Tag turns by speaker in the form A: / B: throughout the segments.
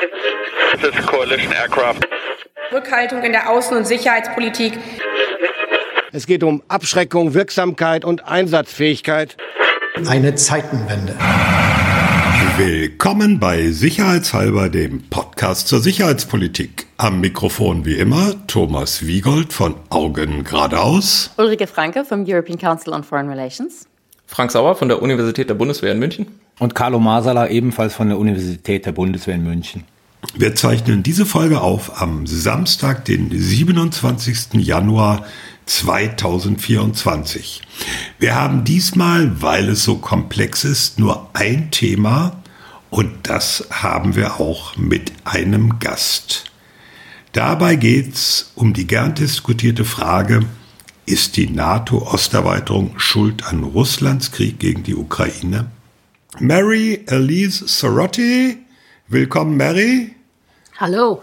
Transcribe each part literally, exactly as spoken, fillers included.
A: This is coalition aircraft.
B: Rückhaltung in der Außen- und Sicherheitspolitik.
C: Es geht um Abschreckung, Wirksamkeit und Einsatzfähigkeit.
D: Eine Zeitenwende.
E: Willkommen bei Sicherheitshalber, dem Podcast zur Sicherheitspolitik. Am Mikrofon wie immer Thomas Wiegold von Augen geradeaus.
F: Ulrike Franke vom European Council on Foreign Relations.
G: Frank Sauer von der Universität der Bundeswehr in München.
H: Und Carlo Masala ebenfalls von der Universität der Bundeswehr in München.
E: Wir zeichnen diese Folge auf am Samstag, den siebenundzwanzigsten Januar zweitausendvierundzwanzig. Wir haben diesmal, weil es so komplex ist, nur ein Thema und das haben wir auch mit einem Gast. Dabei geht's um die gern diskutierte Frage, ist die NATO-Osterweiterung schuld an Russlands Krieg gegen die Ukraine? Mary Elise Sorotti, willkommen Mary.
I: Hallo.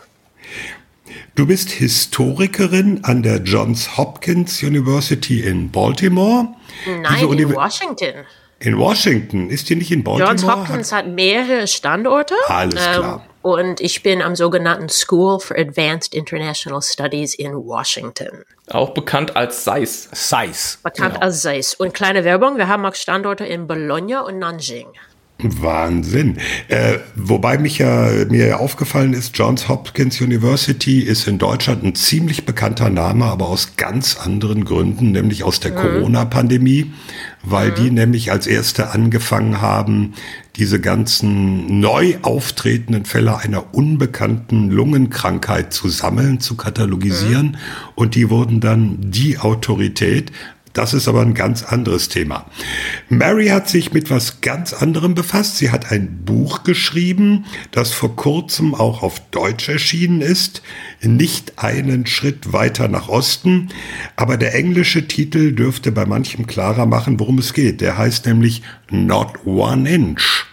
E: Du bist Historikerin an der Johns Hopkins University in Baltimore.
I: Nein, in Univer- Washington.
E: In Washington? Ist die nicht in Baltimore?
I: Johns Hopkins hat, hat mehrere Standorte.
E: Alles klar.
I: Ähm, und ich bin am sogenannten School for Advanced International Studies in Washington.
G: Auch bekannt als S A I S.
H: S A I S.
I: Bekannt
H: genau.
I: als S A I S. Und kleine Werbung, wir haben auch Standorte in Bologna und Nanjing.
E: Wahnsinn. Äh, wobei mich ja, mir ja aufgefallen ist, Johns Hopkins University ist in Deutschland ein ziemlich bekannter Name, aber aus ganz anderen Gründen, nämlich aus der mhm. Corona-Pandemie, weil mhm. die nämlich als erste angefangen haben, diese ganzen neu auftretenden Fälle einer unbekannten Lungenkrankheit zu sammeln, zu katalogisieren mhm. und die wurden dann die Autorität. Das ist aber ein ganz anderes Thema. Mary hat sich mit was ganz anderem befasst. Sie hat ein Buch geschrieben, das vor kurzem auch auf Deutsch erschienen ist. Nicht einen Schritt weiter nach Osten. Aber der englische Titel dürfte bei manchem klarer machen, worum es geht. Der heißt nämlich Not One Inch.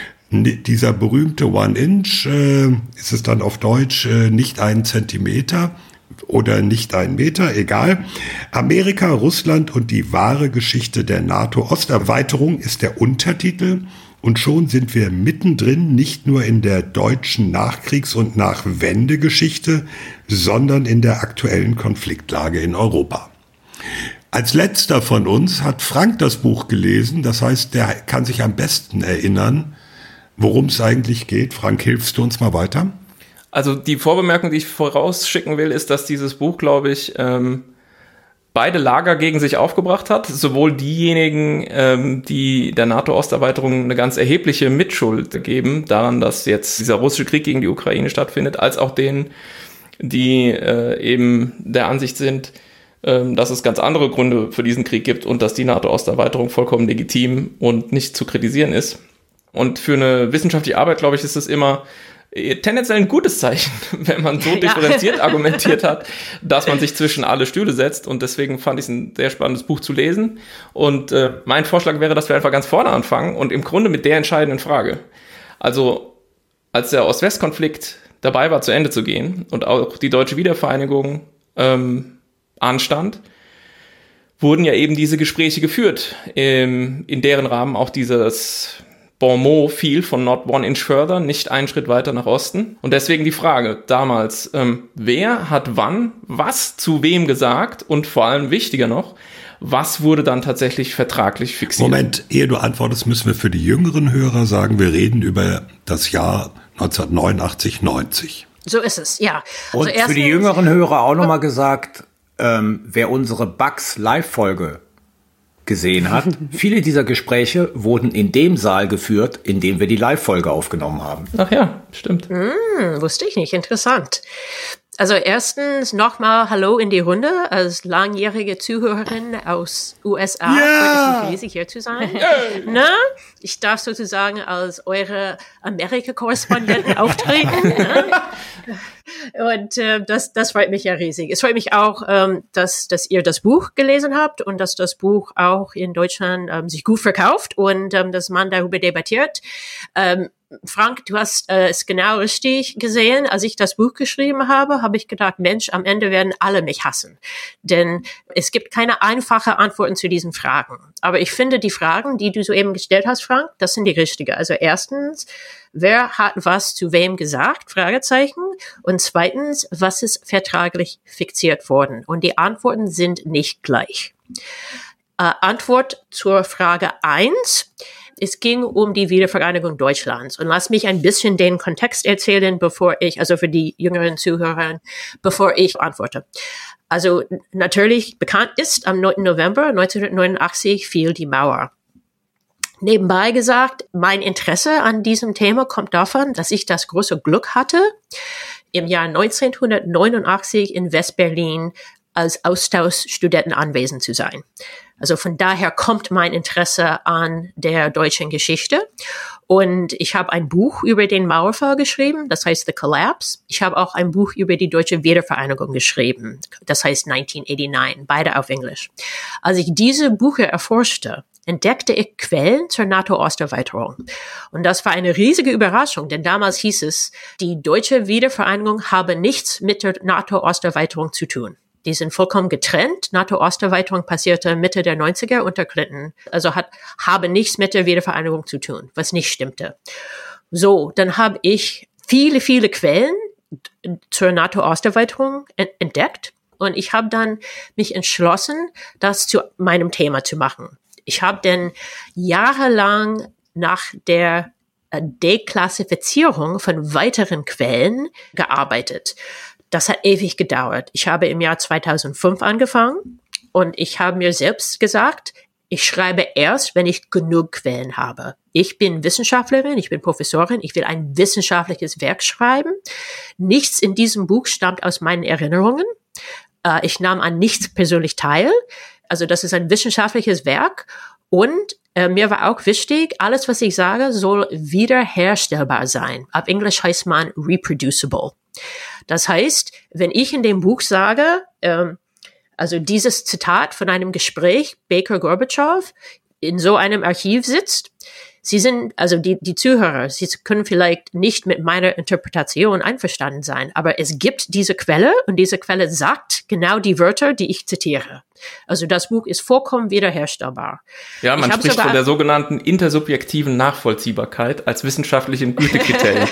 E: Dieser berühmte One Inch, äh, ist es dann auf Deutsch, äh, nicht einen Zentimeter. Oder nicht ein Meter, egal. Amerika, Russland und die wahre Geschichte der NATO-Osterweiterung ist der Untertitel. Und schon sind wir mittendrin, nicht nur in der deutschen Nachkriegs- und Nachwendegeschichte, sondern in der aktuellen Konfliktlage in Europa. Als letzter von uns hat Frank das Buch gelesen. Das heißt, der kann sich am besten erinnern, worum es eigentlich geht. Frank, hilfst du uns mal weiter?
G: Also die Vorbemerkung, die ich vorausschicken will, ist, dass dieses Buch, glaube ich, ähm, beide Lager gegen sich aufgebracht hat. Sowohl diejenigen, ähm, die der NATO-Osterweiterung eine ganz erhebliche Mitschuld geben, daran, dass jetzt dieser russische Krieg gegen die Ukraine stattfindet, als auch denen, die äh, eben der Ansicht sind, ähm, dass es ganz andere Gründe für diesen Krieg gibt und dass die NATO-Osterweiterung vollkommen legitim und nicht zu kritisieren ist. Und für eine wissenschaftliche Arbeit, glaube ich, ist es immer tendenziell ein gutes Zeichen, wenn man so differenziert ja. argumentiert hat, dass man sich zwischen alle Stühle setzt. Und deswegen fand ich es ein sehr spannendes Buch zu lesen. Und äh, mein Vorschlag wäre, dass wir einfach ganz vorne anfangen und im Grunde mit der entscheidenden Frage. Also als der Ost-West-Konflikt dabei war, zu Ende zu gehen und auch die deutsche Wiedervereinigung ähm, anstand, wurden ja eben diese Gespräche geführt, ähm, in deren Rahmen auch dieses Bon mot fiel von Not One Inch Further, nicht einen Schritt weiter nach Osten. Und deswegen die Frage damals, ähm, wer hat wann was zu wem gesagt und vor allem wichtiger noch, was wurde dann tatsächlich vertraglich fixiert?
E: Moment, ehe du antwortest, müssen wir für die jüngeren Hörer sagen, wir reden über das Jahr neunzehnhundertneunundachtzig neunzig.
I: So ist es, ja.
H: Und also für die jüngeren Hörer auch nochmal gesagt, ähm, wer unsere Bugs Live-Folge gesehen hat. Viele dieser Gespräche wurden in dem Saal geführt, in dem wir die Live-Folge aufgenommen haben.
G: Ach ja, stimmt.
I: Hm, wusste ich nicht. Interessant. Also erstens nochmal Hallo in die Runde. Als langjährige Zuhörerin aus U S A
E: yeah.
I: freut es mich riesig, hier zu sein. Yeah. Na, ich darf sozusagen als eure Amerika-Korrespondenten auftreten. Und äh, das, das freut mich ja riesig. Es freut mich auch, ähm, dass, dass ihr das Buch gelesen habt und dass das Buch auch in Deutschland ähm, sich gut verkauft und ähm, dass man darüber debattiert. Ähm, Frank, du hast äh, es genau richtig gesehen. Als ich das Buch geschrieben habe, habe ich gedacht, Mensch, am Ende werden alle mich hassen. Denn es gibt keine einfache Antworten zu diesen Fragen. Aber ich finde, die Fragen, die du soeben gestellt hast, Frank, das sind die richtigen. Also erstens, wer hat was zu wem gesagt? Fragezeichen. Und zweitens, was ist vertraglich fixiert worden? Und die Antworten sind nicht gleich. Äh, Antwort zur Frage eins. Es ging um die Wiedervereinigung Deutschlands. Und lass mich ein bisschen den Kontext erzählen, bevor ich, also für die jüngeren Zuhörer, bevor ich antworte. Also natürlich bekannt ist, am neunten November neunzehnhundertneunundachtzig fiel die Mauer. Nebenbei gesagt, mein Interesse an diesem Thema kommt davon, dass ich das große Glück hatte, im Jahr neunzehnhundertneunundachtzig in West-Berlin als Austauschstudenten anwesend zu sein. Also von daher kommt mein Interesse an der deutschen Geschichte. Und ich habe ein Buch über den Mauerfall geschrieben, das heißt The Collapse. Ich habe auch ein Buch über die deutsche Wiedervereinigung geschrieben, das heißt neunzehnhundertneunundachtzig, beide auf Englisch. Als ich diese Bücher erforschte, entdeckte ich Quellen zur NATO-Osterweiterung. Und das war eine riesige Überraschung, denn damals hieß es, die deutsche Wiedervereinigung habe nichts mit der NATO-Osterweiterung zu tun. Die sind vollkommen getrennt. NATO-Osterweiterung passierte Mitte der neunziger unter Clinton. Also hat, habe nichts mit der Wiedervereinigung zu tun, was nicht stimmte. So, dann habe ich viele, viele Quellen zur NATO-Osterweiterung entdeckt. Und ich habe dann mich entschlossen, das zu meinem Thema zu machen. Ich habe dann jahrelang nach der Deklassifizierung von weiteren Quellen gearbeitet. Das hat ewig gedauert. Ich habe im Jahr zweitausendfünf angefangen und ich habe mir selbst gesagt, ich schreibe erst, wenn ich genug Quellen habe. Ich bin Wissenschaftlerin, ich bin Professorin, ich will ein wissenschaftliches Werk schreiben. Nichts in diesem Buch stammt aus meinen Erinnerungen. Äh, ich nahm an nichts persönlich teil. Also das ist ein wissenschaftliches Werk und äh, mir war auch wichtig, alles, was ich sage, soll wiederherstellbar sein. Auf Englisch heißt man reproducible. Das heißt, wenn ich in dem Buch sage, ähm, also dieses Zitat von einem Gespräch, Baker-Gorbatschow in so einem Archiv sitzt, Sie sind, also die, die Zuhörer, Sie können vielleicht nicht mit meiner Interpretation einverstanden sein, aber es gibt diese Quelle und diese Quelle sagt genau die Wörter, die ich zitiere. Also das Buch ist vollkommen wiederherstellbar.
G: Ja, man spricht von der sogenannten intersubjektiven Nachvollziehbarkeit als wissenschaftlichem Gütekriterium.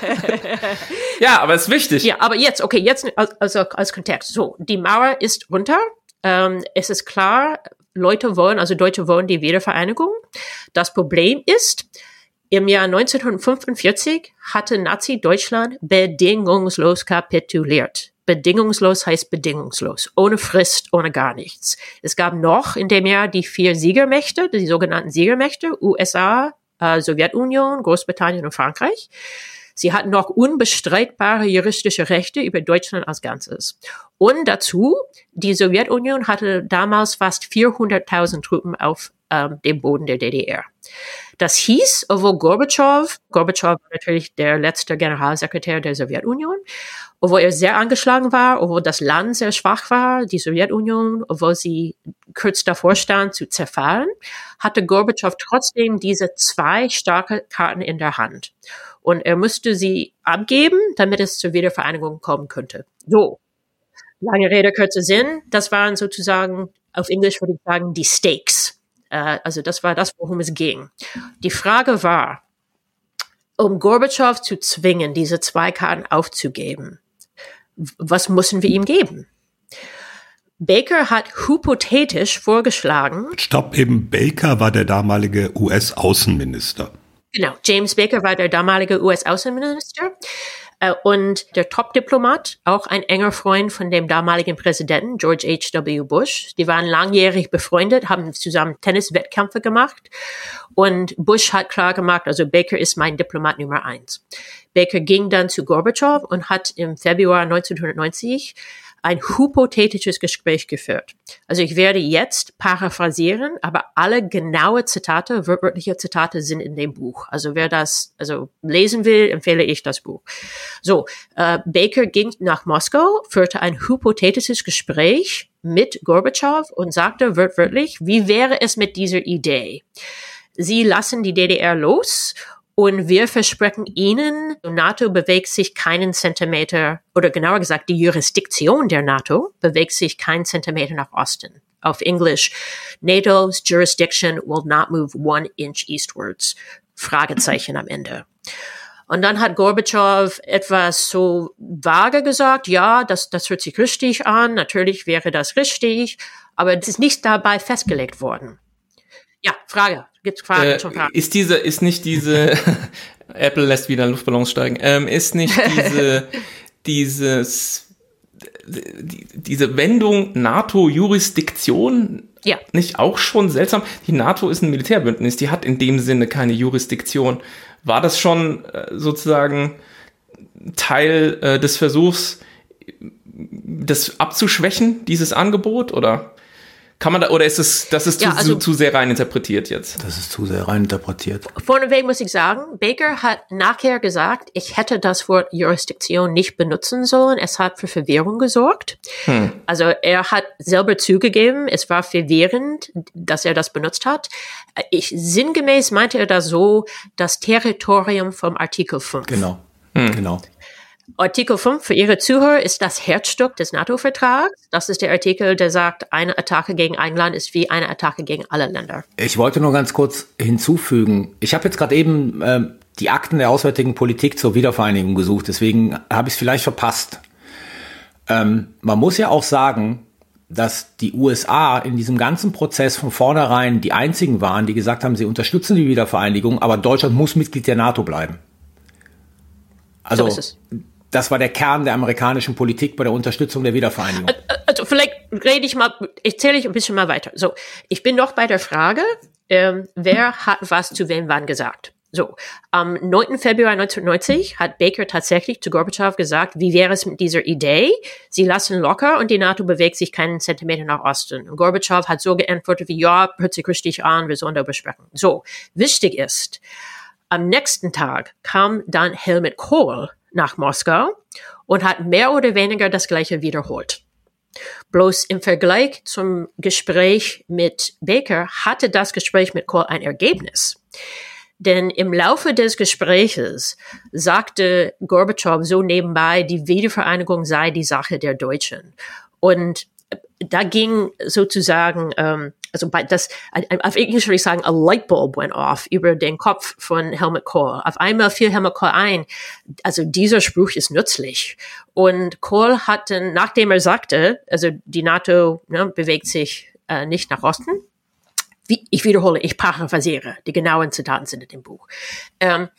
G: Ja, aber es ist wichtig.
I: Ja, aber jetzt, okay, jetzt also als Kontext. So, die Mauer ist runter. Ähm, es ist klar, Leute wollen, also Deutsche wollen die Wiedervereinigung. Das Problem ist, im Jahr neunzehnhundertfünfundvierzig hatte Nazi-Deutschland bedingungslos kapituliert. Bedingungslos heißt bedingungslos, ohne Frist, ohne gar nichts. Es gab noch in dem Jahr die vier Siegermächte, die sogenannten Siegermächte, U S A, äh, Sowjetunion, Großbritannien und Frankreich. Sie hatten noch unbestreitbare juristische Rechte über Deutschland als Ganzes. Und dazu, die Sowjetunion hatte damals fast vierhunderttausend Truppen auf ähm, dem Boden der D D R. Das hieß, obwohl Gorbatschow, Gorbatschow war natürlich der letzte Generalsekretär der Sowjetunion, obwohl er sehr angeschlagen war, obwohl das Land sehr schwach war, die Sowjetunion, obwohl sie kurz davor stand zu zerfallen, hatte Gorbatschow trotzdem diese zwei starke Karten in der Hand. Und er musste sie abgeben, damit es zur Wiedervereinigung kommen könnte. So, lange Rede, kurzer Sinn, das waren sozusagen, auf Englisch würde ich sagen, die Stakes. Äh, also das war das, worum es ging. Die Frage war, um Gorbatschow zu zwingen, diese zwei Karten aufzugeben, was müssen wir ihm geben? Baker hat hypothetisch vorgeschlagen.
E: Stopp, eben Baker war der damalige U S-Außenminister.
I: Genau, James Baker war der damalige U S-Außenminister äh, und der Top-Diplomat, auch ein enger Freund von dem damaligen Präsidenten George H W Bush. Die waren langjährig befreundet, haben zusammen Tenniswettkämpfe gemacht und Bush hat klar gemacht, also Baker ist mein Diplomat Nummer eins. Baker ging dann zu Gorbatschow und hat im Februar neunzehnhundertneunzig ein hypothetisches Gespräch geführt. Also ich werde jetzt paraphrasieren, aber alle genaue Zitate, wörtliche Zitate sind in dem Buch. Also wer das also lesen will, empfehle ich das Buch. So, äh, Baker ging nach Moskau, führte ein hypothetisches Gespräch mit Gorbatschow und sagte wörtlich, wie wäre es mit dieser Idee? Sie lassen die D D R los Und wir versprechen Ihnen, die NATO bewegt sich keinen Zentimeter, oder genauer gesagt, die Jurisdiktion der NATO bewegt sich keinen Zentimeter nach Osten. Auf Englisch, NATO's jurisdiction will not move one inch eastwards. Fragezeichen am Ende. Und dann hat Gorbatschow etwas so vage gesagt, ja, das, das hört sich richtig an, natürlich wäre das richtig, aber es ist nicht dabei festgelegt worden. Ja, Frage. Gibt's Fragen?
G: Äh,
I: schon Fragen?
G: Ist diese, ist nicht diese, Apple lässt wieder Luftballons steigen, ähm, ist nicht diese, dieses, die, diese Wendung NATO-Jurisdiktion
I: ja.
G: nicht auch schon seltsam? Die NATO ist ein Militärbündnis, die hat in dem Sinne keine Jurisdiktion. War das schon äh, sozusagen Teil äh, des Versuchs, das abzuschwächen, dieses Angebot, oder kann man da, oder ist es, das ist
I: ja,
G: zu,
I: also,
G: zu, zu sehr rein interpretiert jetzt?
H: Das ist zu sehr rein interpretiert.
I: Vorneweg muss ich sagen, Baker hat nachher gesagt, ich hätte das Wort Jurisdiktion nicht benutzen sollen. Es hat für Verwirrung gesorgt. Hm. Also er hat selber zugegeben, es war verwirrend, dass er das benutzt hat. Ich, sinngemäß meinte er das so, das Territorium vom Artikel fünf.
H: Genau, hm. genau.
I: Artikel fünf für Ihre Zuhörer ist das Herzstück des NATO-Vertrags. Das ist der Artikel, der sagt, eine Attacke gegen ein Land ist wie eine Attacke gegen alle Länder.
H: Ich wollte nur ganz kurz hinzufügen. Ich habe jetzt gerade eben äh, die Akten der auswärtigen Politik zur Wiedervereinigung gesucht. Deswegen habe ich es vielleicht verpasst. Ähm, man muss ja auch sagen, dass die U S A in diesem ganzen Prozess von vornherein die einzigen waren, die gesagt haben, sie unterstützen die Wiedervereinigung, aber Deutschland muss Mitglied der NATO bleiben. Also,
I: so ist es.
H: Das war der Kern der amerikanischen Politik bei der Unterstützung der Wiedervereinigung.
I: Also vielleicht rede ich mal, erzähle ich ein bisschen mal weiter. So, ich bin noch bei der Frage, ähm, wer hat was zu wem wann gesagt. So, am neunten Februar neunzehnhundertneunzig hat Baker tatsächlich zu Gorbatschow gesagt, wie wäre es mit dieser Idee? Sie lassen locker und die NATO bewegt sich keinen Zentimeter nach Osten. Und Gorbatschow hat so geantwortet wie, ja, hört sich richtig an, wir sollen darüber sprechen. So, wichtig ist, am nächsten Tag kam dann Helmut Kohl nach Moskau und hat mehr oder weniger das Gleiche wiederholt. Bloß im Vergleich zum Gespräch mit Baker hatte das Gespräch mit Kohl ein Ergebnis. Denn im Laufe des Gespräches sagte Gorbatschow so nebenbei, die Wiedervereinigung sei die Sache der Deutschen. Und da ging sozusagen, ähm, also bei das, auf Englisch würde ich sagen, a light bulb went off über den Kopf von Helmut Kohl. Auf einmal fiel Helmut Kohl ein, also dieser Spruch ist nützlich. Und Kohl hat dann, nachdem er sagte, also die NATO ne, bewegt sich äh, nicht nach Osten, wie, ich wiederhole, ich paraphrasiere, die genauen Zitaten sind in dem Buch. Ähm,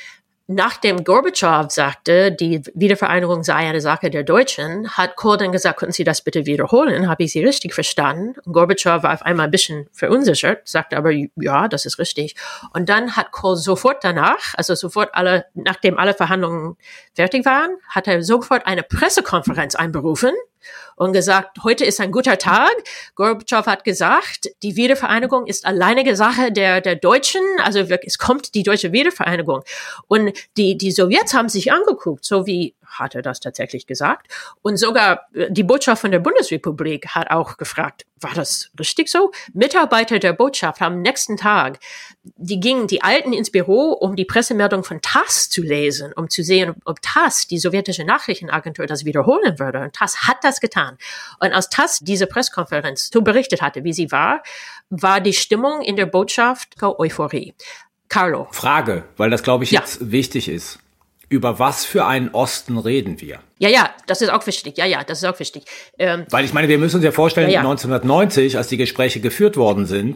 I: Nachdem Gorbatschow sagte, die Wiedervereinigung sei eine Sache der Deutschen, hat Kohl dann gesagt, könnten Sie das bitte wiederholen? Habe ich Sie richtig verstanden? Und Gorbatschow war auf einmal ein bisschen verunsichert, sagte aber, ja, das ist richtig. Und dann hat Kohl sofort danach, also sofort alle, nachdem alle Verhandlungen fertig waren, hat er sofort eine Pressekonferenz einberufen und gesagt, heute ist ein guter Tag. Gorbatschow hat gesagt, die Wiedervereinigung ist alleinige Sache der, der Deutschen, also es kommt die deutsche Wiedervereinigung. Und die, die Sowjets haben sich angeguckt, so wie hat er das tatsächlich gesagt. Und sogar die Botschaft von der Bundesrepublik hat auch gefragt, war das richtig so? Mitarbeiter der Botschaft am nächsten Tag, die gingen, die eilten ins Büro, um die Pressemeldung von TASS zu lesen, um zu sehen, ob TASS, die sowjetische Nachrichtenagentur, das wiederholen würde. Und TASS hat das getan. Und als TASS diese Pressekonferenz so berichtet hatte, wie sie war, war die Stimmung in der Botschaft Euphorie. Carlo.
H: Frage, weil das, glaube ich,
I: ja.
H: jetzt wichtig ist. Über was für einen Osten reden wir?
I: Ja, ja, das ist auch wichtig. Ja, ja, das ist auch wichtig. Ähm,
H: Weil ich meine, wir müssen uns ja vorstellen,
I: ja, ja.
H: neunzehnhundertneunzig, als die Gespräche geführt worden sind,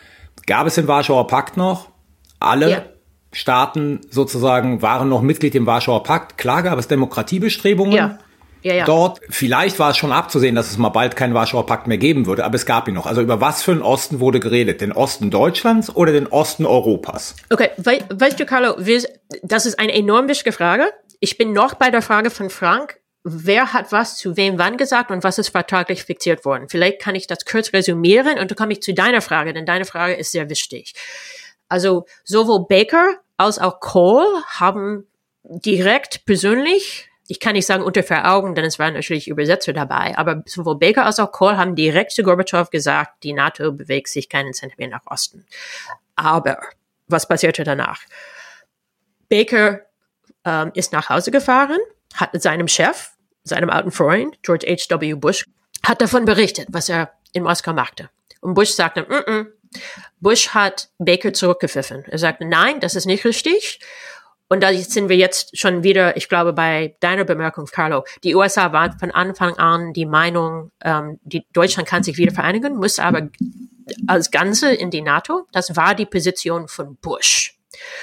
H: gab es den Warschauer Pakt noch. Alle
I: ja.
H: Staaten sozusagen waren noch Mitglied im Warschauer Pakt. Klar gab es Demokratiebestrebungen.
I: Ja. Ja, ja.
H: Dort, vielleicht war es schon abzusehen, dass es mal bald keinen Warschauer Pakt mehr geben würde, aber es gab ihn noch. Also über was für einen Osten wurde geredet? Den Osten Deutschlands oder den Osten Europas?
I: Okay, we weißt du, Carlo, das ist eine enorm wichtige Frage. Ich bin noch bei der Frage von Frank. Wer hat was zu wem wann gesagt und was ist vertraglich fixiert worden? Vielleicht kann ich das kurz resümieren und dann komme ich zu deiner Frage, denn deine Frage ist sehr wichtig. Also sowohl Baker als auch Kohl haben direkt persönlich, ich kann nicht sagen unter vier Augen, denn es waren natürlich Übersetzer dabei, aber sowohl Baker als auch Kohl haben direkt zu Gorbatschow gesagt, die NATO bewegt sich keinen Zentimeter nach Osten. Aber was passierte danach? Baker ähm, ist nach Hause gefahren, hat mit seinem Chef, seinem alten Freund, George H W Bush, hat davon berichtet, was er in Moskau machte. Und Bush sagte, mm-mm. Bush hat Baker zurückgepfiffen. Er sagte, nein, das ist nicht richtig. Und da sind wir jetzt schon wieder, ich glaube, bei deiner Bemerkung, Carlo. Die U S A waren von Anfang an die Meinung, ähm, die Deutschland kann sich wieder vereinigen, muss aber als Ganze in die NATO. Das war die Position von Bush.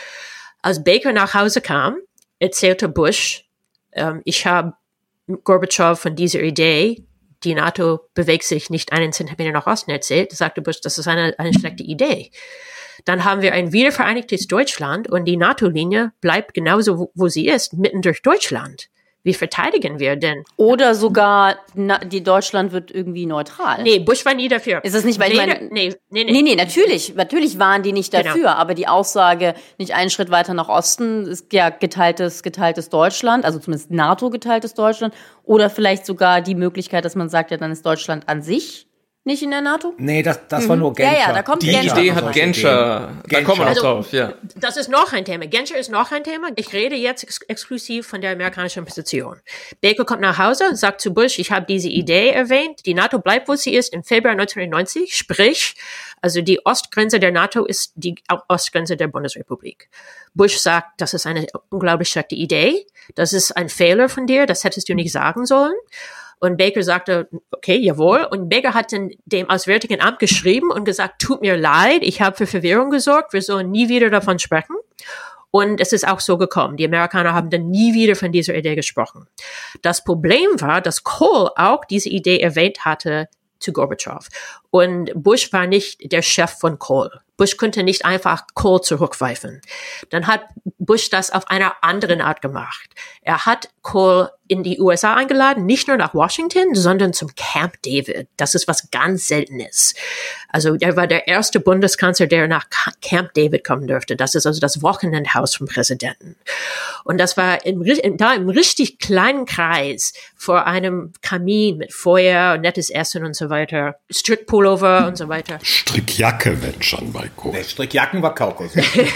I: Als Baker nach Hause kam, erzählte Bush, ähm, ich habe Gorbatschow von dieser Idee, die NATO bewegt sich nicht einen Zentimeter nach Osten, erzählt, sagte Bush, das ist eine, eine schlechte Idee. Dann haben wir ein wiedervereinigtes Deutschland und die NATO-Linie bleibt genauso, wo, wo sie ist, mitten durch Deutschland. Wie verteidigen wir denn?
F: Oder sogar, na, die Deutschland wird irgendwie neutral.
I: Nee, Bush war nie dafür.
F: Ist das nicht, weil
I: nee,
F: ich meine...
I: Nee, nee, nee.
F: Nee, nee, natürlich. Natürlich waren die nicht dafür. Genau. Aber die Aussage, nicht einen Schritt weiter nach Osten, ist ja geteiltes, geteiltes Deutschland, also zumindest NATO-geteiltes Deutschland. Oder vielleicht sogar die Möglichkeit, dass man sagt, ja, dann ist Deutschland an sich nicht in der NATO?
H: Nee, das, das mhm. war nur Genscher.
F: Ja, ja, da kommt
G: Die
F: Genscher.
G: Idee hat Genscher. Genscher. Da kommen wir noch
I: also,
G: drauf, ja.
I: Das ist noch ein Thema. Genscher ist noch ein Thema. Ich rede jetzt ex- exklusiv von der amerikanischen Position. Baker kommt nach Hause, sagt zu Bush, ich habe diese Idee erwähnt. Die NATO bleibt, wo sie ist, im Februar neunzehnhundertneunzig. Sprich, also die Ostgrenze der NATO ist die Ostgrenze der Bundesrepublik. Bush sagt, das ist eine unglaublich schlechte Idee. Das ist ein Fehler von dir. Das hättest du nicht sagen sollen. Und Baker sagte, okay, jawohl. Und Baker hat dann dem Auswärtigen Amt geschrieben und gesagt, tut mir leid, ich habe für Verwirrung gesorgt, wir sollen nie wieder davon sprechen. Und es ist auch so gekommen. Die Amerikaner haben dann nie wieder von dieser Idee gesprochen. Das Problem war, dass Kohl auch diese Idee erwähnt hatte zu Gorbatschow. Und Bush war nicht der Chef von Kohl. Bush konnte nicht einfach Kohl zurückpfeifen. Dann hat Bush das auf einer anderen Art gemacht. Er hat Kohl in die U S A eingeladen, nicht nur nach Washington, sondern zum Camp David. Das ist was ganz Seltenes. Also er war der erste Bundeskanzler, der nach Camp David kommen durfte. Das ist also das Wochenendhaus vom Präsidenten. Und das war im, da im richtig kleinen Kreis vor einem Kamin mit Feuer und nettes Essen und so weiter. Strickpullover und so weiter.
E: Strickjacke, wenn schon bei Kohl.
H: Nee, Strickjacken war Kaukus.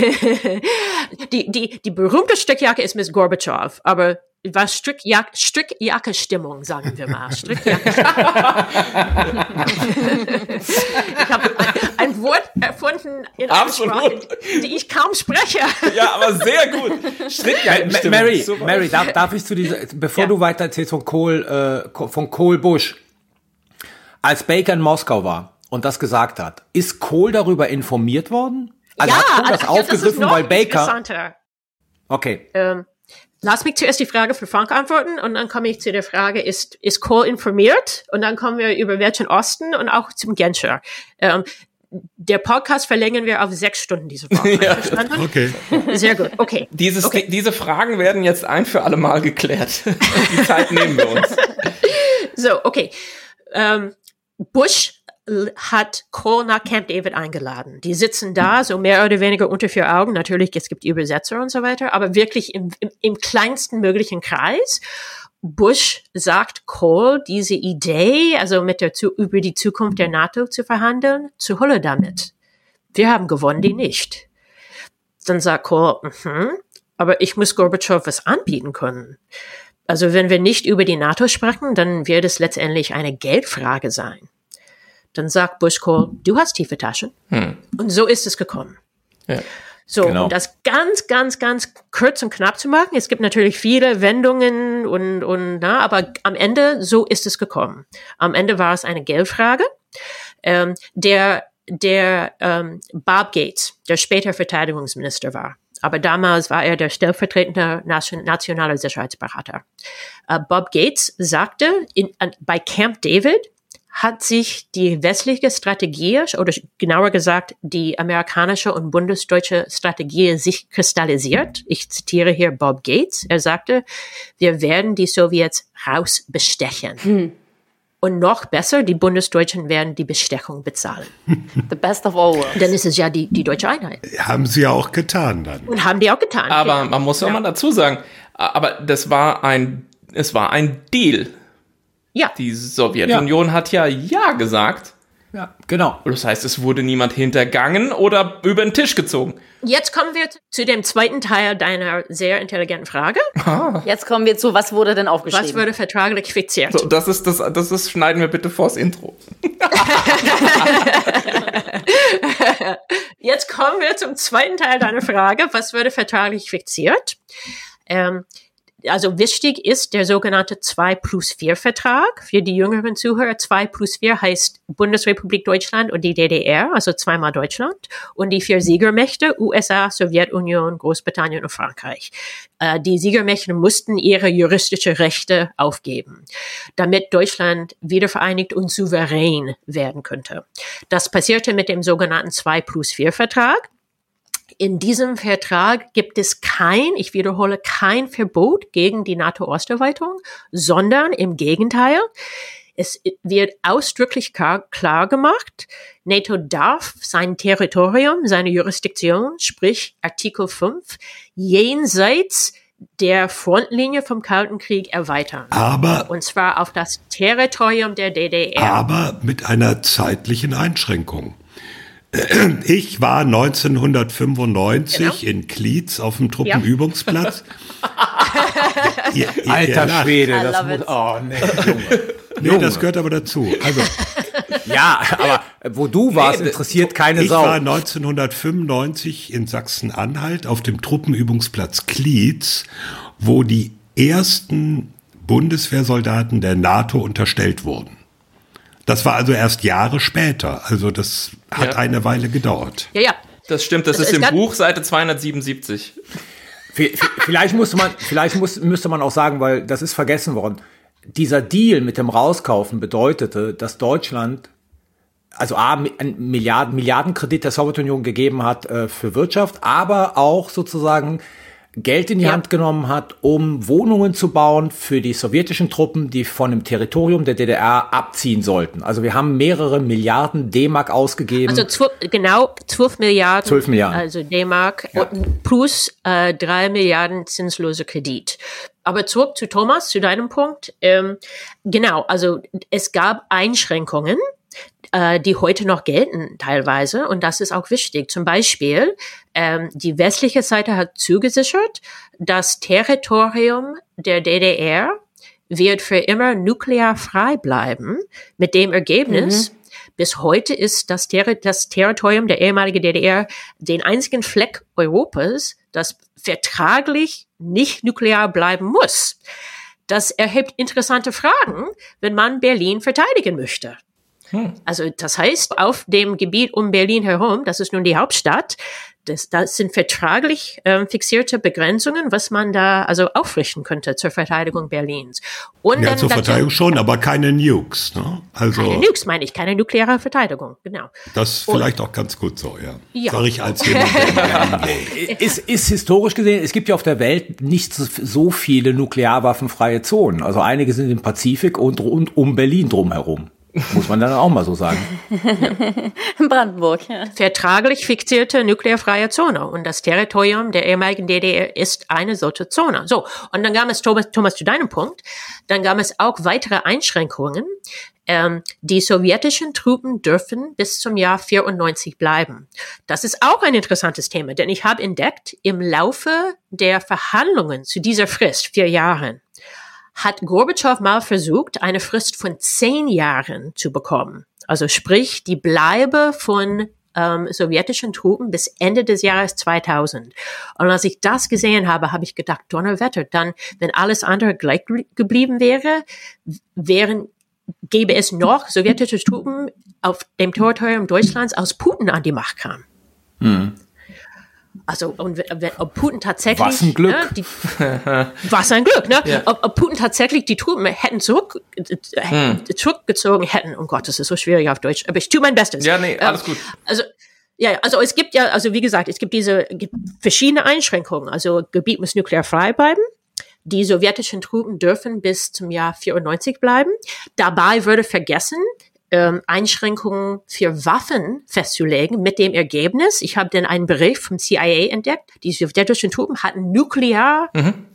I: die, die, die berühmte Strickjacke ist Miss Gorbatschow, aber war Strickjack, Strickjacke-Stimmung, sagen wir mal. Strickjacke-Stimmung. Ich habe ein, ein Wort erfunden in einer Sprache, die ich kaum spreche.
G: Ja, aber sehr gut. Strickjacke-Stimmung.
H: Mary, Super. Mary darf, darf ich zu dieser, bevor ja. du weiter erzählst von Kohl, äh, von Kohl Bush, als Baker in Moskau war und das gesagt hat, ist Kohl darüber informiert worden? Also
I: ja,
H: hat Kohl das
I: also,
H: aufgegriffen,
I: das ist
H: weil Baker...
I: Interessanter.
H: Okay.
I: Ähm, Lass mich zuerst die Frage für Frank antworten und dann komme ich zu der Frage, ist, ist Kohl informiert? Und dann kommen wir über welchen Osten und auch zum Genscher. Ähm, der Podcast verlängern wir auf sechs Stunden diese Woche.
G: Ja.
E: Okay.
I: Sehr gut, okay.
G: Dieses,
I: okay.
G: Diese Fragen werden jetzt ein für alle Mal geklärt. Die Zeit nehmen wir uns.
I: So, okay. Ähm, Bush hat Kohl nach Camp David eingeladen. Die sitzen da, so mehr oder weniger unter vier Augen. Natürlich, es gibt Übersetzer und so weiter, aber wirklich im, im, im kleinsten möglichen Kreis. Bush sagt Kohl, diese Idee, also mit der, über die Zukunft der NATO zu verhandeln, zu Hölle damit. Wir haben gewonnen, die nicht. Dann sagt Kohl, mhm, aber ich muss Gorbatschow was anbieten können. Also wenn wir nicht über die NATO sprechen, dann wird es letztendlich eine Geldfrage sein. Dann sagt Bush Kohl, du hast tiefe Taschen. Hm. Und so ist es gekommen. Ja. So, genau. Um das ganz, ganz, ganz kurz und knapp zu machen. Es gibt natürlich viele Wendungen und, und, na, aber am Ende, so ist es gekommen. Am Ende war es eine Geldfrage. Ähm, der, der, ähm, Bob Gates, der später Verteidigungsminister war. Aber damals war er der stellvertretende nationale Sicherheitsberater. Äh, Bob Gates sagte, in, an, bei Camp David, hat sich die westliche Strategie, oder genauer gesagt, die amerikanische und bundesdeutsche Strategie sich kristallisiert. Ich zitiere hier Bob Gates. Er sagte, wir werden die Sowjets rausbestechen. Hm. Und noch besser, die Bundesdeutschen werden die Bestechung bezahlen.
F: The best of all worlds.
I: Dann ist es ja die, die deutsche Einheit.
E: Haben sie ja auch getan dann.
I: Und haben die auch getan.
G: Aber
I: ja.
G: man muss auch ja. mal dazu sagen, aber das war ein, es war ein Deal.
I: Ja.
G: Die Sowjetunion ja. hat ja Ja gesagt,
H: Ja, genau.
G: Das heißt, es wurde niemand hintergangen oder über den Tisch gezogen.
I: Jetzt kommen wir zu dem zweiten Teil deiner sehr intelligenten Frage.
F: Ah. Jetzt kommen wir zu, was wurde denn aufgeschrieben?
I: Was wurde vertraglich fixiert?
G: So, das ist das, das ist, schneiden wir bitte vors Intro.
I: Jetzt kommen wir zum zweiten Teil deiner Frage. Was wurde vertraglich fixiert? Ähm, Also wichtig ist der sogenannte zwei plus vier Vertrag. Für die jüngeren Zuhörer, zwei plus vier heißt Bundesrepublik Deutschland und die D D R, also zweimal Deutschland. Und die vier Siegermächte, U S A, Sowjetunion, Großbritannien und Frankreich. Äh, die Siegermächte mussten ihre juristische Rechte aufgeben, damit Deutschland wiedervereinigt und souverän werden könnte. Das passierte mit dem sogenannten zwei plus vier Vertrag. In diesem Vertrag gibt es kein, ich wiederhole, kein Verbot gegen die NATO-Osterweiterung, sondern im Gegenteil, es wird ausdrücklich klar, klar gemacht, NATO darf sein Territorium, seine Jurisdiktion, sprich Artikel fünf, jenseits der Frontlinie vom Kalten Krieg erweitern.
E: Aber,
I: und zwar auf das Territorium der D D R.
E: Aber mit einer zeitlichen Einschränkung. Ich war neunzehnhundertfünfundneunzig genau. in Klietz auf dem Truppenübungsplatz.
H: Ja. ihr, ihr, Alter ihr Schwede, das muss, oh nee, Junge.
E: Nee, Junge. Das gehört aber dazu. Also,
H: ja, aber wo du warst, nee, interessiert keine
E: ich
H: Sau.
E: Ich war neunzehnhundertfünfundneunzig in Sachsen-Anhalt auf dem Truppenübungsplatz Klietz, wo die ersten Bundeswehrsoldaten der NATO unterstellt wurden. Das war also erst Jahre später. Also das hat ja. eine Weile gedauert.
I: Ja, ja.
G: Das stimmt, das also ist im Buch Seite zweihundertsiebenundsiebzig.
H: Vielleicht musste man, vielleicht muss, müsste man auch sagen, weil das ist vergessen worden. Dieser Deal mit dem Rauskaufen bedeutete, dass Deutschland also A, einen Milliarden, Milliardenkredit der Sowjetunion gegeben hat äh, für Wirtschaft, aber auch sozusagen Geld in die ja. Hand genommen hat, um Wohnungen zu bauen für die sowjetischen Truppen, die von dem Territorium der D D R abziehen sollten. Also wir haben mehrere Milliarden D-Mark ausgegeben.
I: Also zwölf, genau zwölf Milliarden.
H: zwölf Milliarden.
I: Also D-Mark ja. plus äh, drei Milliarden zinslose Kredit. Aber zurück zu Thomas, zu deinem Punkt. Ähm, genau, also es gab Einschränkungen, äh, die heute noch gelten teilweise. Und das ist auch wichtig. Zum Beispiel, ähm, die westliche Seite hat zugesichert, das Territorium der D D R wird für immer nuklearfrei bleiben. Mit dem Ergebnis, mhm. bis heute ist das, Ter- das Territorium der ehemaligen D D R den einzigen Fleck Europas, das vertraglich nicht nuklear bleiben muss. Das erhebt interessante Fragen, wenn man Berlin verteidigen möchte. Hm. Also das heißt, auf dem Gebiet um Berlin herum, das ist nun die Hauptstadt, das, das sind vertraglich ähm, fixierte Begrenzungen, was man da also aufrichten könnte zur Verteidigung Berlins. Und
E: ja,
I: dann,
E: zur
I: dann,
E: Verteidigung schon, aber keine Nukes. Ne? Also,
I: keine Nukes meine ich, keine nukleare Verteidigung, genau.
E: Das ist vielleicht auch ganz gut so, ja.
I: ja.
E: Sag ich als jemand, der
H: ist, ist historisch gesehen, es gibt ja auf der Welt nicht so viele nuklearwaffenfreie Zonen. Also einige sind im Pazifik und, und um Berlin drumherum. Muss man dann auch mal so sagen.
F: In Brandenburg, ja.
I: Vertraglich fixierte nuklearfreie Zone. Und das Territorium der ehemaligen D D R ist eine solche Zone. So, und dann gab es, Thomas, Thomas, zu deinem Punkt, dann gab es auch weitere Einschränkungen. Ähm, die sowjetischen Truppen dürfen bis zum Jahr vierundneunzig bleiben. Das ist auch ein interessantes Thema, denn ich habe entdeckt, im Laufe der Verhandlungen zu dieser Frist, vier Jahren, hat Gorbatschow mal versucht, eine Frist von zehn Jahren zu bekommen. Also sprich, die Bleibe von ähm, sowjetischen Truppen bis Ende des Jahres zweitausend. Und als ich das gesehen habe, habe ich gedacht, Donnerwetter, dann, wenn alles andere gleich geblieben wäre, wären, gäbe es noch sowjetische Truppen auf dem Territorium Deutschlands, als Putin an die Macht kam. Hm. Also, und wenn, ob Putin tatsächlich,
H: was ein Glück,
I: ne, die, was ein Glück, ne?
G: Ja.
I: Ob, ob Putin tatsächlich die Truppen hätten zurück, äh, hm. zurückgezogen hätten. Oh Gott, das ist so schwierig auf Deutsch, aber ich tue mein Bestes.
G: Ja, nee, alles
I: ähm,
G: gut.
I: Also, ja, also es gibt ja, also wie gesagt, es gibt diese gibt verschiedene Einschränkungen. Also Gebiet muss nuklearfrei bleiben. Die sowjetischen Truppen dürfen bis zum Jahr vierundneunzig bleiben. Dabei würde vergessen, Ähm, Einschränkungen für Waffen festzulegen, mit dem Ergebnis, ich habe dann einen Bericht vom C I A entdeckt, die sowjetischen Truppen hatten Nuklear, mhm.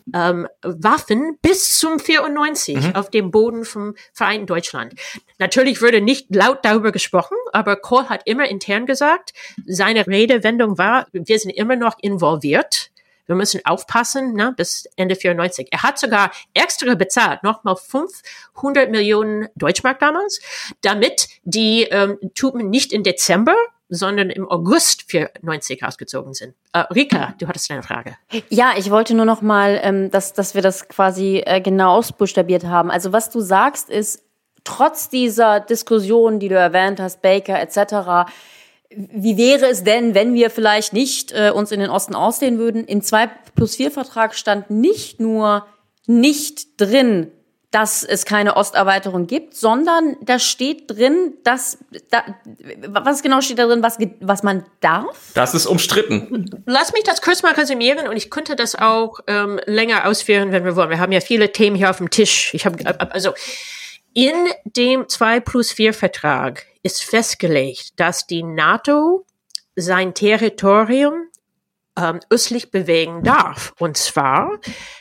I: ähm, Waffen bis zum vierundneunzig mhm. auf dem Boden vom Vereinten Deutschland. Natürlich wurde nicht laut darüber gesprochen, aber Kohl hat immer intern gesagt, seine Redewendung war, wir sind immer noch involviert. Wir müssen aufpassen, ne, bis Ende vierundneunzig. Er hat sogar extra bezahlt, nochmal fünfhundert Millionen Deutschmark damals, damit die ähm, Truppen nicht im Dezember, sondern im August vierundneunzig ausgezogen sind. Äh, Rika, du hattest eine Frage.
F: Ja, ich wollte nur noch mal, ähm, dass, dass wir das quasi äh, genau ausbuchstabiert haben. Also was du sagst ist, trotz dieser Diskussion, die du erwähnt hast, Baker et cetera, wie wäre es denn, wenn wir vielleicht nicht äh, uns in den Osten ausdehnen würden? Im zwei plus vier Vertrag stand nicht nur nicht drin, dass es keine Osterweiterung gibt, sondern da steht drin, dass da, was genau steht da drin, was was man darf?
G: Das ist umstritten.
I: Lass mich das kurz mal resümieren und ich könnte das auch ähm, länger ausführen, wenn wir wollen. Wir haben ja viele Themen hier auf dem Tisch. Ich habe also in dem zwei plus vier Vertrag ist festgelegt, dass die NATO sein Territorium ähm, östlich bewegen darf. Und zwar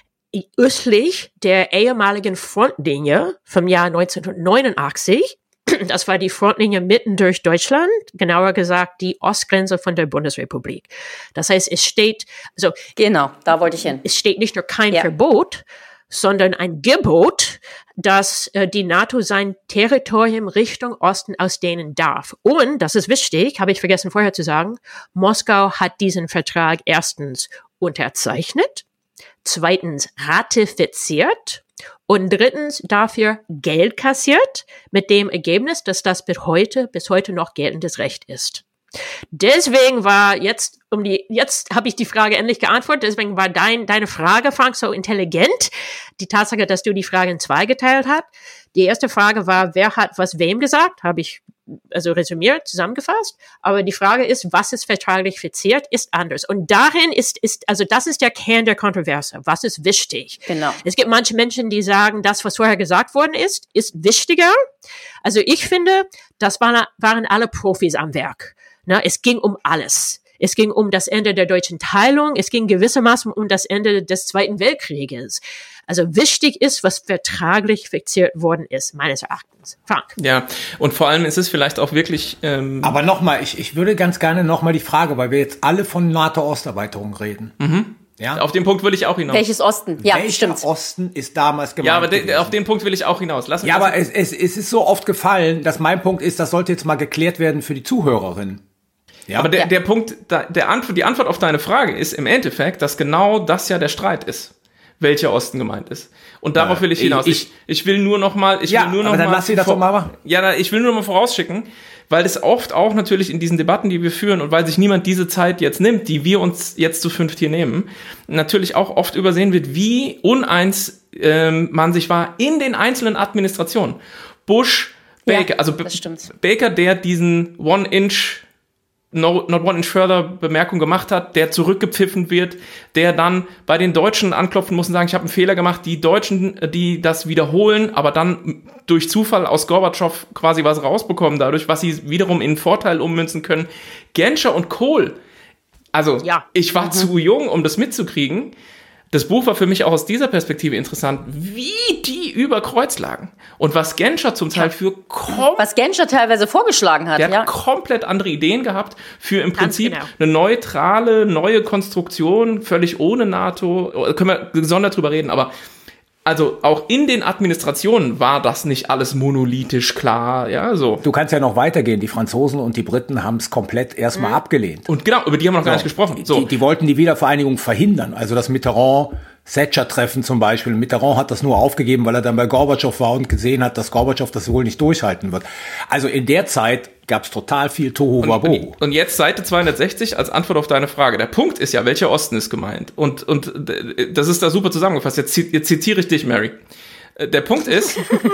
I: östlich der ehemaligen Frontlinie vom Jahr neunzehnhundertneunundachtzig. Das war die Frontlinie mitten durch Deutschland, genauer gesagt die Ostgrenze von der Bundesrepublik. Das heißt, es steht, also
F: genau, da wollte ich hin.
I: Es steht nicht nur kein
F: ja.
I: Verbot, sondern ein Gebot, dass äh, die NATO sein Territorium Richtung Osten ausdehnen darf. Und, das ist wichtig, habe ich vergessen vorher zu sagen, Moskau hat diesen Vertrag erstens unterzeichnet, zweitens ratifiziert und drittens dafür Geld kassiert, mit dem Ergebnis, dass das bis heute, bis heute noch geltendes Recht ist. Deswegen war jetzt, um die, jetzt habe ich die Frage endlich geantwortet, deswegen war dein, deine Frage, Frank, so intelligent. Die Tatsache, dass du die Frage in zwei geteilt hast. Die erste Frage war, wer hat was wem gesagt, habe ich also resümiert, zusammengefasst. Aber die Frage ist, was ist vertraglich fixiert, ist anders. Und darin ist, ist, also das ist der Kern der Kontroverse. Was ist wichtig?
F: Genau.
I: Es gibt manche Menschen, die sagen, das, was vorher gesagt worden ist, ist wichtiger. Also ich finde, das waren, waren alle Profis am Werk. Na, es ging um alles. Es ging um das Ende der deutschen Teilung. Es ging gewissermaßen um das Ende des Zweiten Weltkrieges. Also wichtig ist, was vertraglich fixiert worden ist, meines Erachtens. Frank.
G: Ja, und vor allem ist es vielleicht auch wirklich... Ähm
H: Aber nochmal, ich, ich würde ganz gerne nochmal die Frage, weil wir jetzt alle von NATO-Osterweiterung reden.
G: Mhm.
H: Ja?
G: Auf den Punkt will ich auch hinaus.
F: Welches Osten? Ja,
H: Welcher
F: stimmt.
H: Osten ist damals gemeint?
G: Ja, aber de- auf den Punkt will ich auch hinaus. Lass mich
H: ja,
G: lassen.
H: aber es, es, es ist so oft gefallen, dass mein Punkt ist, das sollte jetzt mal geklärt werden für die Zuhörerin. Ja.
G: Aber der,
F: Ja.
G: der Punkt, der Antwort, die Antwort auf deine Frage ist im Endeffekt, dass genau das ja der Streit ist, welcher Osten gemeint ist. Und darauf
H: Ja,
G: will ich hinaus.
H: ich-
G: Ich, ich will nur noch mal, ich
H: Ja,
G: will nur noch
H: aber dann
G: mal,
H: lass sie das
G: vor-
H: doch mal machen.
G: Ja, na, ich will nur noch mal vorausschicken, weil es oft auch natürlich in diesen Debatten, die wir führen und weil sich niemand diese Zeit jetzt nimmt, die wir uns jetzt zu fünft hier nehmen, natürlich auch oft übersehen wird, wie uneins ähm, man sich war in den einzelnen Administrationen. Bush, Baker,
F: Ja,
G: also B-
F: das stimmt.
G: Baker, der diesen One-Inch No, not one inch further Bemerkung gemacht hat, der zurückgepfiffen wird, der dann bei den Deutschen anklopfen muss und sagen, ich habe einen Fehler gemacht, die Deutschen, die das wiederholen, aber dann durch Zufall aus Gorbatschow quasi was rausbekommen dadurch, was sie wiederum in Vorteil ummünzen können. Genscher und Kohl, also
I: Ja.
G: ich war zu jung, um das mitzukriegen. Das Buch war für mich auch aus dieser Perspektive interessant, wie die über Kreuz lagen. Und was Genscher zum Teil für kom-
F: Was Genscher teilweise vorgeschlagen hat,
G: der hat
F: ja.
G: komplett andere Ideen gehabt für im
I: Ganz
G: Prinzip
I: genau.
G: eine neutrale, neue Konstruktion, völlig ohne NATO. Können wir gesondert drüber reden, aber also auch in den Administrationen war das nicht alles monolithisch klar, ja, so.
H: Du kannst ja noch weitergehen. Die Franzosen und die Briten haben es komplett erstmal abgelehnt.
G: Und genau, über die haben wir noch gar nicht gesprochen. So.
H: Die, die wollten die Wiedervereinigung verhindern. Also das Mitterrand-Thatcher-Treffen zum Beispiel. Mitterrand hat das nur aufgegeben, weil er dann bei Gorbatschow war und gesehen hat, dass Gorbatschow das wohl nicht durchhalten wird. Also in der Zeit gab es total viel Tohuwabohu.
G: Und, und jetzt Seite zweihundertsechzig als Antwort auf deine Frage. Der Punkt ist ja, welcher Osten ist gemeint? Und, und das ist da super zusammengefasst. Jetzt, jetzt zitiere ich dich, Mary. Der Punkt ist,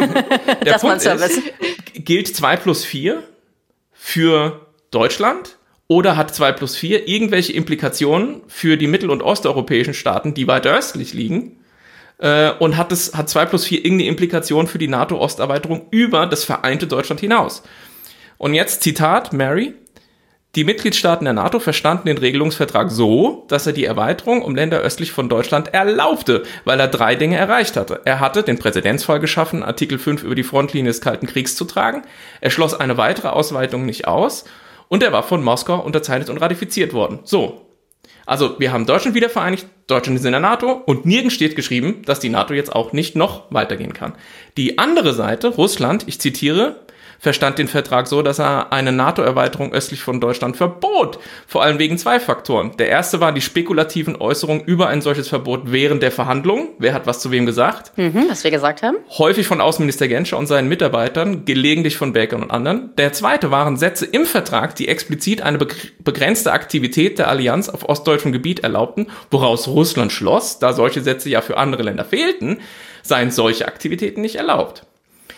G: der
F: Das
G: Punkt
F: war ein
G: ist,
F: Service.
G: gilt zwei plus vier für Deutschland oder hat zwei plus vier irgendwelche Implikationen für die mittel- und osteuropäischen Staaten, die weiter östlich liegen? Äh, und hat, das, hat zwei plus vier irgendeine Implikation für die NATO-Osterweiterung über das vereinte Deutschland hinaus? Und jetzt Zitat Mary: Die Mitgliedstaaten der NATO verstanden den Regelungsvertrag so, dass er die Erweiterung um Länder östlich von Deutschland erlaubte, weil er drei Dinge erreicht hatte. Er hatte den Präzedenzfall geschaffen, Artikel fünf über die Frontlinie des Kalten Kriegs zu tragen. Er schloss eine weitere Ausweitung nicht aus. Und er war von Moskau unterzeichnet und ratifiziert worden. So. Also, wir haben Deutschland wieder vereinigt, Deutschland ist in der NATO und nirgends steht geschrieben, dass die NATO jetzt auch nicht noch weitergehen kann. Die andere Seite, Russland, ich zitiere, verstand den Vertrag so, dass er eine NATO-Erweiterung östlich von Deutschland verbot. Vor allem wegen zwei Faktoren. Der erste war die spekulativen Äußerungen über ein solches Verbot während der Verhandlungen. Wer hat was zu wem gesagt?
F: Mhm, was wir gesagt haben.
G: Häufig von Außenminister Genscher und seinen Mitarbeitern, gelegentlich von Baker und anderen. Der zweite waren Sätze im Vertrag, die explizit eine begrenzte Aktivität der Allianz auf ostdeutschem Gebiet erlaubten, woraus Russland schloss, da solche Sätze ja für andere Länder fehlten, seien solche Aktivitäten nicht erlaubt.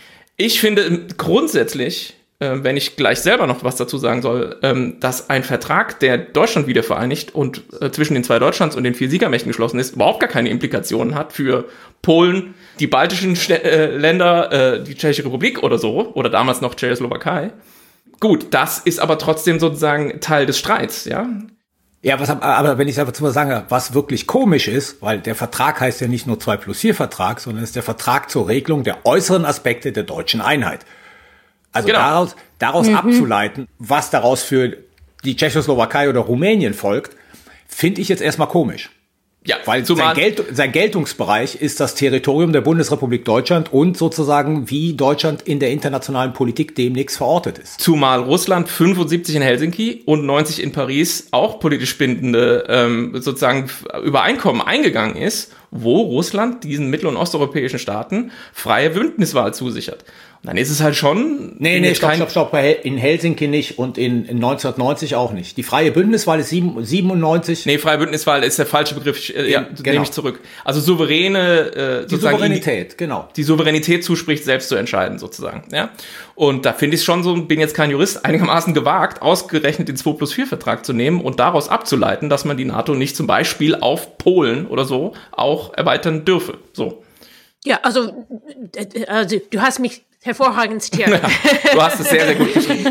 G: Ich finde grundsätzlich, äh, wenn ich gleich selber noch was dazu sagen soll, ähm, dass ein Vertrag, der Deutschland wieder vereinigt und äh, zwischen den zwei Deutschlands und den vier Siegermächten geschlossen ist, überhaupt gar keine Implikationen hat für Polen, die baltischen St- äh, Länder, äh, die Tschechische Republik oder so, oder damals noch Tschechoslowakei. Gut, das ist aber trotzdem sozusagen Teil des Streits, ja.
H: Ja, was, aber wenn ich einfach mal sage, was wirklich komisch ist, weil der Vertrag heißt ja nicht nur zwei plus vier Vertrag, sondern es ist der Vertrag zur Regelung der äußeren Aspekte der deutschen Einheit. Also genau. daraus, daraus mhm. abzuleiten, was daraus für die Tschechoslowakei oder Rumänien folgt, finde ich jetzt erstmal komisch.
G: Ja,
H: weil sein, Gelt, sein Geltungsbereich ist das Territorium der Bundesrepublik Deutschland und sozusagen wie Deutschland in der internationalen Politik demnächst verortet ist.
G: Zumal Russland fünfundsiebzig in Helsinki und neunzig in Paris auch politisch bindende ähm, sozusagen Übereinkommen eingegangen ist, wo Russland diesen mittel- und osteuropäischen Staaten freie Bündniswahl zusichert. Und dann ist es halt schon...
H: Nee, nee, stopp, stopp, stopp, in Helsinki nicht und in, in neunzehnhundertneunzig auch nicht. Die freie Bündniswahl ist siebenundneunzig.
G: Nee, freie Bündniswahl ist der falsche Begriff, äh, ja, genau. nehme ich zurück. Also souveräne... Äh,
H: die Souveränität, die, genau.
G: Die Souveränität zuspricht, selbst zu entscheiden, sozusagen. Ja. Und da finde ich es schon so, bin jetzt kein Jurist, einigermaßen gewagt, ausgerechnet den zwei plus vier Vertrag zu nehmen und daraus abzuleiten, dass man die NATO nicht zum Beispiel auf Polen oder so auch erweitern dürfe. So.
I: Ja, also, also du hast mich hervorragend zitiert.
G: Ja, du hast es sehr, sehr gut geschrieben.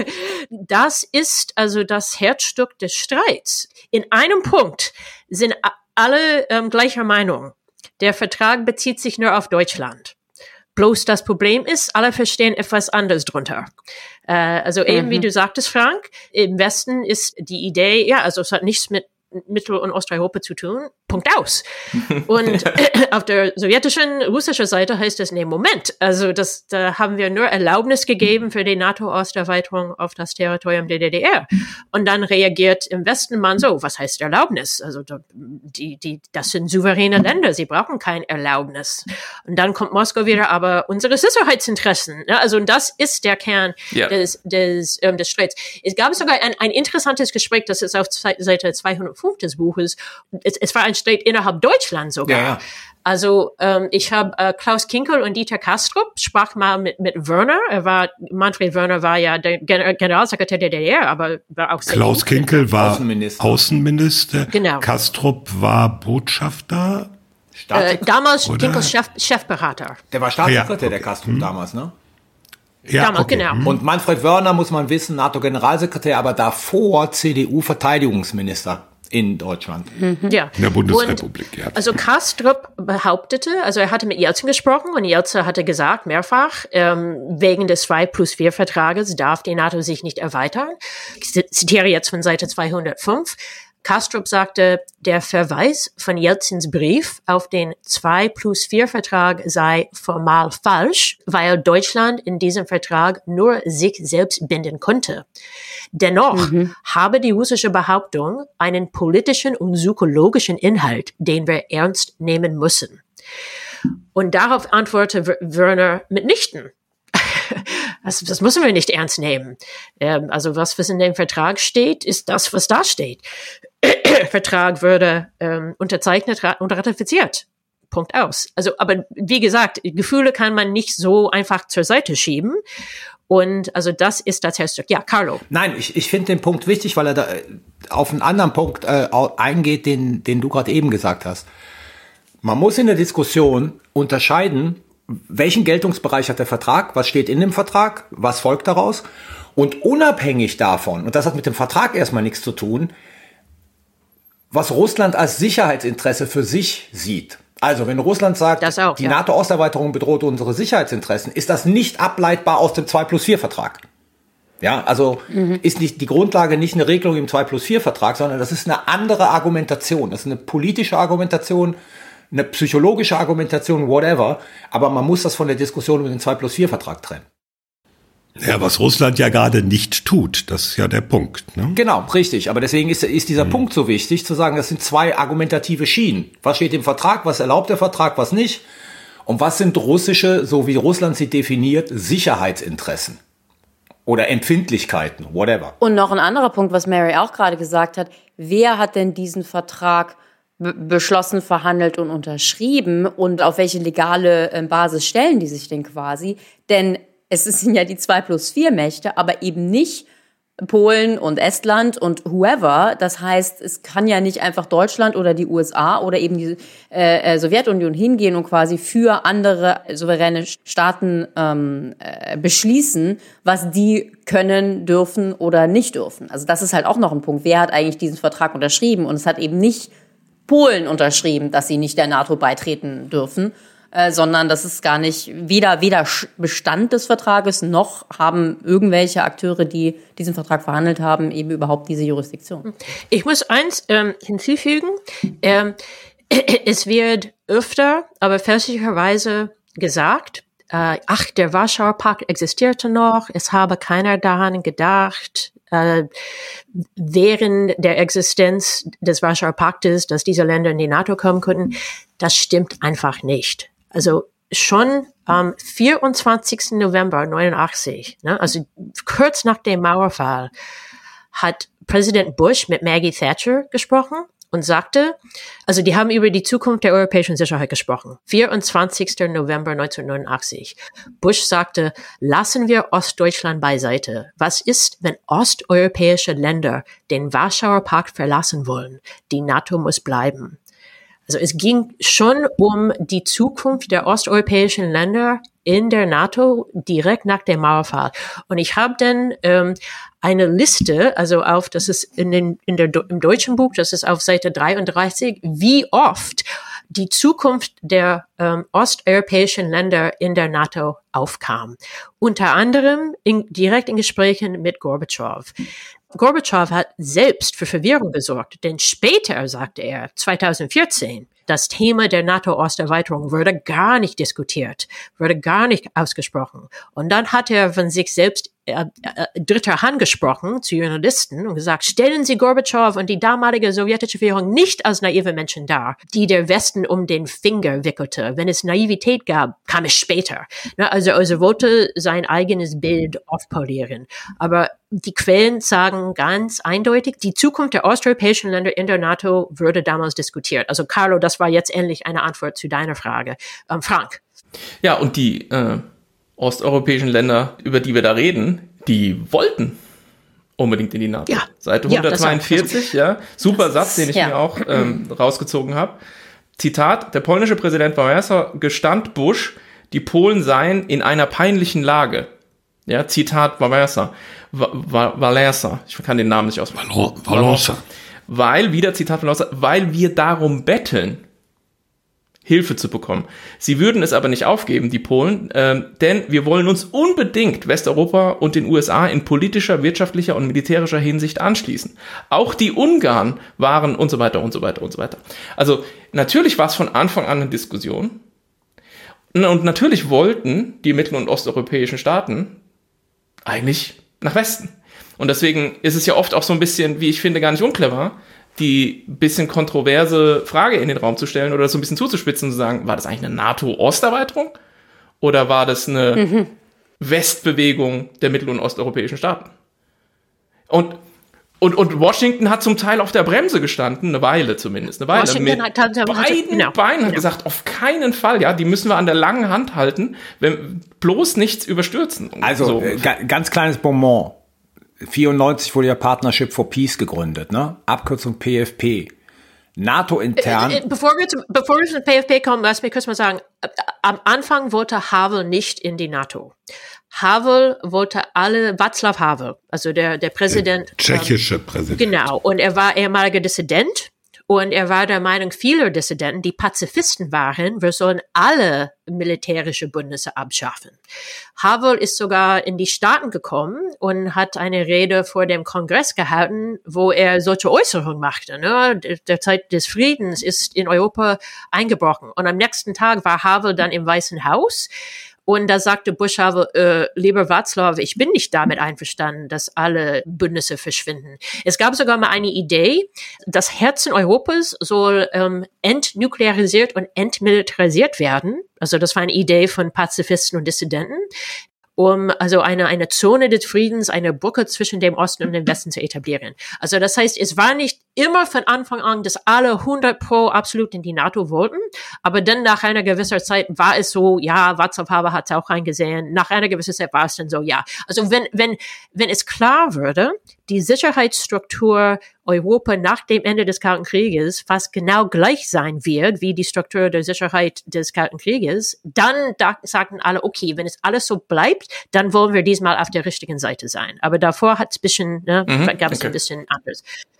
I: Das ist also das Herzstück des Streits. In einem Punkt sind alle ähm, gleicher Meinung. Der Vertrag bezieht sich nur auf Deutschland. Bloß das Problem ist, alle verstehen etwas anderes drunter. Äh, also eben, mhm. wie du sagtest, Frank, im Westen ist die Idee, ja, also es hat nichts mit Mittel- und Osteuropa zu tun. Punkt aus. Und auf der sowjetischen, russischen Seite heißt es, nee, Moment, also das, da haben wir nur Erlaubnis gegeben für die NATO-Osterweiterung auf das Territorium der D D R. Und dann reagiert im Westen man so, was heißt Erlaubnis? Also die, die, das sind souveräne Länder, sie brauchen kein Erlaubnis. Und dann kommt Moskau wieder, aber unsere Sicherheitsinteressen, ne? Also das ist der Kern ja. des, des, ähm, des Streits. Es gab sogar ein, ein interessantes Gespräch, das ist auf Seite zweihundertfünf des Buches. Es, es war ein Streit innerhalb Deutschlands sogar. Ja, ja. Also ähm, ich habe äh, Klaus Kinkel und Dieter Kastrup sprach mal mit mit Wörner. Er war Manfred Wörner war ja der Gen- Generalsekretär der D D R, aber war auch
E: Klaus Kinkel war Außenminister. Außenminister.
I: Genau.
E: Kastrup war Botschafter.
I: Äh, damals Kinkels Chef, Chefberater.
H: Der war Staatssekretär,
E: ja, okay.
H: der Kastrup hm. damals, ne?
E: Ja,
I: damals,
E: okay.
I: genau.
H: Und Manfred Wörner, muss man wissen, NATO-Generalsekretär, aber davor C D U-Verteidigungsminister. In Deutschland.
I: Mhm. Ja.
E: In der Bundesrepublik,
I: und,
E: ja.
I: Also Kastrup behauptete, also er hatte mit Jelzin gesprochen und Jelzin hatte gesagt mehrfach, ähm, wegen des zwei plus vier Vertrages darf die NATO sich nicht erweitern. Ich zitiere jetzt von Seite zweihundertfünf. Kastrup sagte, der Verweis von Jelzins Brief auf den zwei plus vier Vertrag sei formal falsch, weil Deutschland in diesem Vertrag nur sich selbst binden konnte. Dennoch mhm. habe die russische Behauptung einen politischen und psychologischen Inhalt, den wir ernst nehmen müssen. Und darauf antwortete Wörner mitnichten. Das, das müssen wir nicht ernst nehmen. Ähm, also was, was in dem Vertrag steht, ist das, was da steht. Vertrag würde ähm, unterzeichnet und ratifiziert. Punkt aus. Also, aber wie gesagt, Gefühle kann man nicht so einfach zur Seite schieben. Und also das ist das Herzstück. Ja, Carlo.
H: Nein, ich, ich finde den Punkt wichtig, weil er da auf einen anderen Punkt äh, eingeht, den, den du gerade eben gesagt hast. Man muss in der Diskussion unterscheiden, welchen Geltungsbereich hat der Vertrag, was steht in dem Vertrag, was folgt daraus Und unabhängig davon, und das hat mit dem Vertrag erstmal nichts zu tun, was Russland als Sicherheitsinteresse für sich sieht. Also wenn Russland sagt, auch, die ja. NATO-Osterweiterung bedroht unsere Sicherheitsinteressen, ist das nicht ableitbar aus dem zwei plus vier Vertrag. Ja, also mhm. ist nicht die Grundlage nicht eine Regelung im zwei plus vier Vertrag, sondern das ist eine andere Argumentation. Das ist eine politische Argumentation, eine psychologische Argumentation, whatever. Aber man muss das von der Diskussion über den zwei plus vier Vertrag trennen.
E: Ja, was Russland ja gerade nicht tut, das ist ja der Punkt. Ne?
H: Genau, richtig. Aber deswegen ist, ist dieser mhm. Punkt so wichtig, zu sagen, das sind zwei argumentative Schienen. Was steht im Vertrag, was erlaubt der Vertrag, was nicht? Und was sind russische, so wie Russland sie definiert, Sicherheitsinteressen? Oder Empfindlichkeiten, whatever.
F: Und noch ein anderer Punkt, was Mary auch gerade gesagt hat. Wer hat denn diesen Vertrag be- beschlossen, verhandelt und unterschrieben? Und auf welche legale äh, Basis stellen die sich denn quasi? Denn es sind ja die zwei plus vier Mächte, aber eben nicht Polen und Estland und whoever. Das heißt, es kann ja nicht einfach Deutschland oder die U S A oder eben die äh, Sowjetunion hingehen und quasi für andere souveräne Staaten ähm, äh, beschließen, was die können, dürfen oder nicht dürfen. Also das ist halt auch noch ein Punkt. Wer hat eigentlich diesen Vertrag unterschrieben? Und es hat eben nicht Polen unterschrieben, dass sie nicht der NATO beitreten dürfen, Äh, sondern das ist gar nicht weder, weder Bestand des Vertrages, noch haben irgendwelche Akteure, die diesen Vertrag verhandelt haben, eben überhaupt diese Jurisdiktion.
I: Ich muss eins ähm, hinzufügen. Ähm, es wird öfter, aber fälschlicherweise gesagt, äh, ach, der Warschauer Pakt existierte noch, es habe keiner daran gedacht, äh, während der Existenz des Warschauer Paktes, dass diese Länder in die NATO kommen könnten. Das stimmt einfach nicht. Also schon am vierundzwanzigsten November neunundachtzig, ne, also kurz nach dem Mauerfall, hat Präsident Bush mit Maggie Thatcher gesprochen und sagte, also die haben über die Zukunft der europäischen Sicherheit gesprochen. vierundzwanzigsten November neunzehnhundertneunundachtzig. Bush sagte, lassen wir Ostdeutschland beiseite. Was ist, wenn osteuropäische Länder den Warschauer Pakt verlassen wollen? Die NATO muss bleiben. Also es ging schon um die Zukunft der osteuropäischen Länder in der NATO direkt nach dem Mauerfall. Und ich habe dann ähm, eine Liste, also auf, das ist in den in der im deutschen Buch, das ist auf Seite dreiunddreißig, wie oft die Zukunft der ähm, osteuropäischen Länder in der NATO aufkam. Unter anderem in, direkt in Gesprächen mit Gorbatschow. Gorbatschow hat selbst für Verwirrung gesorgt, denn später sagte er, zweitausendvierzehn, das Thema der NATO-Osterweiterung wurde gar nicht diskutiert, wurde gar nicht ausgesprochen. Und dann hat er von sich selbst äh, äh, dritter Hand gesprochen zu Journalisten und gesagt, stellen Sie Gorbatschow und die damalige sowjetische Führung nicht als naive Menschen dar, die der Westen um den Finger wickelte. Wenn es Naivität gab, kam es später. Na, also, also wollte sein eigenes Bild aufpolieren. Aber die Quellen sagen ganz eindeutig, die Zukunft der osteuropäischen Länder in der NATO wurde damals diskutiert. Also Carlo, das war jetzt endlich eine Antwort zu deiner Frage. Ähm, Frank.
G: Ja, und die äh, osteuropäischen Länder, über die wir da reden, die wollten unbedingt in die NATO. Ja. Seite hundertzweiundvierzig, ja, ja. Super Satz, den ich ja. mir auch ähm, rausgezogen habe. Zitat, der polnische Präsident Wałęsa gestand Bush, die Polen seien in einer peinlichen Lage. Ja, Zitat Wałęsa. Wałęsa, ich kann den Namen nicht aussprechen.
E: Wałęsa.
G: Weil, wieder Zitat Wałęsa, weil wir darum betteln, Hilfe zu bekommen. Sie würden es aber nicht aufgeben, die Polen, äh, denn wir wollen uns unbedingt Westeuropa und den U S A in politischer, wirtschaftlicher und militärischer Hinsicht anschließen. Auch die Ungarn waren und so weiter und so weiter und so weiter. Also natürlich war es von Anfang an eine Diskussion und natürlich wollten die mittel- und osteuropäischen Staaten eigentlich nach Westen. Und deswegen ist es ja oft auch so ein bisschen, wie ich finde, gar nicht unclever, die bisschen kontroverse Frage in den Raum zu stellen oder so ein bisschen zuzuspitzen und zu sagen, war das eigentlich eine NATO-Osterweiterung oder war das eine mhm. Westbewegung der mittel- und osteuropäischen Staaten? Und, und, und Washington hat zum Teil auf der Bremse gestanden, eine Weile zumindest, eine Weile.
I: Washington
G: mit
I: hat, hat, hat,
G: beiden
I: genau.
G: Beinen hat
I: genau.
G: gesagt, auf keinen Fall, ja, die müssen wir an der langen Hand halten, wenn bloß nichts überstürzen.
H: Also,
G: so.
H: äh, ganz kleines Bonbon. vierundneunzig wurde ja Partnership for Peace gegründet, ne? Abkürzung P F P. NATO-intern.
I: Äh, äh, bevor, wir zum, bevor wir zum P F P kommen, lass mich kurz mal sagen, äh, am Anfang wollte Havel nicht in die NATO. Havel wollte alle, Václav Havel, also der, der Präsident.
E: Der tschechische ähm, Präsident.
I: Genau, und er war ehemaliger Dissident. Und er war der Meinung vieler Dissidenten, die Pazifisten waren, wir sollen alle militärische Bündnisse abschaffen. Havel ist sogar in die Staaten gekommen und hat eine Rede vor dem Kongress gehalten, wo er solche Äußerungen machte. Ne? Der Zeit des Friedens ist in Europa eingebrochen. Und am nächsten Tag war Havel dann im Weißen Haus. Und da sagte Bush, äh, lieber Václav, ich bin nicht damit einverstanden, dass alle Bündnisse verschwinden. Es gab sogar mal eine Idee, das Herzen Europas soll ähm, entnuklearisiert und entmilitarisiert werden. Also das war eine Idee von Pazifisten und Dissidenten, um also eine eine Zone des Friedens, eine Brücke zwischen dem Osten und dem Westen zu etablieren. Also das heißt, es war nicht immer von Anfang an, dass alle hundert pro absolut in die NATO wollten, aber dann nach einer gewissen Zeit war es so, ja, Václav Havel hat es auch eingesehen, nach einer gewissen Zeit war es dann so, ja. Also wenn wenn wenn es klar würde, die Sicherheitsstruktur Europa nach dem Ende des Kalten Krieges fast genau gleich sein wird wie die Struktur der Sicherheit des Kalten Krieges, dann da sagten alle, okay, wenn es alles so bleibt, dann wollen wir diesmal auf der richtigen Seite sein. Aber davor hat es ein bisschen, ne, mhm, gab es okay. ein bisschen anders.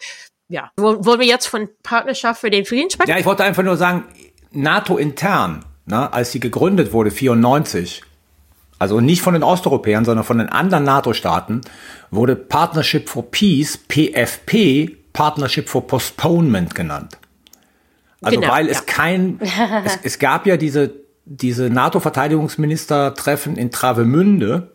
I: Ja, wollen wir jetzt von Partnerschaft für den Frieden sprechen?
H: Ja, ich wollte einfach nur sagen, NATO intern, ne, als sie gegründet wurde, vierundneunzig, also nicht von den Osteuropäern, sondern von den anderen NATO-Staaten, wurde Partnership for Peace, P F P, Partnership for Postponement genannt. Also genau, weil es ja. kein, es, es gab ja diese, diese NATO-Verteidigungsminister-Treffen in Travemünde,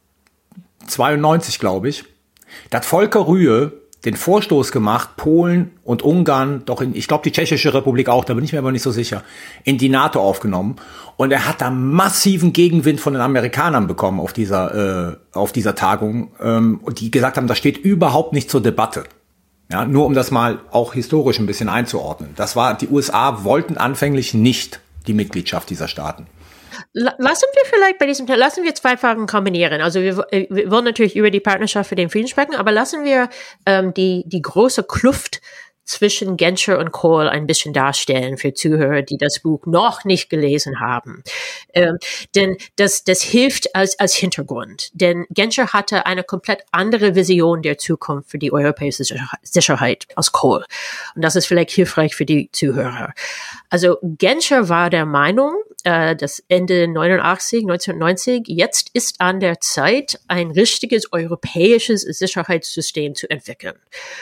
H: zweiundneunzig, glaube ich. Da hat Volker Rühe den Vorstoß gemacht, Polen und Ungarn, doch in, ich glaube die Tschechische Republik auch, da bin ich mir aber nicht so sicher, in die NATO aufgenommen. Und er hat da massiven Gegenwind von den Amerikanern bekommen auf dieser, äh, auf dieser Tagung, ähm, und die gesagt haben, das steht überhaupt nicht zur Debatte. Ja, nur um das mal auch historisch ein bisschen einzuordnen. Das war, die U S A wollten anfänglich nicht die Mitgliedschaft dieser Staaten.
I: Lassen wir vielleicht bei diesem, lassen wir zwei Fragen kombinieren. Also wir, wir wollen natürlich über die Partnerschaft für den Frieden sprechen, aber lassen wir ähm, die die große Kluft zwischen Genscher und Kohl ein bisschen darstellen für Zuhörer, die das Buch noch nicht gelesen haben. Ähm, denn das, das hilft als, als Hintergrund. Denn Genscher hatte eine komplett andere Vision der Zukunft für die europäische Sicherheit als Kohl. Und das ist vielleicht hilfreich für die Zuhörer. Also Genscher war der Meinung, äh, dass Ende neunundachtzig, neunzehnhundertneunzig, jetzt ist an der Zeit, ein richtiges europäisches Sicherheitssystem zu entwickeln.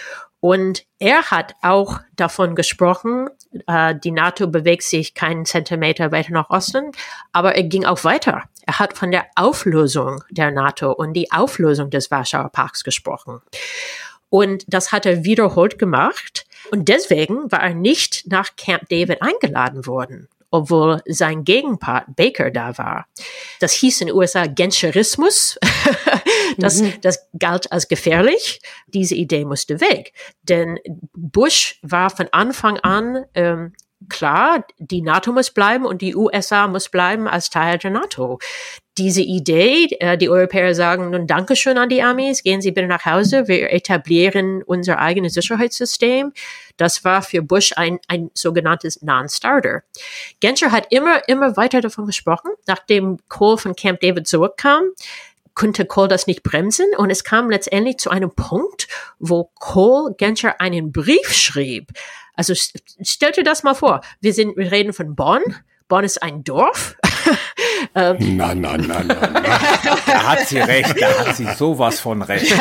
I: Und er hat auch davon gesprochen, äh, die NATO bewegt sich keinen Zentimeter weiter nach Osten, aber er ging auch weiter. Er hat von der Auflösung der NATO und die Auflösung des Warschauer Pakts gesprochen. Und das hat er wiederholt gemacht. Und deswegen war er nicht nach Camp David eingeladen worden, obwohl sein Gegenpart Baker da war. Das hieß in den U S A Genscherismus. das, mhm. das galt als gefährlich. Diese Idee musste weg. Denn Bush war von Anfang an ähm, klar, die NATO muss bleiben und die U S A muss bleiben als Teil der NATO. Diese Idee, äh, die Europäer sagen, nun Dankeschön an die Amis, gehen Sie bitte nach Hause, wir etablieren unser eigenes Sicherheitssystem. Das war für Bush ein, ein sogenanntes Non-Starter. Genscher hat immer, immer weiter davon gesprochen. Nachdem Kohl von Camp David zurückkam, konnte Kohl das nicht bremsen und es kam letztendlich zu einem Punkt, wo Kohl Genscher einen Brief schrieb. Also stell dir das mal vor, wir sind, wir reden von Bonn. Bonn ist ein Dorf.
E: Na, na, na, na, na.
H: Da hat sie recht, da hat sie sowas von recht.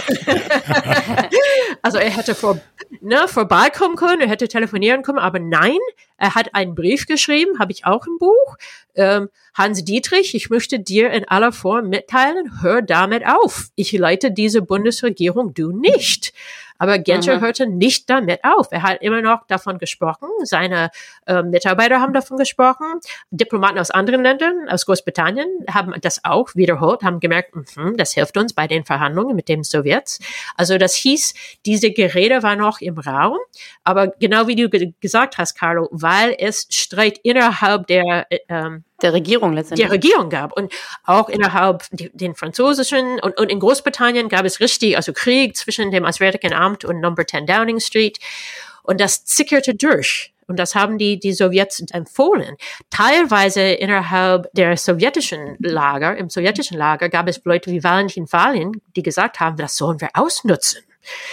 I: Also er hätte vor, ne, vorbeikommen können, er hätte telefonieren können, aber nein, er hat einen Brief geschrieben, habe ich auch im Buch. Ähm, Hans Dietrich, ich möchte dir in aller Form mitteilen, hör damit auf. Ich leite diese Bundesregierung, du nicht. Aber Genscher mhm. hörte nicht damit auf. Er hat immer noch davon gesprochen. Seine äh, Mitarbeiter haben davon gesprochen. Diplomaten aus anderen Ländern, aus Großbritannien, haben das auch wiederholt, haben gemerkt, mh, das hilft uns bei den Verhandlungen mit den Sowjets. Also das hieß, diese Gerede war noch im Raum. Aber genau wie du ge- gesagt hast, Carlo, weil es Streit innerhalb der ähm,
F: der Regierung letztendlich.
I: Der Regierung gab. Und auch innerhalb den französischen und, und in Großbritannien gab es richtig, also Krieg zwischen dem Auswärtigen Amt und Number zehn Downing Street. Und das zickerte durch. Und das haben die, die Sowjets empfohlen. Teilweise innerhalb der sowjetischen Lager, im sowjetischen Lager gab es Leute wie Valentin Falin, die gesagt haben, das sollen wir ausnutzen.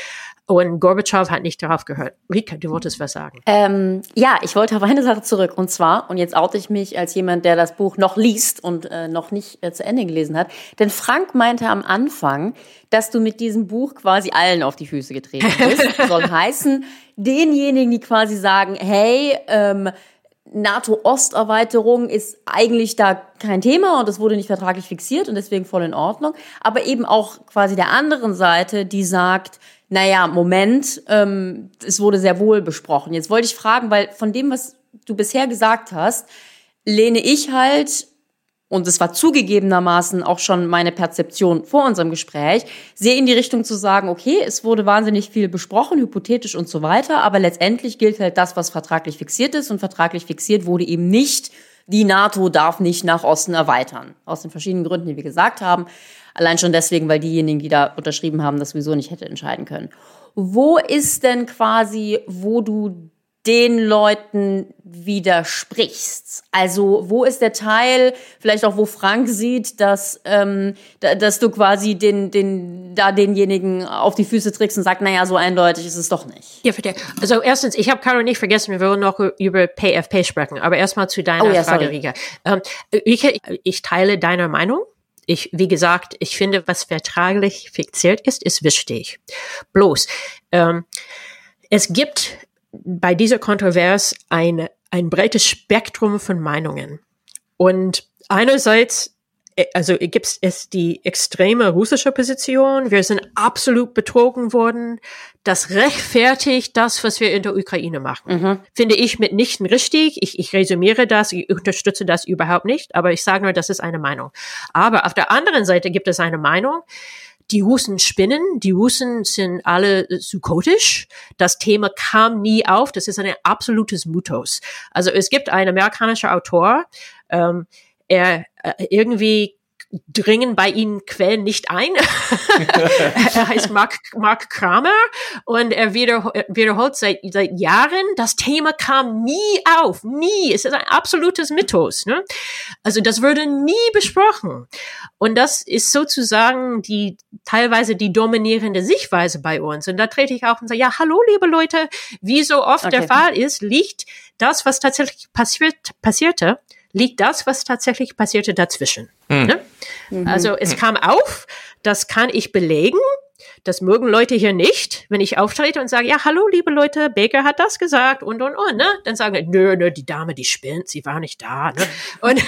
I: Und Gorbatschow hat nicht darauf gehört. Rika, du wolltest was sagen.
F: Ähm, ja, ich wollte auf eine Sache zurück. Und zwar, und jetzt oute ich mich als jemand, der das Buch noch liest und äh, noch nicht äh, zu Ende gelesen hat. Denn Frank meinte am Anfang, dass du mit diesem Buch quasi allen auf die Füße getreten bist. Soll heißen, denjenigen, die quasi sagen, hey, ähm, NATO-Osterweiterung ist eigentlich da kein Thema und es wurde nicht vertraglich fixiert und deswegen voll in Ordnung. Aber eben auch quasi der anderen Seite, die sagt, naja, Moment, ähm, es wurde sehr wohl besprochen. Jetzt wollte ich fragen, weil von dem, was du bisher gesagt hast, lehne ich halt, und es war zugegebenermaßen auch schon meine Perzeption vor unserem Gespräch, sehr in die Richtung zu sagen, okay, es wurde wahnsinnig viel besprochen, hypothetisch und so weiter, aber letztendlich gilt halt das, was vertraglich fixiert ist, und vertraglich fixiert wurde eben nicht, die NATO darf nicht nach Osten erweitern. Aus den verschiedenen Gründen, die wir gesagt haben. Allein schon deswegen, weil diejenigen, die da unterschrieben haben, das sowieso nicht hätte entscheiden können. Wo ist denn quasi, wo du den Leuten widersprichst? Also wo ist der Teil, vielleicht auch wo Frank sieht, dass ähm, da, dass du quasi den den da denjenigen auf die Füße trittst und sagst, naja, so eindeutig ist es doch nicht.
I: Ja, bitte. Also erstens, ich habe Caro nicht vergessen, wir wollen noch über P F P sprechen, aber erstmal zu deiner
F: oh, ja,
I: Frage, Rika. Ähm, ich, ich teile deine Meinung. Ich, wie gesagt, ich finde, was vertraglich fixiert ist, ist wichtig. Bloß, ähm, es gibt bei dieser Kontrovers ein, ein breites Spektrum von Meinungen. Und einerseits, also gibt es die extreme russische Position, wir sind absolut betrogen worden, das rechtfertigt das, was wir in der Ukraine machen. Mhm. Finde ich mitnichten richtig. Ich, ich resümiere das, ich unterstütze das überhaupt nicht, aber ich sage nur, das ist eine Meinung. Aber auf der anderen Seite gibt es eine Meinung, die Russen spinnen, die Russen sind alle psychotisch. Das Thema kam nie auf, das ist ein absolutes Mythos. Also es gibt einen amerikanischen Autor, ähm, er äh, irgendwie dringen bei ihnen Quellen nicht ein. Er heißt Mark, Mark Kramer und er wiederholt, wiederholt seit, seit Jahren, das Thema kam nie auf, nie. Es ist ein absolutes Mythos, ne? Also das wurde nie besprochen. Und das ist sozusagen die, teilweise die dominierende Sichtweise bei uns. Und da trete ich auf und sage, ja, hallo, liebe Leute, wie so oft okay. der Fall ist, liegt das, was tatsächlich passiert, passierte, liegt das, was tatsächlich passierte, dazwischen. Mhm. Ne? Mhm. Also es kam auf, das kann ich belegen, das mögen Leute hier nicht, wenn ich auftrete und sage, ja, hallo, liebe Leute, Baker hat das gesagt und, und, und, ne? Dann sagen wir, nö, nö, die Dame, die spinnt, sie war nicht da, ne? Und,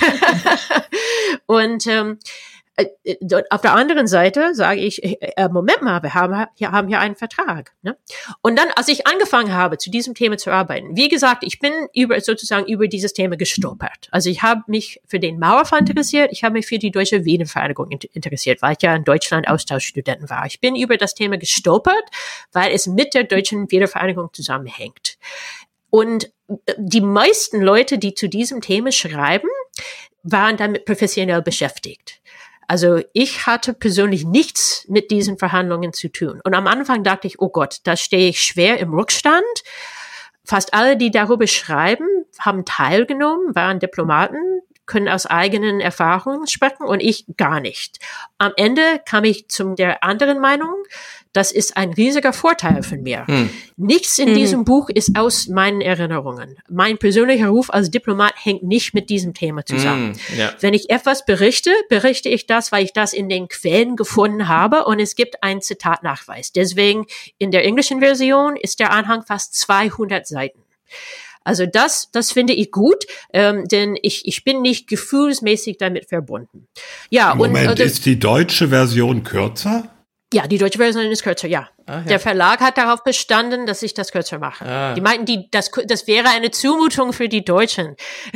I: und ähm, auf der anderen Seite sage ich, äh, Moment mal, wir haben hier, haben hier einen Vertrag. Ne? Und dann, als ich angefangen habe, zu diesem Thema zu arbeiten, wie gesagt, ich bin über sozusagen über dieses Thema gestolpert. Also ich habe mich für den Mauerfall interessiert, ich habe mich für die Deutsche Wiedervereinigung interessiert, weil ich ja in Deutschland Austauschstudenten war. Ich bin über das Thema gestolpert, weil es mit der Deutschen Wiedervereinigung zusammenhängt. Und die meisten Leute, die zu diesem Thema schreiben, waren damit professionell beschäftigt. Also ich hatte persönlich nichts mit diesen Verhandlungen zu tun. Und am Anfang dachte ich, oh Gott, da stehe ich schwer im Rückstand. Fast alle, die darüber schreiben, haben teilgenommen, waren Diplomaten, können aus eigenen Erfahrungen sprechen und ich gar nicht. Am Ende kam ich zu der anderen Meinung, das ist ein riesiger Vorteil von mir. Hm. Nichts in hm. diesem Buch ist aus meinen Erinnerungen. Mein persönlicher Ruf als Diplomat hängt nicht mit diesem Thema zusammen. Hm. Ja. Wenn ich etwas berichte, berichte ich das, weil ich das in den Quellen gefunden habe und es gibt einen Zitatnachweis. Deswegen in der englischen Version ist der Anhang fast zweihundert Seiten. Also das, das finde ich gut, ähm, denn ich, ich bin nicht gefühlsmäßig damit verbunden. Ja,
E: Moment,
I: und,
E: äh, ist die deutsche Version kürzer?
I: Ja, die deutsche Version ist kürzer, ja. Ah, ja. Der Verlag hat darauf bestanden, dass ich das kürzer mache. Ah. Die meinten, die, das, das wäre eine Zumutung für die Deutschen.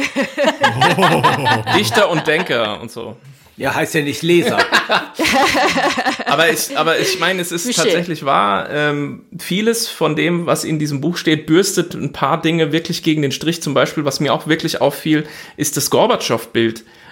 G: Oh. Dichter und Denker und so.
H: Ja, heißt ja nicht Leser.
G: aber ich, aber ich meine, es ist tatsächlich wahr, ähm, vieles von dem, was in diesem Buch steht, bürstet ein paar Dinge wirklich gegen den Strich. Zum Beispiel, was mir auch wirklich auffiel, ist das Gorbatschow-Bild.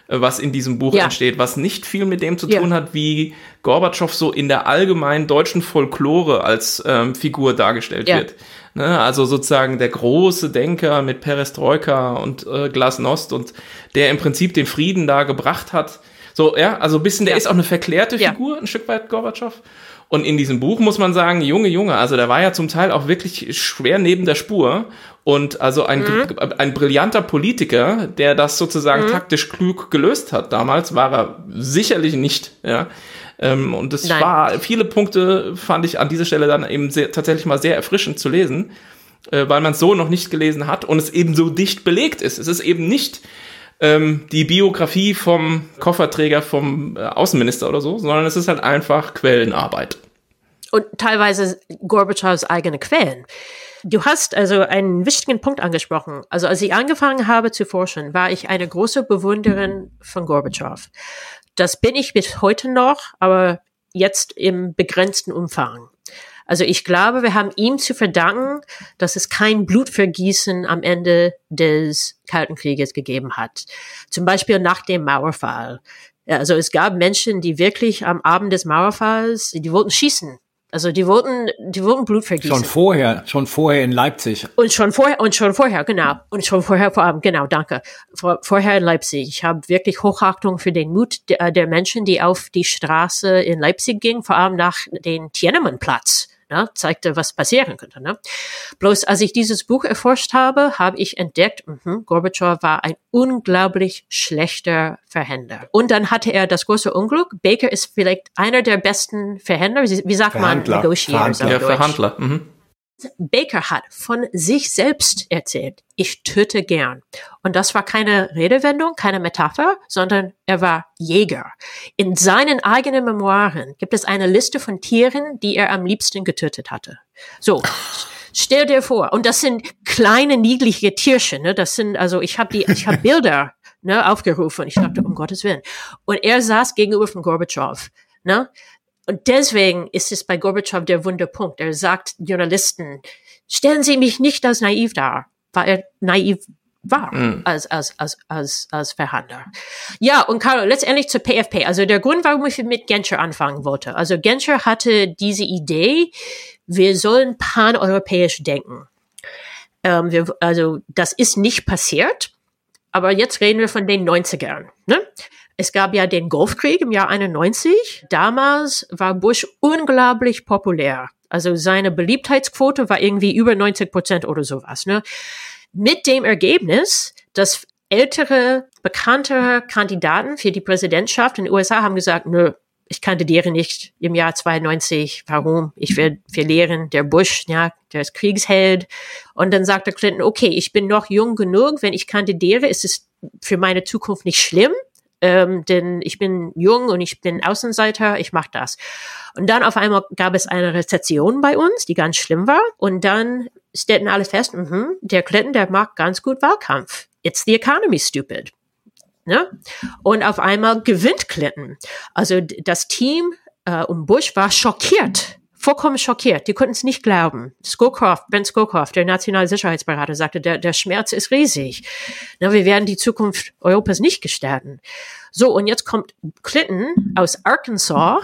G: was in diesem Buch
I: ja.
G: entsteht, was nicht viel mit dem zu tun ja. hat, wie Gorbatschow so in der allgemeinen deutschen Folklore als ähm, Figur dargestellt ja. wird. Ne? Also sozusagen der große Denker mit Perestroika und äh, Glasnost und der im Prinzip den Frieden da gebracht hat. So, ja, also ein bisschen, der ja. ist auch eine verklärte Figur, ja. ein Stück weit Gorbatschow. Und in diesem Buch muss man sagen, Junge, Junge, also der war ja zum Teil auch wirklich schwer neben der Spur und also ein, mhm. ein brillanter Politiker, der das sozusagen mhm. taktisch klug gelöst hat. Damals war er sicherlich nicht, ja. Ähm, und es war, viele Punkte fand ich an dieser Stelle dann eben sehr, tatsächlich mal sehr erfrischend zu lesen, äh, weil man es so noch nicht gelesen hat und es eben so dicht belegt ist. Es ist eben nicht ähm, die Biografie vom Kofferträger vom äh, Außenminister oder so, sondern es ist halt einfach Quellenarbeit.
I: Und teilweise Gorbatschows eigene Quellen. Du hast also einen wichtigen Punkt angesprochen. Also als ich angefangen habe zu forschen, war ich eine große Bewunderin von Gorbatschow. Das bin ich bis heute noch, aber jetzt im begrenzten Umfang. Also ich glaube, wir haben ihm zu verdanken, dass es kein Blutvergießen am Ende des Kalten Krieges gegeben hat. Zum Beispiel nach dem Mauerfall. Also es gab Menschen, die wirklich am Abend des Mauerfalls, die wollten schießen. Also die wollten, die wollten Blut vergießen.
H: Schon vorher, schon vorher in Leipzig.
I: Und schon vorher, und schon vorher, genau. Und schon vorher, vor allem, genau, danke. Vor, vorher in Leipzig. Ich habe wirklich Hochachtung für den Mut der, der Menschen, die auf die Straße in Leipzig gingen, vor allem nach den Tiananmen-Platz. Ne, zeigte, was passieren könnte. Ne? Bloß als ich dieses Buch erforscht habe, habe ich entdeckt, mh, Gorbatschow war ein unglaublich schlechter Verhändler. Und dann hatte er das große Unglück. Baker ist vielleicht einer der besten Verhändler. Wie sagt
H: Verhandler.
I: man? Negotiators.
G: Verhandler. Ja, Verhandler. Mhm.
I: Baker hat von sich selbst erzählt, ich töte gern. Und das war keine Redewendung, keine Metapher, sondern er war Jäger. In seinen eigenen Memoiren gibt es eine Liste von Tieren, die er am liebsten getötet hatte. So, stell dir vor, und das sind kleine, niedliche Tierchen, ne? Das sind, also ich habe die, ich habe Bilder, ne, aufgerufen. Ich dachte, um Gottes Willen. Und er saß gegenüber von Gorbatschow, ne? Und deswegen ist es bei Gorbatschow der Wunderpunkt. Er sagt Journalisten, stellen Sie mich nicht als naiv dar, weil er naiv war mm. als, als, als, als, als Verhandler. Ja, und Carlo, letztendlich zur P F P. Also der Grund, warum ich mit Genscher anfangen wollte. Also Genscher hatte diese Idee, wir sollen paneuropäisch denken. Ähm, wir, also das ist nicht passiert, aber jetzt reden wir von den neunzigern, ne? Es gab ja den Golfkrieg im Jahr einundneunzig. Damals war Bush unglaublich populär. Also seine Beliebtheitsquote war irgendwie über neunzig Prozent oder sowas, ne? Mit dem Ergebnis, dass ältere, bekanntere Kandidaten für die Präsidentschaft in den U S A haben gesagt, nö, ich kandidiere nicht im Jahr zweiundneunzig. Warum? Ich werde verlieren. Der Bush, ja, der ist Kriegsheld. Und dann sagte Clinton, okay, ich bin noch jung genug. Wenn ich kandidiere, ist es für meine Zukunft nicht schlimm. Ähm, denn ich bin jung und ich bin Außenseiter, ich mache das. Und dann auf einmal gab es eine Rezession bei uns, die ganz schlimm war. Und dann stellten alle fest, mh, der Clinton, der macht ganz gut Wahlkampf. It's the economy stupid. Ne? Und auf einmal gewinnt Clinton. Also das Team äh, um Bush war schockiert. Vollkommen schockiert. Die konnten es nicht glauben. Scowcroft, Ben Scowcroft, der Nationalsicherheitsberater, sagte, der, der Schmerz ist riesig. Na, wir werden die Zukunft Europas nicht gestalten. So, und jetzt kommt Clinton aus Arkansas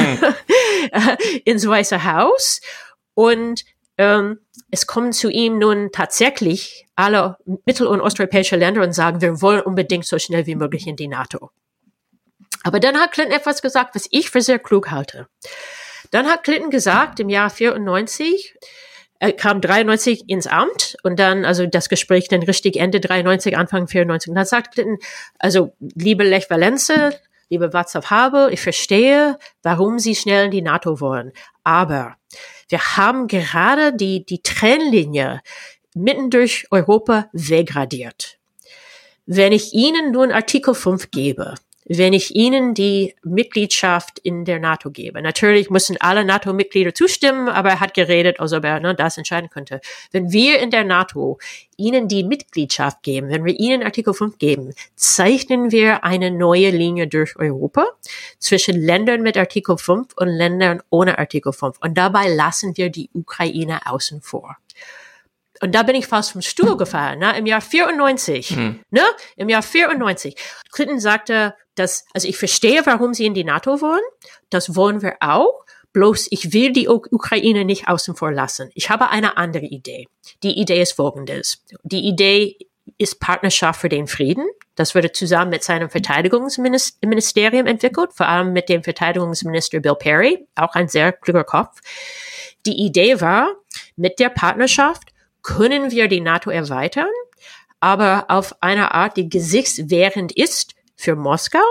I: ins Weiße Haus und ähm, es kommen zu ihm nun tatsächlich alle mittel- und osteuropäische Länder und sagen, wir wollen unbedingt so schnell wie möglich in die NATO. Aber dann hat Clinton etwas gesagt, was ich für sehr klug halte. Dann hat Clinton gesagt, im Jahr vierundneunzig, er kam dreiundneunzig ins Amt und dann, also das Gespräch dann richtig Ende dreiundneunzig, Anfang vierundneunzig. Und dann sagt Clinton, also liebe Lech Walesa, liebe Václav Havel, ich verstehe, warum Sie schnell in die NATO wollen. Aber wir haben gerade die, die Trennlinie mitten durch Europa wegradiert. Wenn ich Ihnen nun Artikel fünf gebe, wenn ich Ihnen die Mitgliedschaft in der NATO gebe. Natürlich müssen alle NATO-Mitglieder zustimmen, aber er hat geredet, als ob er ne, das entscheiden könnte. Wenn wir in der NATO Ihnen die Mitgliedschaft geben, wenn wir Ihnen Artikel fünf geben, zeichnen wir eine neue Linie durch Europa zwischen Ländern mit Artikel fünf und Ländern ohne Artikel fünf. Und dabei lassen wir die Ukraine außen vor. Und da bin ich fast vom Stuhl gefallen, ne? Im Jahr vierundneunzig, hm. ne? Im Jahr vierundneunzig. Clinton sagte, dass, also ich verstehe, warum sie in die NATO wollen. Das wollen wir auch. Bloß ich will die Ukraine nicht außen vor lassen. Ich habe eine andere Idee. Die Idee ist folgendes. Die Idee ist Partnerschaft für den Frieden. Das wurde zusammen mit seinem Verteidigungsministerium entwickelt, vor allem mit dem Verteidigungsminister Bill Perry, auch ein sehr kluger Kopf. Die Idee war, mit der Partnerschaft können wir die NATO erweitern, aber auf eine Art, die gesichtswahrend ist für Moskau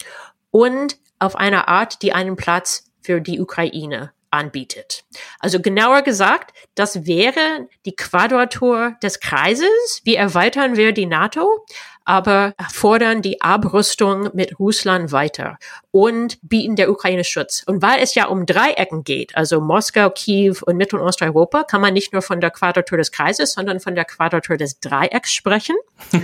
I: und auf eine Art, die einen Platz für die Ukraine anbietet. Also genauer gesagt, das wäre die Quadratur des Kreises. Wie erweitern wir die NATO, aber fordern die Abrüstung mit Russland weiter und bieten der Ukraine Schutz. Und weil es ja um Dreiecken geht, also Moskau, Kiew und Mittel- und Osteuropa, kann man nicht nur von der Quadratur des Kreises, sondern von der Quadratur des Dreiecks sprechen.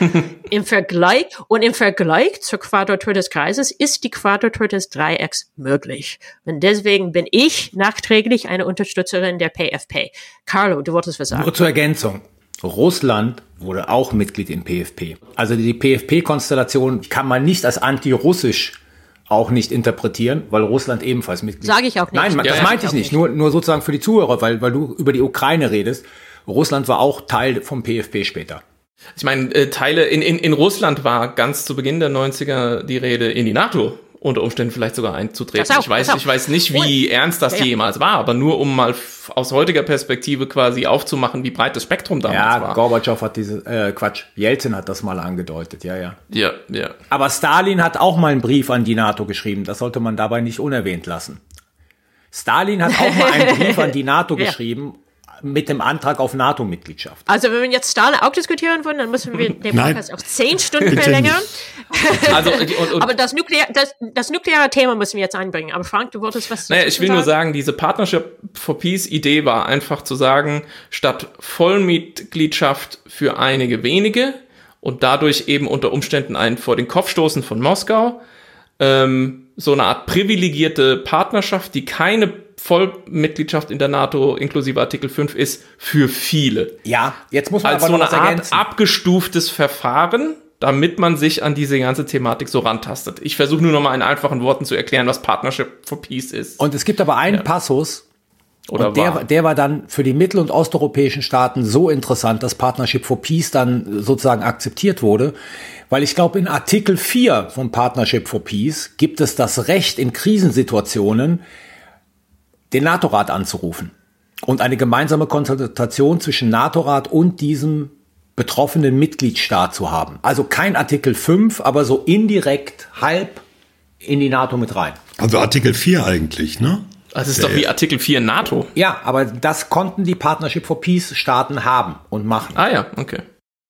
I: Im Vergleich, und im Vergleich zur Quadratur des Kreises ist die Quadratur des Dreiecks möglich. Und deswegen bin ich nachträglich eine Unterstützerin der P F P. Carlo, du wolltest was sagen.
H: Nur zur Ergänzung. Russland wurde auch Mitglied im P F P. Also die P F P-Konstellation kann man nicht als antirussisch auch nicht interpretieren, weil Russland ebenfalls Mitglied ist.
I: Sage ich auch nicht.
H: Nein, das
G: ja,
H: meinte ich nicht. nicht. Nur, nur sozusagen für die Zuhörer, weil, weil du über die Ukraine redest. Russland war auch Teil vom P F P später.
G: Ich meine, äh, Teile in, in, in Russland war ganz zu Beginn der neunziger die Rede, in die NATO unter Umständen vielleicht sogar einzutreten.
I: Auch,
G: ich weiß, ich weiß nicht, wie
I: und,
G: ernst das
I: ja, ja.
G: jemals war, aber nur um mal f- aus heutiger Perspektive quasi aufzumachen, wie breit das Spektrum damals
H: ja,
G: war.
H: Ja, Gorbatschow hat diese, äh, Quatsch, Jelzin hat das mal angedeutet, ja, ja.
G: Ja, ja.
H: Aber Stalin hat auch mal einen Brief an die NATO geschrieben, das sollte man dabei nicht unerwähnt lassen. Stalin hat auch mal einen Brief an die NATO
I: ja.
H: geschrieben, mit dem Antrag auf NATO-Mitgliedschaft.
I: Also wenn wir jetzt Stalin auch diskutieren wollen, dann müssen wir den
E: Nein.
I: Podcast auf zehn Stunden verlängern.
G: Also, und, und,
I: aber das, Nuklear, das, das nukleare Thema müssen wir jetzt einbringen. Aber Frank, du wolltest was
G: naja, ich will
I: sagen?
G: nur sagen, diese Partnership for Peace Idee war einfach zu sagen, statt Vollmitgliedschaft für einige wenige und dadurch eben unter Umständen ein vor den Kopf stoßen von Moskau, ähm, so eine Art privilegierte Partnerschaft, die keine Vollmitgliedschaft in der NATO inklusive Artikel fünf ist, für viele.
H: Ja, jetzt muss man
G: als
H: aber
G: so
H: noch
G: eine
H: was
G: Art
H: ergänzen.
G: abgestuftes Verfahren, damit man sich an diese ganze Thematik so rantastet. Ich versuche nur noch mal in einfachen Worten zu erklären, was Partnership for Peace ist.
H: Und es gibt aber einen
G: Ja.
H: Passus,
G: Oder
H: und der,
G: war.
H: der war dann für die mittel- und osteuropäischen Staaten so interessant, dass Partnership for Peace dann sozusagen akzeptiert wurde. Weil ich glaube, in Artikel vier von Partnership for Peace gibt es das Recht, in Krisensituationen den NATO-Rat anzurufen und eine gemeinsame Konsultation zwischen NATO-Rat und diesem betroffenen Mitgliedstaat zu haben. Also kein Artikel fünf, aber so indirekt halb in die NATO mit rein.
E: Also Artikel vier eigentlich, ne?
G: Das ist doch wie Artikel vier NATO.
H: Ja, aber das konnten die Partnership for Peace Staaten haben und machen.
G: Ah ja, okay.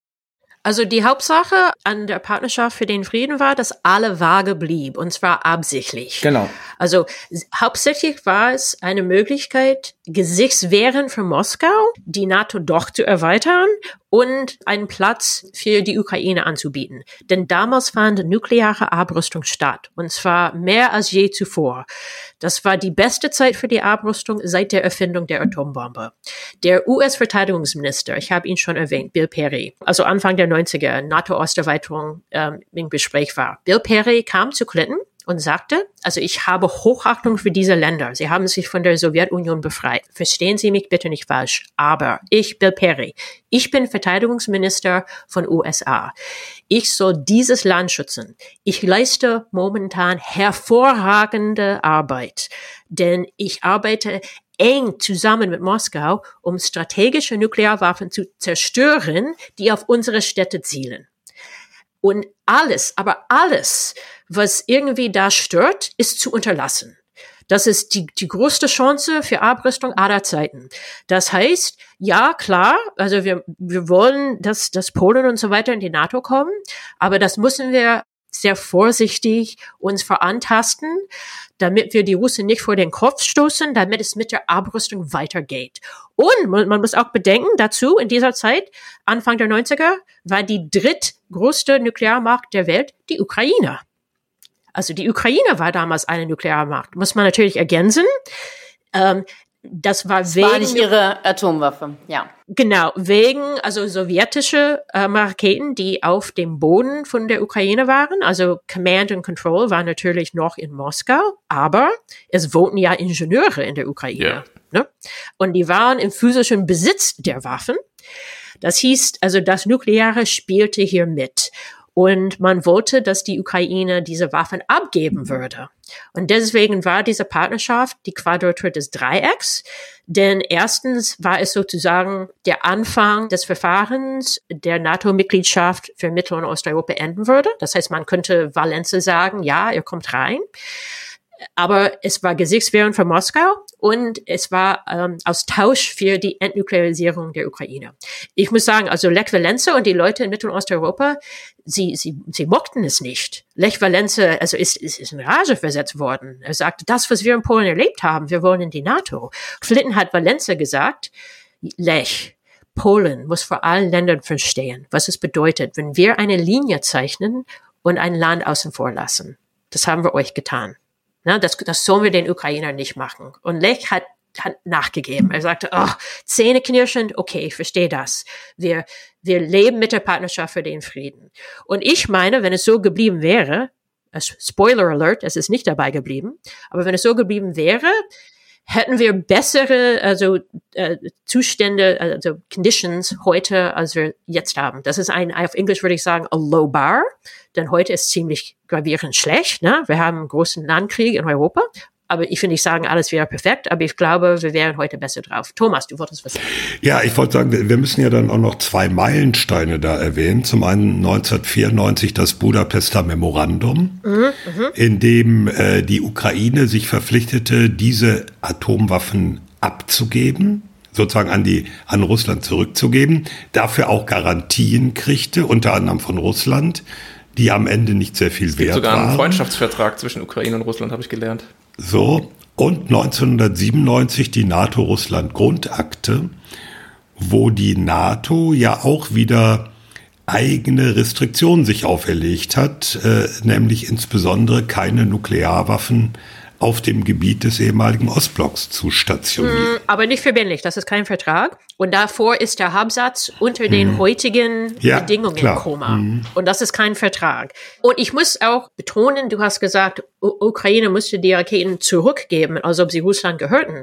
I: Also die Hauptsache an der Partnerschaft für den Frieden war, dass alle vage blieb, und zwar absichtlich.
H: Genau.
I: Also hauptsächlich war es eine Möglichkeit, gesichtswahrend für Moskau die NATO doch zu erweitern und einen Platz für die Ukraine anzubieten. Denn damals fand nukleare Abrüstung statt, und zwar mehr als je zuvor. Das war die beste Zeit für die Abrüstung seit der Erfindung der Atombombe. Der U S-Verteidigungsminister, ich habe ihn schon erwähnt, Bill Perry, also Anfang der neunziger, NATO-Osterweiterung ähm, im Gespräch war. Bill Perry kam zu Clinton und sagte, also ich habe Hochachtung für diese Länder. Sie haben sich von der Sowjetunion befreit. Verstehen Sie mich bitte nicht falsch. Aber ich, Bill Perry, ich bin Verteidigungsminister von U S A. Ich soll dieses Land schützen. Ich leiste momentan hervorragende Arbeit, denn ich arbeite eng zusammen mit Moskau, um strategische Nuklearwaffen zu zerstören, die auf unsere Städte zielen. Und alles, aber alles, was irgendwie da stört, ist zu unterlassen. Das ist die, die größte Chance für Abrüstung aller Zeiten. Das heißt, ja, klar, also wir, wir wollen, dass, dass Polen und so weiter in die NATO kommen, aber das müssen wir sehr vorsichtig uns vorantasten, damit wir die Russen nicht vor den Kopf stoßen, damit es mit der Abrüstung weitergeht. Und man, man muss auch bedenken, dazu in dieser Zeit, Anfang der neunziger, war die drittgrößte Nuklearmacht der Welt die Ukraine. Also die Ukraine war damals eine Nuklearmacht. Muss man natürlich ergänzen. Ähm, Das war
F: das
I: wegen...
F: war nicht ihre Atomwaffe, ja.
I: Genau, wegen also sowjetische ähm, Raketen, die auf dem Boden von der Ukraine waren. Also Command and Control war natürlich noch in Moskau, aber es wohnten ja Ingenieure in der Ukraine.
G: Yeah.
I: Ne? Und die waren im physischen Besitz der Waffen. Das hieß, also das Nukleare spielte hier mit. Und man wollte, dass die Ukraine diese Waffen abgeben würde. Und deswegen war diese Partnerschaft die Quadratur des Dreiecks. Denn erstens war es sozusagen der Anfang des Verfahrens der NATO-Mitgliedschaft für Mittel- und Osteuropa enden würde. Das heißt, man könnte Valenze sagen, ja, ihr kommt rein. Aber es war Gesichtswahrung für Moskau und es war ähm, aus Tausch für die Entnuklearisierung der Ukraine. Ich muss sagen, also Lech Walesa und die Leute in Mittel- und Osteuropa, sie, sie, sie mochten es nicht. Lech Walesa, also ist, ist, ist in Rage versetzt worden. Er sagte, das, was wir in Polen erlebt haben, wir wollen in die NATO. Clinton hat Walesa gesagt, Lech, Polen muss vor allen Ländern verstehen, was es bedeutet, wenn wir eine Linie zeichnen und ein Land außen vor lassen. Das haben wir euch getan. Na, das, das sollen wir den Ukrainern nicht machen. Und Lech hat, hat nachgegeben. Er sagte, oh, zähneknirschend, okay, ich verstehe das. Wir, wir leben mit der Partnerschaft für den Frieden. Und ich meine, wenn es so geblieben wäre, Spoiler Alert, es ist nicht dabei geblieben, aber wenn es so geblieben wäre, hätten wir bessere also äh, Zustände, also Conditions heute, als wir jetzt haben. Das ist ein, auf Englisch würde ich sagen, a low bar, denn heute ist ziemlich gravierend schlecht. Ne? Wir haben einen großen Landkrieg in Europa, aber ich will nicht sagen, alles wäre perfekt, aber ich glaube, wir wären heute besser drauf. Thomas, du wolltest was sagen.
E: Ja, ich wollte sagen, wir müssen ja dann auch noch zwei Meilensteine da erwähnen. Zum einen neunzehnhundertvierundneunzig das Budapester Memorandum, mhm, in dem äh, die Ukraine sich verpflichtete, diese Atomwaffen abzugeben, sozusagen an die an Russland zurückzugeben, dafür auch Garantien kriegte, unter anderem von Russland, die am Ende nicht sehr viel wert waren. Es gibt sogar einen
G: Freundschaftsvertrag zwischen Ukraine und Russland, habe ich gelernt.
E: So, und neunzehnhundertsiebenundneunzig die NATO-Russland-Grundakte, wo die NATO ja auch wieder eigene Restriktionen sich auferlegt hat, äh, nämlich insbesondere keine Nuklearwaffen auf dem Gebiet des ehemaligen Ostblocks zu stationieren.
I: Aber nicht verbindlich, das ist kein Vertrag. Und davor ist der Hauptsatz unter den hm. heutigen ja, Bedingungen
E: klar.
I: Koma.
E: Hm.
I: Und das ist kein Vertrag. Und ich muss auch betonen, du hast gesagt, U- Ukraine musste die Raketen zurückgeben, als ob sie Russland gehörten.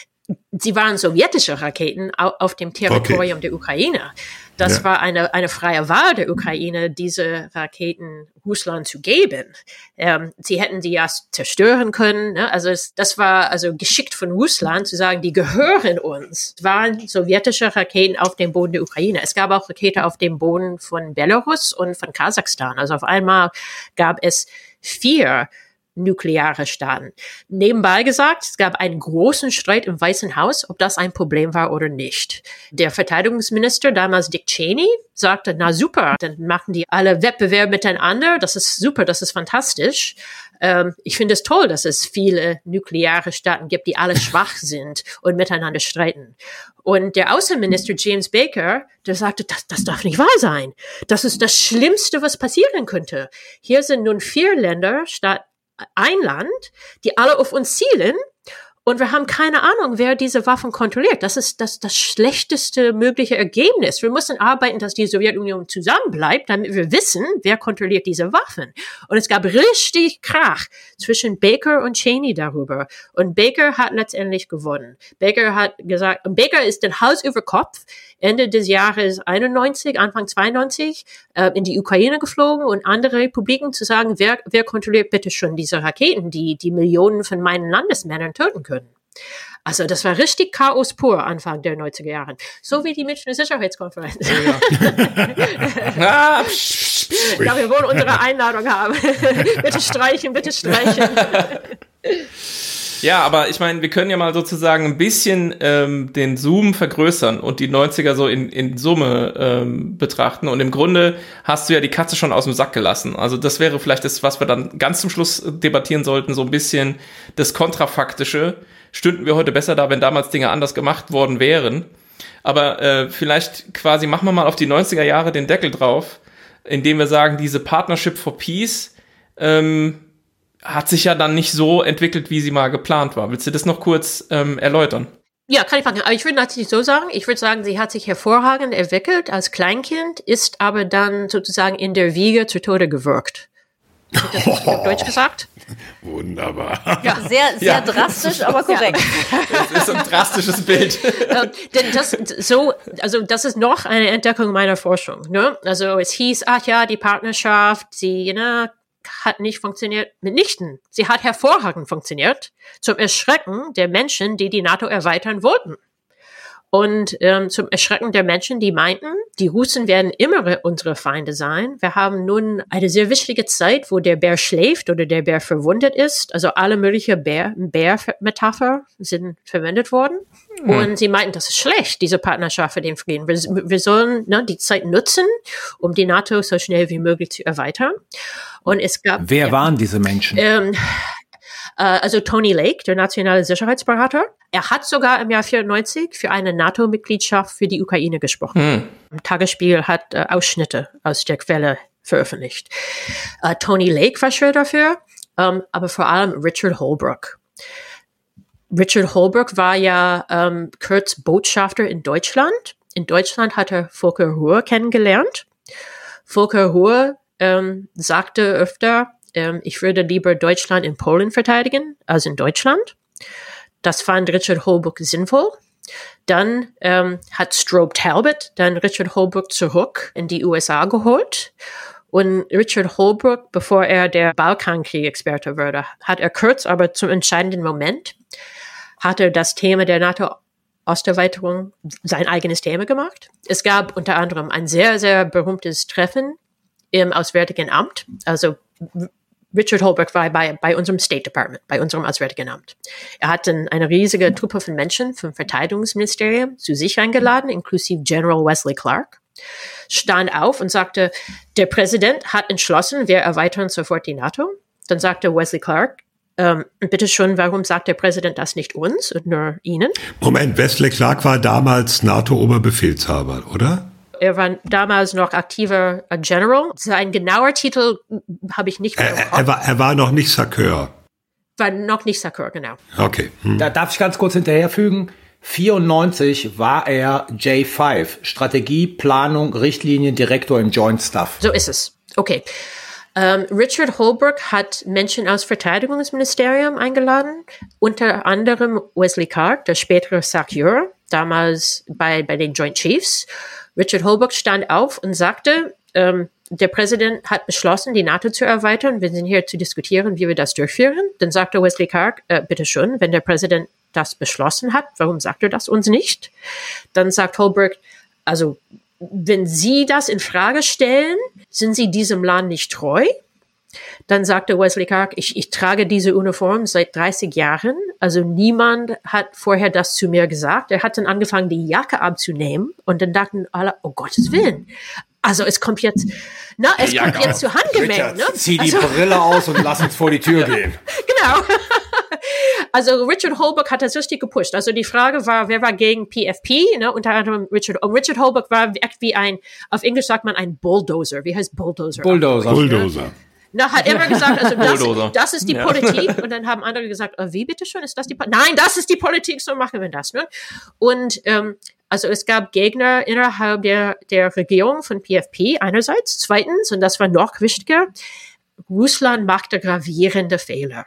I: Sie waren sowjetische Raketen auf dem Territorium okay. der Ukraine. Das ja. war eine, eine freie Wahl der Ukraine, diese Raketen Russland zu geben. Ähm, sie hätten die ja zerstören können. Ne? Also es, das war also geschickt von Russland zu sagen, die gehören uns. Es waren sowjetische Raketen auf dem Boden der Ukraine. Es gab auch Raketen auf dem Boden von Belarus und von Kasachstan. Also auf einmal gab es vier nukleare Staaten. Nebenbei gesagt, es gab einen großen Streit im Weißen Haus, ob das ein Problem war oder nicht. Der Verteidigungsminister, damals Dick Cheney, sagte, na super, dann machen die alle Wettbewerb miteinander, das ist super, das ist fantastisch. Ähm, ich finde es toll, dass es viele nukleare Staaten gibt, die alle schwach sind und miteinander streiten. Und der Außenminister James Baker, der sagte, das, das darf nicht wahr sein. Das ist das Schlimmste, was passieren könnte. Hier sind nun vier Länder statt ein Land, die alle auf uns zielen und wir haben keine Ahnung, wer diese Waffen kontrolliert. Das ist das, das schlechteste mögliche Ergebnis. Wir müssen arbeiten, dass die Sowjetunion zusammenbleibt, damit wir wissen, wer kontrolliert diese Waffen. Und es gab richtig Krach zwischen Baker und Cheney darüber. Und Baker hat letztendlich gewonnen. Baker hat gesagt, Baker ist den Hals über Kopf Ende des Jahres einundneunzig, Anfang zweiundneunzig äh, in die Ukraine geflogen und andere Republiken zu sagen, wer, wer kontrolliert bitte schon diese Raketen, die die Millionen von meinen Landesmännern töten können. Also das war richtig Chaos pur Anfang der neunziger Jahre. So wie die Münchner Sicherheitskonferenz. Ja, ja, wir wollen unsere Einladung haben. Bitte streichen, bitte streichen.
G: Ja, aber ich meine, wir können ja mal sozusagen ein bisschen ähm, den Zoom vergrößern und die neunziger so in, in Summe ähm, betrachten. Und im Grunde hast du ja die Katze schon aus dem Sack gelassen. Also das wäre vielleicht das, was wir dann ganz zum Schluss debattieren sollten, so ein bisschen das Kontrafaktische. Stünden wir heute besser da, wenn damals Dinge anders gemacht worden wären. Aber äh, vielleicht quasi machen wir mal auf die neunziger Jahre den Deckel drauf, indem wir sagen, diese Partnership for Peace ähm, hat sich ja dann nicht so entwickelt, wie sie mal geplant war. Willst du das noch kurz ähm, erläutern?
I: Ja, kann ich machen. Aber ich würde natürlich so sagen, ich würde sagen, sie hat sich hervorragend entwickelt als Kleinkind, ist aber dann sozusagen in der Wiege zu Tode gewürgt. Wird das richtig auf Deutsch gesagt?
E: Wunderbar.
F: Ja, sehr, sehr ja. drastisch, aber korrekt.
G: Das ist ein drastisches Bild.
I: ähm, denn das, so, also das ist noch eine Entdeckung meiner Forschung. Ne? Also es hieß, ach ja, die Partnerschaft, sie, ne, hat nicht funktioniert. Mitnichten. Sie hat hervorragend funktioniert, zum Erschrecken der Menschen, die die NATO erweitern wollten. Und ähm, zum Erschrecken der Menschen, die meinten, die Russen werden immer unsere Feinde sein. Wir haben nun eine sehr wichtige Zeit, wo der Bär schläft oder der Bär verwundet ist. Also alle möglichen Bär, Bär-Metapher sind verwendet worden. Hm. Und sie meinten, das ist schlecht, diese Partnerschaft für den Frieden. Wir, wir sollen ne, die Zeit nutzen, um die NATO so schnell wie möglich zu erweitern. Und es gab.
H: Wer
I: ja,
H: waren diese Menschen?
I: Ähm, Also Tony Lake, der nationale Sicherheitsberater, er hat sogar im Jahr vierundneunzig für eine NATO-Mitgliedschaft für die Ukraine gesprochen. Hm. Im Tagesspiegel hat äh, Ausschnitte aus der Quelle veröffentlicht. Äh, Tony Lake war schwer dafür, ähm, aber vor allem Richard Holbrooke. Richard Holbrooke war ja ähm, Kurz Botschafter in Deutschland. In Deutschland hat er Volker Ruhr kennengelernt. Volker Ruhr ähm, sagte öfter, ich würde lieber Deutschland in Polen verteidigen als in Deutschland. Das fand Richard Holbrooke sinnvoll. Dann ähm, hat Strobe Talbot dann Richard Holbrooke zurück in die U S A geholt. Und Richard Holbrooke, bevor er der Balkankrieg-Experte wurde, hat er kurz, aber zum entscheidenden Moment, hat er das Thema der NATO-Osterweiterung sein eigenes Thema gemacht. Es gab unter anderem ein sehr, sehr berühmtes Treffen im Auswärtigen Amt, also Richard Holbrooke war bei, bei unserem State Department, bei unserem Auswärtigen Amt. Er hat dann eine riesige Truppe von Menschen vom Verteidigungsministerium zu sich eingeladen, inklusive General Wesley Clark, stand auf und sagte, der Präsident hat entschlossen, wir erweitern sofort die NATO. Dann sagte Wesley Clark, ähm, bitte schon, warum sagt der Präsident das nicht uns und nur Ihnen?
E: Moment, Wesley Clark war damals NATO-Oberbefehlshaber, oder?
I: Er war damals noch aktiver General. Sein genauer Titel habe ich nicht mehr im Kopf.
E: Er, er, war, er war noch nicht Sakur.
I: War noch nicht Sakur, genau.
E: Okay. Hm.
H: Da darf ich ganz kurz hinterherfügen. vierundneunzig war er J fünf, Strategie, Planung, Richtlinien, Direktor im Joint Staff.
I: So ist es. Okay. Ähm, Richard Holbrooke hat Menschen aus Verteidigungsministerium eingeladen, unter anderem Wesley Clark, der spätere Sakur, damals bei, bei den Joint Chiefs. Richard Holbrooke stand auf und sagte, ähm, der Präsident hat beschlossen, die NATO zu erweitern. Wir sind hier zu diskutieren, wie wir das durchführen. Dann sagte Wesley Clark, äh, bitte schon, wenn der Präsident das beschlossen hat, warum sagt er das uns nicht? Dann sagt Holbrooke, also wenn Sie das in Frage stellen, sind Sie diesem Land nicht treu? Dann sagte Wesley Clark, ich, ich trage diese Uniform seit dreißig Jahren. Also niemand hat vorher das zu mir gesagt. Er hat dann angefangen, die Jacke abzunehmen. Und dann dachten alle, oh Gottes Willen. Also es kommt jetzt, na, es ja, kommt jetzt zu Handgemeng. Ne?
H: Zieh die
I: also,
H: Brille aus und lass uns vor die Tür gehen.
I: Genau. Also Richard Holbrooke hat das richtig gepusht. Also die Frage war, wer war gegen P F P? Ne? Unter anderem Richard. Und Richard Holbrooke war echt wie ein, auf Englisch sagt man ein Bulldozer. Wie heißt Bulldozer?
H: Bulldozer.
E: Bulldozer.
I: Na, hat immer gesagt, also das, das ist die ja. Politik. Und dann haben andere gesagt, oh, wie bitteschön, ist das die Politik? Nein, das ist die Politik, so machen wir das. Ne? Und ähm, also es gab Gegner innerhalb der, der Regierung von P F P einerseits. Zweitens, und das war noch wichtiger, Russland machte gravierende Fehler.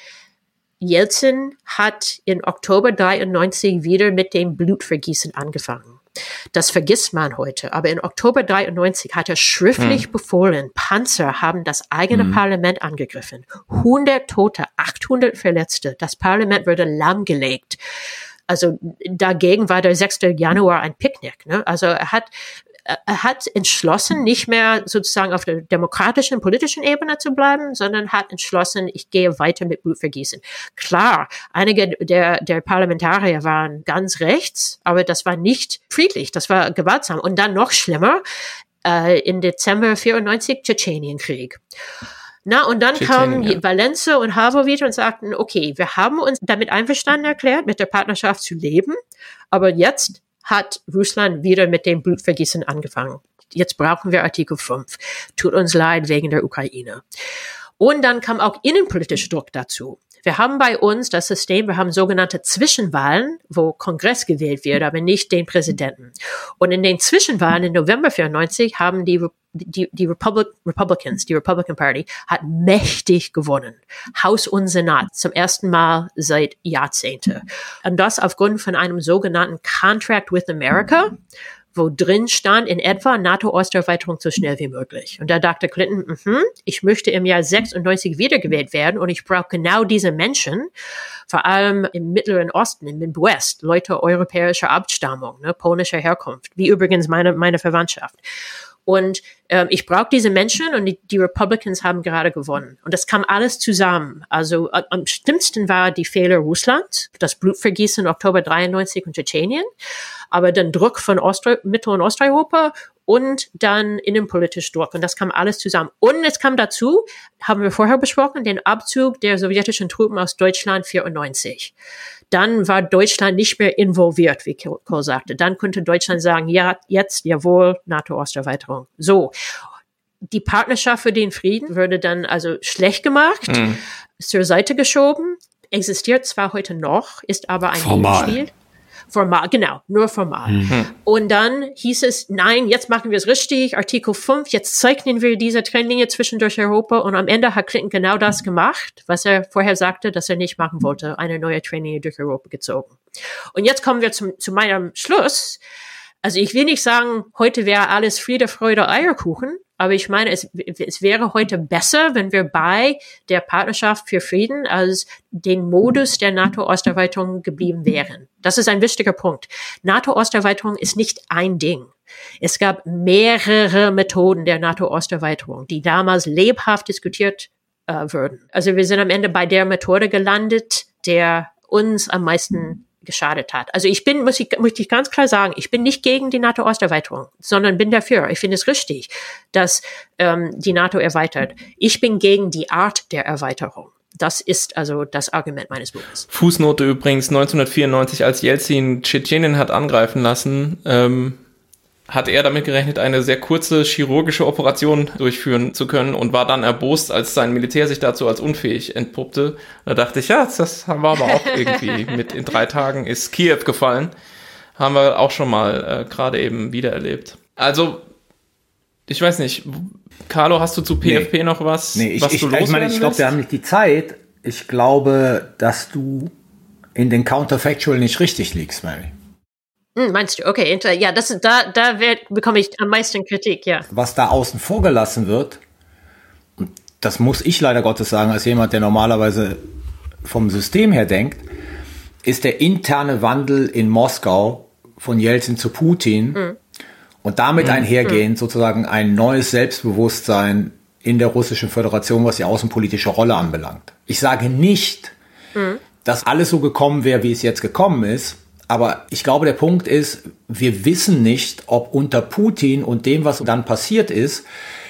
I: Jelzin hat in Oktober dreiundneunzig wieder mit dem Blutvergießen angefangen. Das vergisst man heute. Aber in Oktober dreiundneunzig hat er schriftlich hm. befohlen, Panzer haben das eigene hm. Parlament angegriffen. hundert Tote, achthundert Verletzte. Das Parlament wurde lahmgelegt. Also dagegen war der sechster Januar ein Picknick. Ne? Also er hat Er hat entschlossen, nicht mehr sozusagen auf der demokratischen, politischen Ebene zu bleiben, sondern hat entschlossen, ich gehe weiter mit Blutvergießen. Klar, einige der, der Parlamentarier waren ganz rechts, aber das war nicht friedlich, das war gewaltsam. Und dann noch schlimmer, äh, im Dezember vierundneunzig, Tschetschenienkrieg. Na, und dann kamen ja. Valenze und Havel wieder und sagten, okay, wir haben uns damit einverstanden erklärt, mit der Partnerschaft zu leben, aber jetzt hat Russland wieder mit dem Blutvergießen angefangen. Jetzt brauchen wir Artikel fünf. Tut uns leid wegen der Ukraine. Und dann kam auch innenpolitischer Druck dazu. Wir haben bei uns das System, wir haben sogenannte Zwischenwahlen, wo Kongress gewählt wird, aber nicht den Präsidenten. Und in den Zwischenwahlen im November vierundneunzig haben die die, die Republic, Republicans, die Republican Party, hat mächtig gewonnen. Haus und Senat zum ersten Mal seit Jahrzehnten. Und das aufgrund von einem sogenannten Contract with America, wo drin stand in etwa NATO-Osterweiterung so schnell wie möglich. Und da dachte Clinton, mm-hmm, ich möchte im Jahr sechsundneunzig wiedergewählt werden und ich brauche genau diese Menschen, vor allem im Mittleren Osten, im Midwest, Leute europäischer Abstammung, ne, polnischer Herkunft, wie übrigens meine, meine Verwandtschaft. Und ähm, ich brauche diese Menschen und die, die Republicans haben gerade gewonnen. Und das kam alles zusammen. Also äh, am schlimmsten war die Fehler Russland, das Blutvergießen im Oktober dreiundneunzig und Tschetschenien, aber dann Druck von Ost- Mittel- und Osteuropa und dann innenpolitisch Druck. Und das kam alles zusammen. Und es kam dazu, haben wir vorher besprochen, den Abzug der sowjetischen Truppen aus Deutschland vierundneunzig. Dann war Deutschland nicht mehr involviert, wie Kohl sagte. Dann konnte Deutschland sagen, ja, jetzt, jawohl, NATO-Osterweiterung. So. Die Partnerschaft für den Frieden würde dann also schlecht gemacht, mhm. zur Seite geschoben, existiert zwar heute noch, ist aber ein Gegenspiel. Formal, genau, nur formal. Mhm. Und dann hieß es, nein, jetzt machen wir es richtig, Artikel fünf, jetzt zeichnen wir diese Trennlinie zwischen durch Europa und am Ende hat Clinton genau das gemacht, was er vorher sagte, dass er nicht machen wollte, eine neue Trennlinie durch Europa gezogen. Und jetzt kommen wir zum, zu meinem Schluss. Also ich will nicht sagen, heute wäre alles Friede, Freude, Eierkuchen, aber ich meine, es, es wäre heute besser, wenn wir bei der Partnerschaft für Frieden als den Modus der NATO-Osterweiterung geblieben wären. Das ist ein wichtiger Punkt. NATO-Osterweiterung ist nicht ein Ding. Es gab mehrere Methoden der NATO-Osterweiterung, die damals lebhaft diskutiert äh, wurden. Also wir sind am Ende bei der Methode gelandet, der uns am meisten geschadet hat. Also ich bin, muss ich, muss ich ganz klar sagen, ich bin nicht gegen die NATO-Osterweiterung, sondern bin dafür. Ich finde es richtig, dass ähm, die NATO erweitert. Ich bin gegen die Art der Erweiterung. Das ist also das Argument meines Buches.
G: Fußnote übrigens, neunzehnhundertvierundneunzig, als Jelzin Tschetschenien hat angreifen lassen, ähm, hat er damit gerechnet, eine sehr kurze chirurgische Operation durchführen zu können und war dann erbost, als sein Militär sich dazu als unfähig entpuppte. Da dachte ich, ja, das haben wir aber auch irgendwie mit in drei Tagen ist Kiew gefallen. Haben wir auch schon mal äh, gerade eben wieder erlebt. Also, ich weiß nicht, Carlo, hast du zu P F P nee. noch was,
H: nee, ich,
G: was
H: ich,
G: du loswerden
H: ich meine, ich glaube, wir haben nicht die Zeit. Ich glaube, dass du in den Counterfactual nicht richtig liegst, Mary.
I: Hm, meinst du? Okay, ja, das da da werd, bekomme ich am meisten Kritik, ja.
H: Was da außen vor gelassen wird, und das muss ich leider Gottes sagen, als jemand, der normalerweise vom System her denkt, ist der interne Wandel in Moskau von Jelzin zu Putin mhm. und damit mhm. einhergehend sozusagen ein neues Selbstbewusstsein in der Russischen Föderation, was die außenpolitische Rolle anbelangt. Ich sage nicht, mhm. dass alles so gekommen wäre, wie es jetzt gekommen ist, aber ich glaube, der Punkt ist, wir wissen nicht, ob unter Putin und dem, was dann passiert ist,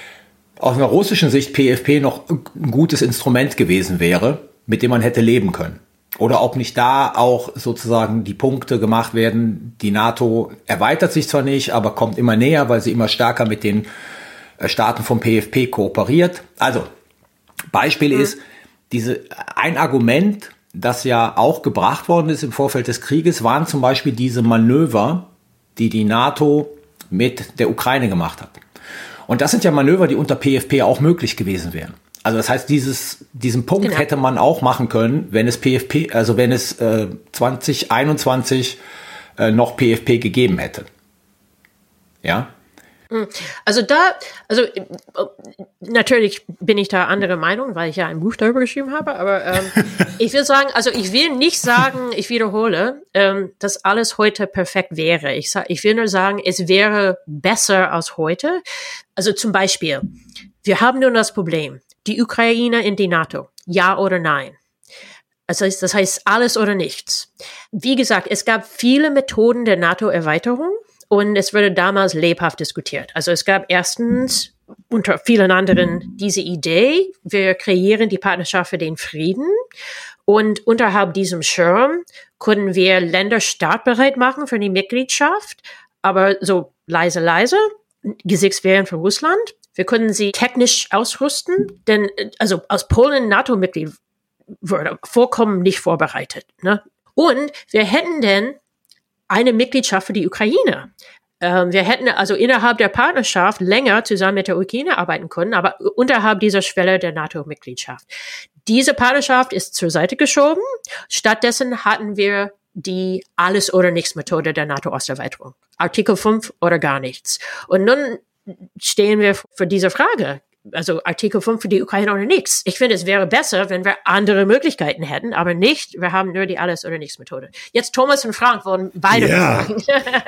H: aus einer russischen Sicht P F P noch ein gutes Instrument gewesen wäre, mit dem man hätte leben können. Oder ob nicht da auch sozusagen die Punkte gemacht werden, die NATO erweitert sich zwar nicht, aber kommt immer näher, weil sie immer stärker mit den Staaten vom P F P kooperiert. Also, Beispiel mhm. ist, diese, ein Argument, das ja auch gebracht worden ist im Vorfeld des Krieges, waren zum Beispiel diese Manöver, die die NATO mit der Ukraine gemacht hat. Und das sind ja Manöver, die unter P F P auch möglich gewesen wären. Also das heißt, dieses, diesen Punkt genau. hätte man auch machen können, wenn es P F P, also wenn es äh, zwanzig einundzwanzig äh, noch P F P gegeben hätte. Ja?
I: Also da, also natürlich bin ich da andere Meinung, weil ich ja ein Buch darüber geschrieben habe, aber ähm, ich will sagen, also ich will nicht sagen, ich wiederhole, ähm, dass alles heute perfekt wäre. Ich, sag, ich will nur sagen, es wäre besser als heute. Also zum Beispiel, wir haben nun das Problem, die Ukraine in die NATO, ja oder nein? Das heißt, das heißt alles oder nichts. Wie gesagt, es gab viele Methoden der NATO-Erweiterung. Und es wurde damals lebhaft diskutiert. Also es gab erstens unter vielen anderen diese Idee, wir kreieren die Partnerschaft für den Frieden und unterhalb diesem Schirm können wir Länder startbereit machen für die Mitgliedschaft, aber so leise, leise, Gesichtswehren für Russland. Wir können sie technisch ausrüsten, denn also als Polen NATO-Mitglied würde, vollkommen nicht vorbereitet. Ne? Und wir hätten denn eine Mitgliedschaft für die Ukraine. Ähm, wir hätten also innerhalb der Partnerschaft länger zusammen mit der Ukraine arbeiten können, aber unterhalb dieser Schwelle der NATO-Mitgliedschaft. Diese Partnerschaft ist zur Seite geschoben. Stattdessen hatten wir die Alles-oder-Nichts-Methode der NATO-Osterweiterung. Artikel fünf oder gar nichts. Und nun stehen wir vor dieser Frage. Also Artikel fünf für die Ukraine oder nichts. Ich finde, es wäre besser, wenn wir andere Möglichkeiten hätten, aber nicht, wir haben nur die Alles-oder-nichts-Methode. Jetzt Thomas und Frank wollen beide
E: ja,
I: fragen.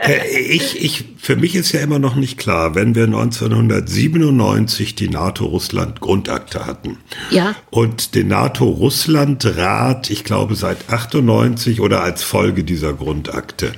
E: ich, ich, für mich ist ja immer noch nicht klar, wenn wir neunzehnhundertsiebenundneunzig die NATO-Russland-Grundakte hatten
I: ja.
E: und den NATO-Russland-Rat, ich glaube seit achtundneunzig oder als Folge dieser Grundakte,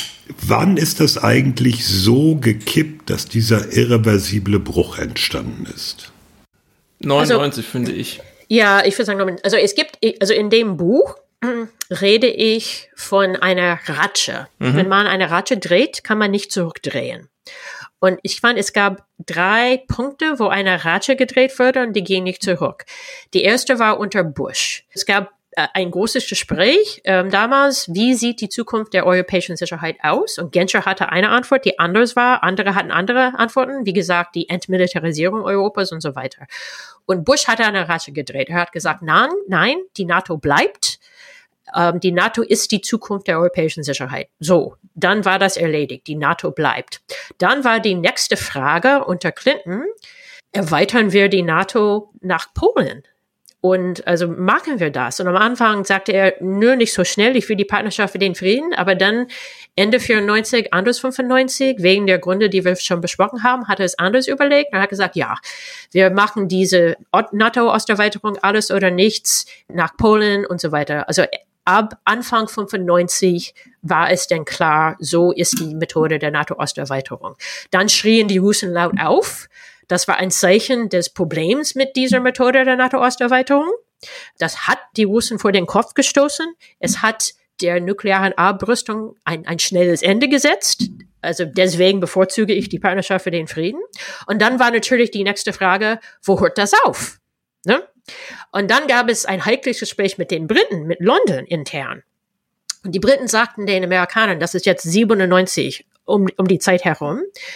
E: wann ist das eigentlich so gekippt, dass dieser irreversible Bruch entstanden ist?
G: neunundneunzig,
I: also,
G: finde ich.
I: Ja, ich würde sagen, also es gibt, also in dem Buch rede ich von einer Ratsche. Mhm. Wenn man eine Ratsche dreht, kann man nicht zurückdrehen. Und ich fand, es gab drei Punkte, wo eine Ratsche gedreht wurde und die gehen nicht zurück. Die erste war unter Bush. Es gab ein großes Gespräch ähm, damals, wie sieht die Zukunft der europäischen Sicherheit aus? Und Genscher hatte eine Antwort, die anders war. Andere hatten andere Antworten. Wie gesagt, die Entmilitarisierung Europas und so weiter. Und Bush hatte eine Ratsche gedreht. Er hat gesagt, nein, nein, die NATO bleibt. Ähm, die NATO ist die Zukunft der europäischen Sicherheit. So, dann war das erledigt. Die NATO bleibt. Dann war die nächste Frage unter Clinton, erweitern wir die NATO nach Polen? Und also machen wir das. Und am Anfang sagte er, nur nicht so schnell, ich will die Partnerschaft für den Frieden. Aber dann Ende vierundneunzig, anders fünfundneunzig, wegen der Gründe, die wir schon besprochen haben, hat er es anders überlegt. Und hat gesagt, ja, wir machen diese NATO-Osterweiterung, alles oder nichts, nach Polen und so weiter. Also ab Anfang fünfundneunzig war es denn klar, so ist die Methode der NATO-Osterweiterung. Dann schrien die Russen laut auf. Das war ein Zeichen des Problems mit dieser Methode der NATO-Osterweiterung. Das hat die Russen vor den Kopf gestoßen. Es hat der nuklearen Abrüstung ein, ein schnelles Ende gesetzt. Also deswegen bevorzuge ich die Partnerschaft für den Frieden. Und dann war natürlich die nächste Frage, wo hört das auf? Ne? Und dann gab es ein heikles Gespräch mit den Briten, mit London intern. Und die Briten sagten den Amerikanern, das ist jetzt siebenundneunzig, um, um die Zeit herum,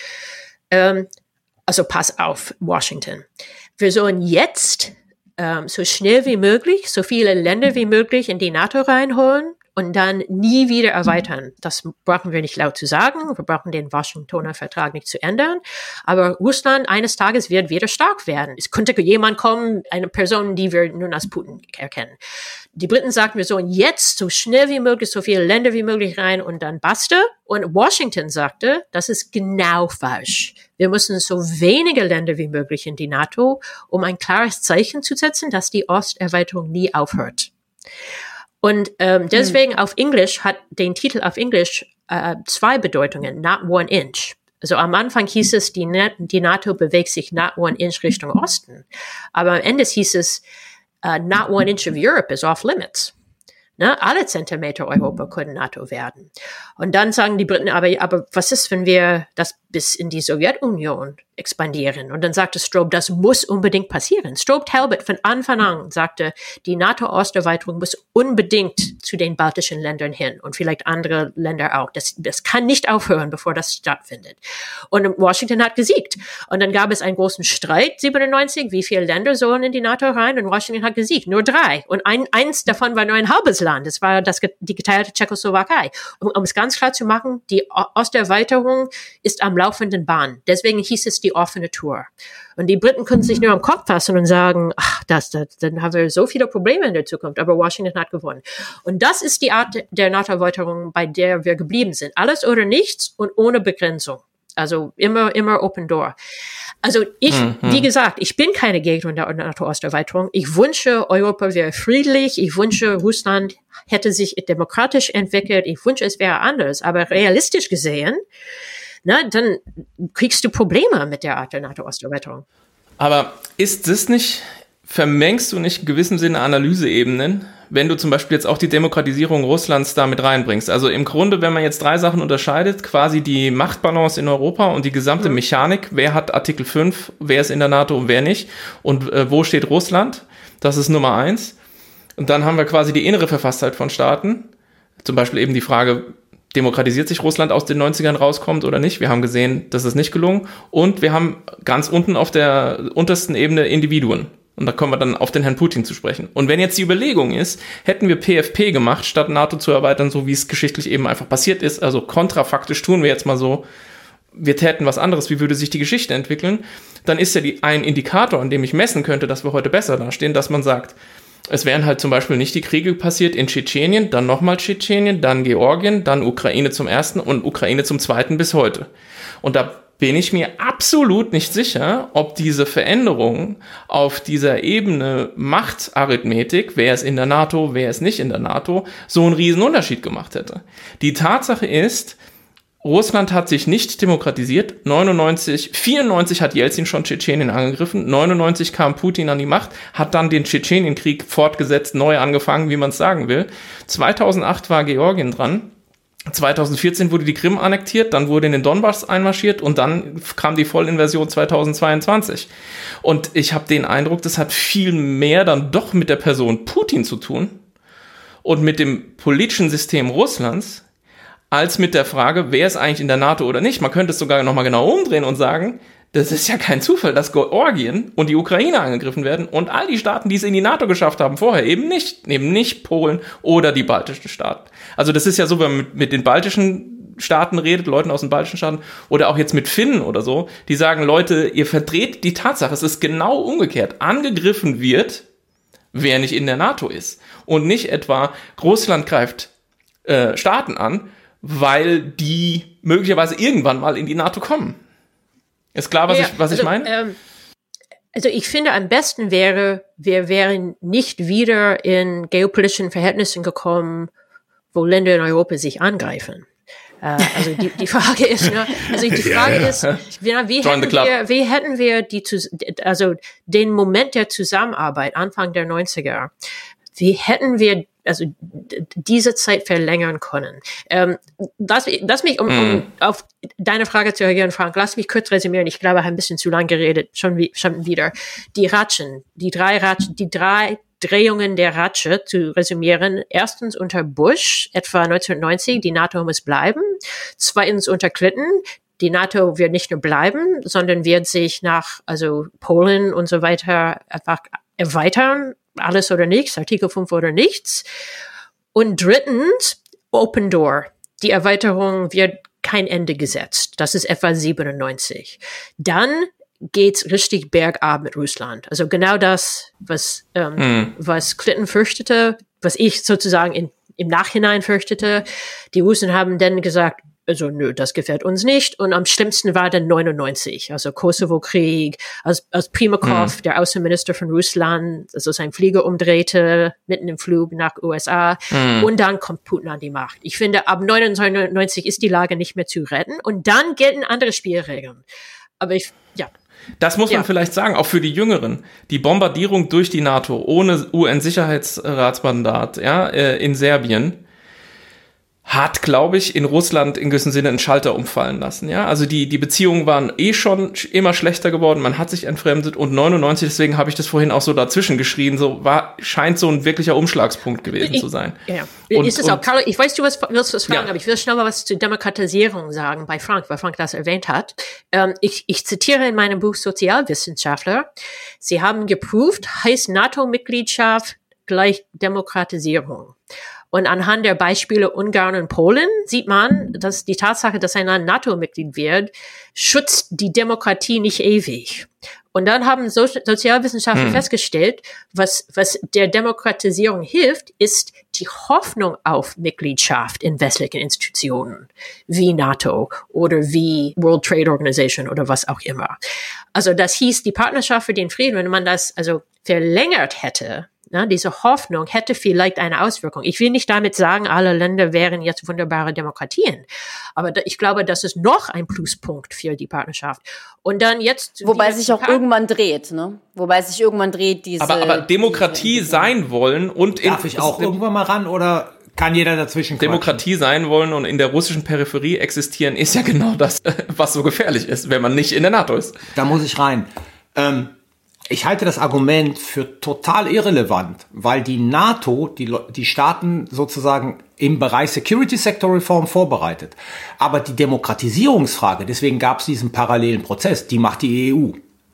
I: ähm, also pass auf, Washington. Wir sollen jetzt ähm, so schnell wie möglich, so viele Länder wie möglich in die NATO reinholen und dann nie wieder erweitern. Das brauchen wir nicht laut zu sagen. Wir brauchen den Washingtoner Vertrag nicht zu ändern. Aber Russland eines Tages wird wieder stark werden. Es könnte jemand kommen, eine Person, die wir nun als Putin erkennen. Die Briten sagten, wir sollen jetzt so schnell wie möglich, so viele Länder wie möglich rein und dann basta. Und Washington sagte, das ist genau falsch. Wir müssen so wenige Länder wie möglich in die NATO, um ein klares Zeichen zu setzen, dass die Osterweiterung nie aufhört. Und ähm, deswegen hm. auf Englisch hat den Titel auf Englisch äh, zwei Bedeutungen, not one inch. Also am Anfang hieß es, die, die NATO bewegt sich not one inch Richtung Osten. Aber am Ende hieß es, uh, not one inch of Europe is off limits. Ne? Alle Zentimeter Europa können NATO werden. Und dann sagen die Briten, aber, aber was ist, wenn wir das bis in die Sowjetunion expandieren? Und dann sagte Strobe, das muss unbedingt passieren. Strobe Talbot von Anfang an sagte, die NATO-Osterweiterung muss unbedingt zu den baltischen Ländern hin und vielleicht andere Länder auch. Das, das kann nicht aufhören, bevor das stattfindet. Und Washington hat gesiegt. Und dann gab es einen großen Streit, siebenundneunzig, wie viele Länder sollen in die NATO rein? Und Washington hat gesiegt, nur drei. Und ein, eins davon war nur ein halbes Land. Das war das, die geteilte Tschechoslowakei. Um, um es ganz klar zu machen, die Osterweiterung ist am laufenden Bahn. Deswegen hieß es die offene Tour. Und die Briten können sich nur am Kopf fassen und sagen, ach, das, das, dann haben wir so viele Probleme in der Zukunft. Aber Washington hat gewonnen. Und das ist die Art der NATO-Erweiterung, bei der wir geblieben sind. Alles oder nichts und ohne Begrenzung. Also immer, immer Open Door. Also ich, mhm. wie gesagt, ich bin keine Gegnerin der NATO-Osterweiterung. Ich wünsche, Europa wäre friedlich. Ich wünsche, Russland hätte sich demokratisch entwickelt. Ich wünsche, es wäre anders. Aber realistisch gesehen, na, dann kriegst du Probleme mit der Art der NATO-Osterweiterung.
G: Aber ist das nicht, vermengst du nicht in gewissem Sinne Analyseebenen, wenn du zum Beispiel jetzt auch die Demokratisierung Russlands da mit reinbringst? Also im Grunde, wenn man jetzt drei Sachen unterscheidet, quasi die Machtbalance in Europa und die gesamte mhm. Mechanik, wer hat Artikel fünf, wer ist in der NATO und wer nicht und äh, wo steht Russland, das ist Nummer eins. Und dann haben wir quasi die innere Verfasstheit von Staaten. Zum Beispiel eben die Frage, demokratisiert sich Russland aus den neunzigern rauskommt oder nicht? Wir haben gesehen, das ist nicht gelungen. Und wir haben ganz unten auf der untersten Ebene Individuen. Und da kommen wir dann auf den Herrn Putin zu sprechen. Und wenn jetzt die Überlegung ist, hätten wir P F P gemacht, statt NATO zu erweitern, so wie es geschichtlich eben einfach passiert ist, also kontrafaktisch tun wir jetzt mal so, wir täten was anderes, wie würde sich die Geschichte entwickeln, dann ist ja die, ein Indikator, an dem ich messen könnte, dass wir heute besser dastehen, dass man sagt, es wären halt zum Beispiel nicht die Kriege passiert in Tschetschenien, dann nochmal Tschetschenien, dann Georgien, dann Ukraine zum ersten und Ukraine zum zweiten bis heute. Und da bin ich mir absolut nicht sicher, ob diese Veränderung auf dieser Ebene Machtarithmetik, wer ist in der NATO, wer ist nicht in der NATO, so einen riesen Unterschied gemacht hätte. Die Tatsache ist, Russland hat sich nicht demokratisiert. neunundneunzig, vierundneunzig hat Jelzin schon Tschetschenien angegriffen. neunundneunzig kam Putin an die Macht, hat dann den Tschetschenienkrieg fortgesetzt, neu angefangen, wie man es sagen will. zweitausendacht war Georgien dran. zweitausendvierzehn wurde die Krim annektiert, dann wurde in den Donbass einmarschiert und dann kam die Vollinvasion zweitausendzweiundzwanzig. Und ich habe den Eindruck, das hat viel mehr dann doch mit der Person Putin zu tun und mit dem politischen System Russlands, als mit der Frage, wer ist eigentlich in der NATO oder nicht. Man könnte es sogar nochmal genau umdrehen und sagen, das ist ja kein Zufall, dass Georgien und die Ukraine angegriffen werden und all die Staaten, die es in die NATO geschafft haben, vorher eben nicht, eben nicht Polen oder die baltischen Staaten. Also das ist ja so, wenn man mit, mit den baltischen Staaten redet, Leuten aus den baltischen Staaten oder auch jetzt mit Finnen oder so, die sagen, Leute, ihr verdreht die Tatsache, es ist genau umgekehrt. Angegriffen wird, wer nicht in der NATO ist. Und nicht etwa, Russland greift äh, Staaten an, weil die möglicherweise irgendwann mal in die NATO kommen. Ist klar, was, ja, ich, was
I: also,
G: ich meine?
I: Ähm, also ich finde, am besten wäre, wir wären nicht wieder in geopolitischen Verhältnissen gekommen, wo Länder in Europa sich angreifen. Äh, also die, die Frage ist, ne, also die Frage ja, ja. ist, wie, wie, hätten wir, wie hätten wir die, also den Moment der Zusammenarbeit Anfang der neunziger, wie hätten wir also diese Zeit verlängern können. Ähm, lass, lass mich, um, um auf deine Frage zu reagieren, Frank, lass mich kurz resümieren. Ich glaube, ich habe ein bisschen zu lang geredet, schon, wie, schon wieder. Die Ratschen, die drei Ratschen, die drei Drehungen der Ratsche zu resümieren. Erstens unter Bush, etwa neunzehnhundertneunzig, die NATO muss bleiben. Zweitens unter Clinton, die NATO wird nicht nur bleiben, sondern wird sich nach, also Polen und so weiter einfach erweitern. Alles oder nichts, Artikel fünf oder nichts. Und drittens, Open Door. Die Erweiterung wird kein Ende gesetzt. Das ist etwa siebenundneunzig. Dann geht's richtig bergab mit Russland. Also genau das, was, ähm, mhm. was Clinton fürchtete, was ich sozusagen in, im Nachhinein fürchtete. Die Russen haben dann gesagt, also nö, das gefällt uns nicht. Und am schlimmsten war dann neunundneunzig, also Kosovo-Krieg, als, als Primakov, mhm. der Außenminister von Russland, also sein Flieger umdrehte, mitten im Flug nach U S A. Mhm. Und dann kommt Putin an die Macht. Ich finde, ab neunundneunzig ist die Lage nicht mehr zu retten. Und dann gelten andere Spielregeln. Aber ich, ja.
G: Das muss man ja. vielleicht sagen, auch für die Jüngeren. Die Bombardierung durch die NATO ohne U N-Sicherheitsratsmandat, ja, äh, in Serbien, hat, glaube ich, in Russland in gewissem Sinne einen Schalter umfallen lassen. Ja, also die die Beziehungen waren eh schon immer schlechter geworden. Man hat sich entfremdet und neunundneunzig, deswegen habe ich das vorhin auch so dazwischen geschrien. So war scheint so ein wirklicher Umschlagspunkt gewesen
I: ich,
G: zu sein.
I: Ja, und, ist es auch. Carlo, ich weiß, du wirst was fragen, ja. aber ich will schnell mal was zur Demokratisierung sagen bei Frank, weil Frank das erwähnt hat. Ähm, ich ich zitiere in meinem Buch Sozialwissenschaftler. Sie haben geprüft, heißt NATO-Mitgliedschaft gleich Demokratisierung. Und anhand der Beispiele Ungarn und Polen sieht man, dass die Tatsache, dass ein Land NATO-Mitglied wird, schützt die Demokratie nicht ewig. Und dann haben so- Sozialwissenschaftler hm. festgestellt, was, was der Demokratisierung hilft, ist die Hoffnung auf Mitgliedschaft in westlichen Institutionen, wie NATO oder wie World Trade Organization oder was auch immer. Also das hieß, die Partnerschaft für den Frieden, wenn man das also verlängert hätte, ja, diese Hoffnung hätte vielleicht eine Auswirkung. Ich will nicht damit sagen, alle Länder wären jetzt wunderbare Demokratien. Aber da, ich glaube, das ist noch ein Pluspunkt für die Partnerschaft. Und dann jetzt...
F: Wobei sich auch irgendwann dreht, ne? Wobei sich irgendwann dreht diese...
G: Aber, aber Demokratie diese, sein wollen und...
H: Darf in, ich auch irgendwann mal ran oder kann jeder dazwischen quatschen?
G: Demokratie sein wollen und in der russischen Peripherie existieren, ist ja genau das, was so gefährlich ist, wenn man nicht in der NATO ist.
H: Da muss ich rein. Ähm, Ich halte das Argument für total irrelevant, weil die NATO die, die Staaten sozusagen im Bereich Security Sector Reform vorbereitet. Aber die Demokratisierungsfrage, deswegen gab es diesen parallelen Prozess, die macht die E U.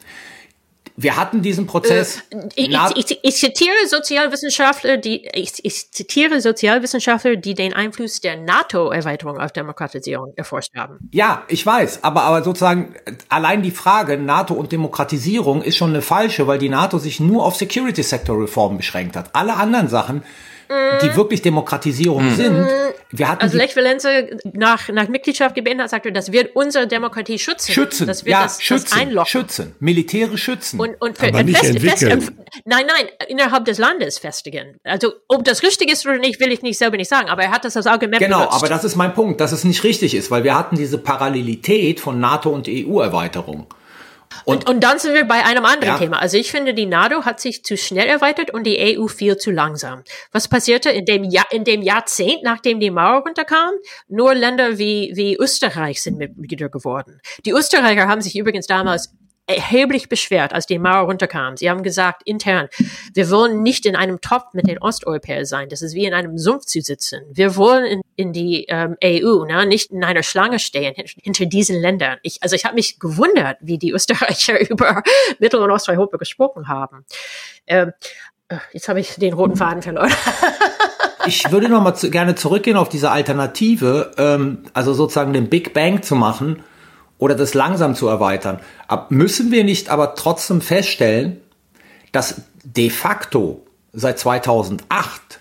H: Wir hatten diesen Prozess.
I: Äh, ich, ich, ich zitiere Sozialwissenschaftler, die ich, ich zitiere Sozialwissenschaftler, die den Einfluss der NATO-Erweiterung auf Demokratisierung erforscht haben.
H: Ja, ich weiß, aber aber sozusagen allein die Frage NATO und Demokratisierung ist schon eine falsche, weil die NATO sich nur auf Security Sector Reform beschränkt hat. Alle anderen Sachen, die wirklich Demokratisierung mhm. sind. Wir hatten
I: also Lech Walesa nach, nach Mitgliedschaft gebeten hat, sagte, das wird unsere Demokratie schützen.
H: Schützen,
I: das wird
H: ja,
I: das,
H: schützen,
I: das einlocken.
H: schützen, militärisch schützen.
I: Und, und für,
E: aber nicht
I: fest,
E: entwickeln.
I: Fest, nein, nein, innerhalb des Landes festigen. Also, ob das richtig ist oder nicht, will ich nicht selber nicht sagen, aber er hat das als Argument
H: Genau,
I: benutzt.
H: aber das ist mein Punkt, dass es nicht richtig ist, weil wir hatten diese Parallelität von NATO und E U-Erweiterung.
I: Und, und, und dann sind wir bei einem anderen
H: ja.
I: Thema. Also ich finde, die NATO hat sich zu schnell erweitert und die E U viel zu langsam. Was passierte in dem, Jahr, in dem Jahrzehnt, nachdem die Mauer runterkam? Nur Länder wie, wie Österreich sind Mitglieder geworden. Die Österreicher haben sich übrigens damals erheblich beschwert, als die Mauer runterkam. Sie haben gesagt, intern, wir wollen nicht in einem Topf mit den Osteuropäern sein. Das ist wie in einem Sumpf zu sitzen. Wir wollen in, in die ähm, E U, ne, nicht in einer Schlange stehen hinter diesen Ländern. Ich, also ich habe mich gewundert, wie die Österreicher über Mittel- und Osteuropa gesprochen haben. Ähm, jetzt habe ich den roten Faden verloren.
H: Ich würde noch mal zu, gerne zurückgehen auf diese Alternative, ähm, also sozusagen den Big Bang zu machen, oder das langsam zu erweitern. Ab, müssen wir nicht aber trotzdem feststellen, dass de facto seit zweitausendacht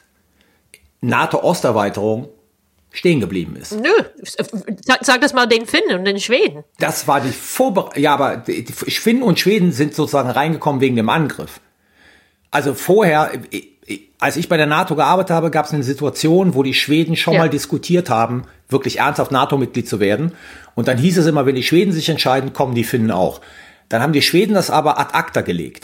H: NATO-Osterweiterung stehen geblieben ist?
I: Nö, sag, sag das mal den Finnen und den Schweden.
H: Das war die Vorbereitung. Ja, aber die, die Finnen und Schweden sind sozusagen reingekommen wegen dem Angriff. Also vorher, als ich bei der NATO gearbeitet habe, gab es eine Situation, wo die Schweden schon ja. mal diskutiert haben, wirklich ernsthaft NATO-Mitglied zu werden. Und dann hieß es immer, wenn die Schweden sich entscheiden, kommen die Finnen auch. Dann haben die Schweden das aber ad acta gelegt.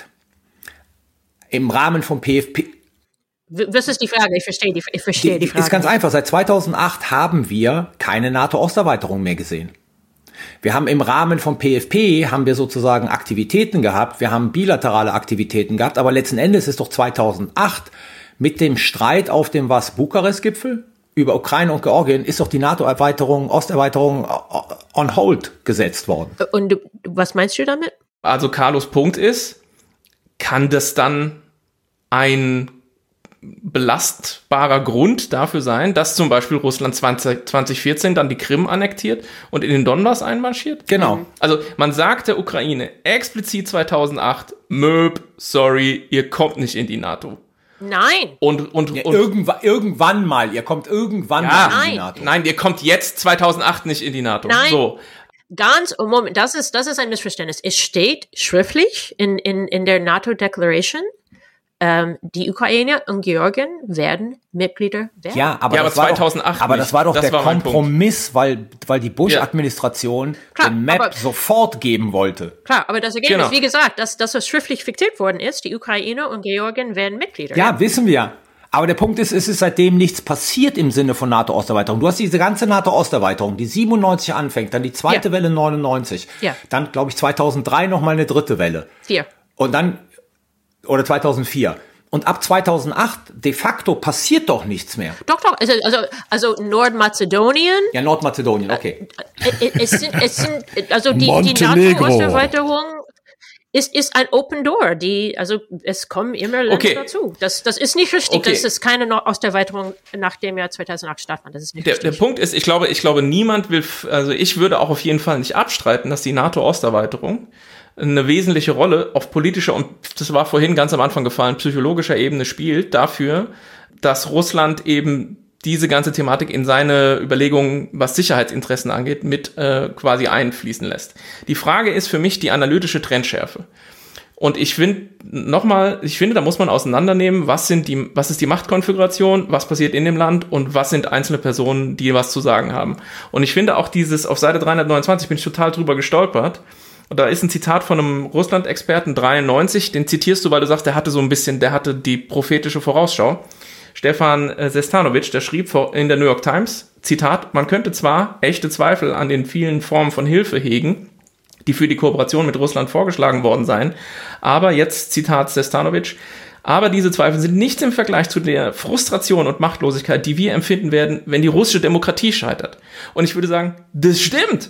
H: Im Rahmen vom P F P.
I: Was ist die Frage? Ich verstehe die, ich verstehe die, die Frage.
H: Ist ganz einfach. Seit zweitausendacht haben wir keine NATO-Osterweiterung mehr gesehen. Wir haben im Rahmen vom P F P haben wir sozusagen Aktivitäten gehabt. Wir haben bilaterale Aktivitäten gehabt. Aber letzten Endes ist doch zweitausendacht mit dem Streit auf dem was Bukarest-Gipfel über Ukraine und Georgien ist doch die NATO-Erweiterung, Osterweiterung on hold gesetzt worden.
I: Und du, was meinst du damit?
G: Also Carlos Punkt ist, kann das dann ein belastbarer Grund dafür sein, dass zum Beispiel Russland zwanzig, zwanzig vierzehn dann die Krim annektiert und in den Donbass einmarschiert?
H: Genau.
G: Also man sagt der Ukraine explizit zweitausendacht, Möb, sorry, ihr kommt nicht in die NATO.
I: Nein.
G: Und, und,
H: ja,
G: und
H: irgendwann, irgendwann mal, ihr kommt irgendwann
G: ja,
H: mal in
G: die
H: die NATO.
G: Nein, ihr kommt jetzt zweitausendacht nicht in die NATO.
I: Nein.
G: So.
I: Ganz, oh Moment, das ist, das ist ein Missverständnis. Es steht schriftlich in, in, in der NATO-Declaration, ähm, die Ukraine und Georgien werden Mitglieder werden.
H: Ja, aber,
G: ja,
H: das
G: aber
H: war
G: zweitausendacht
H: doch, aber das war doch
G: das
H: der
G: war
H: Kompromiss, weil, weil die Bush-Administration
I: Klar,
H: den Map
I: aber-
H: sofort geben wollte.
I: Klar, aber das Ergebnis,
G: Genau.
I: wie gesagt, dass, dass das schriftlich fixiert worden ist, die Ukraine und Georgien werden Mitglieder.
H: Ja, wissen wir. Aber der Punkt ist, es ist seitdem nichts passiert im Sinne von NATO-Osterweiterung. Du hast diese ganze NATO-Osterweiterung, die siebenundneunzig anfängt, dann die zweite
I: Ja.
H: Welle neunundneunzig,
I: Ja.
H: dann, glaube ich, zweitausenddrei nochmal eine dritte Welle.
I: Vier.
H: Und dann, oder zweitausendvier. Und ab zweitausendacht de facto passiert doch nichts mehr.
I: Doch, doch, also, also, also Nordmazedonien,
H: Ja, Nordmazedonien, okay.
I: äh, es sind, es sind, also die, die
E: Montenegro.
I: NATO-Osterweiterung ist, ist ein Open Door, die, also, es kommen immer Länder
G: Okay.
I: dazu. Das, das ist nicht richtig,
G: Okay.
I: das ist keine No- Osterweiterung nach dem Jahr zweitausendacht stattfand, das ist nicht
G: Der, der
I: richtig.
G: Punkt ist, ich glaube, ich glaube, niemand will, f- also ich würde auch auf jeden Fall nicht abstreiten, dass die NATO-Osterweiterung eine wesentliche Rolle auf politischer und, das war vorhin ganz am Anfang gefallen, psychologischer Ebene spielt dafür, dass Russland eben diese ganze Thematik in seine Überlegungen, was Sicherheitsinteressen angeht, mit äh, quasi einfließen lässt. Die Frage ist für mich die analytische Trendschärfe. Und ich finde, nochmal, ich finde, da muss man auseinandernehmen, was sind die, was ist die Machtkonfiguration, was passiert in dem Land und was sind einzelne Personen, die was zu sagen haben. Und ich finde auch dieses, auf Seite dreihundertneunundzwanzig bin ich total drüber gestolpert. Und da ist ein Zitat von einem Russland-Experten dreiundneunzig, den zitierst du, weil du sagst, der hatte so ein bisschen, der hatte die prophetische Vorausschau. Stefan äh, Sestanovic, der schrieb vor, in der New York Times, Zitat, man könnte zwar echte Zweifel an den vielen Formen von Hilfe hegen, die für die Kooperation mit Russland vorgeschlagen worden seien. Aber jetzt, Zitat Sestanovic, aber diese Zweifel sind nichts im Vergleich zu der Frustration und Machtlosigkeit, die wir empfinden werden, wenn die russische Demokratie scheitert. Und ich würde sagen, das stimmt.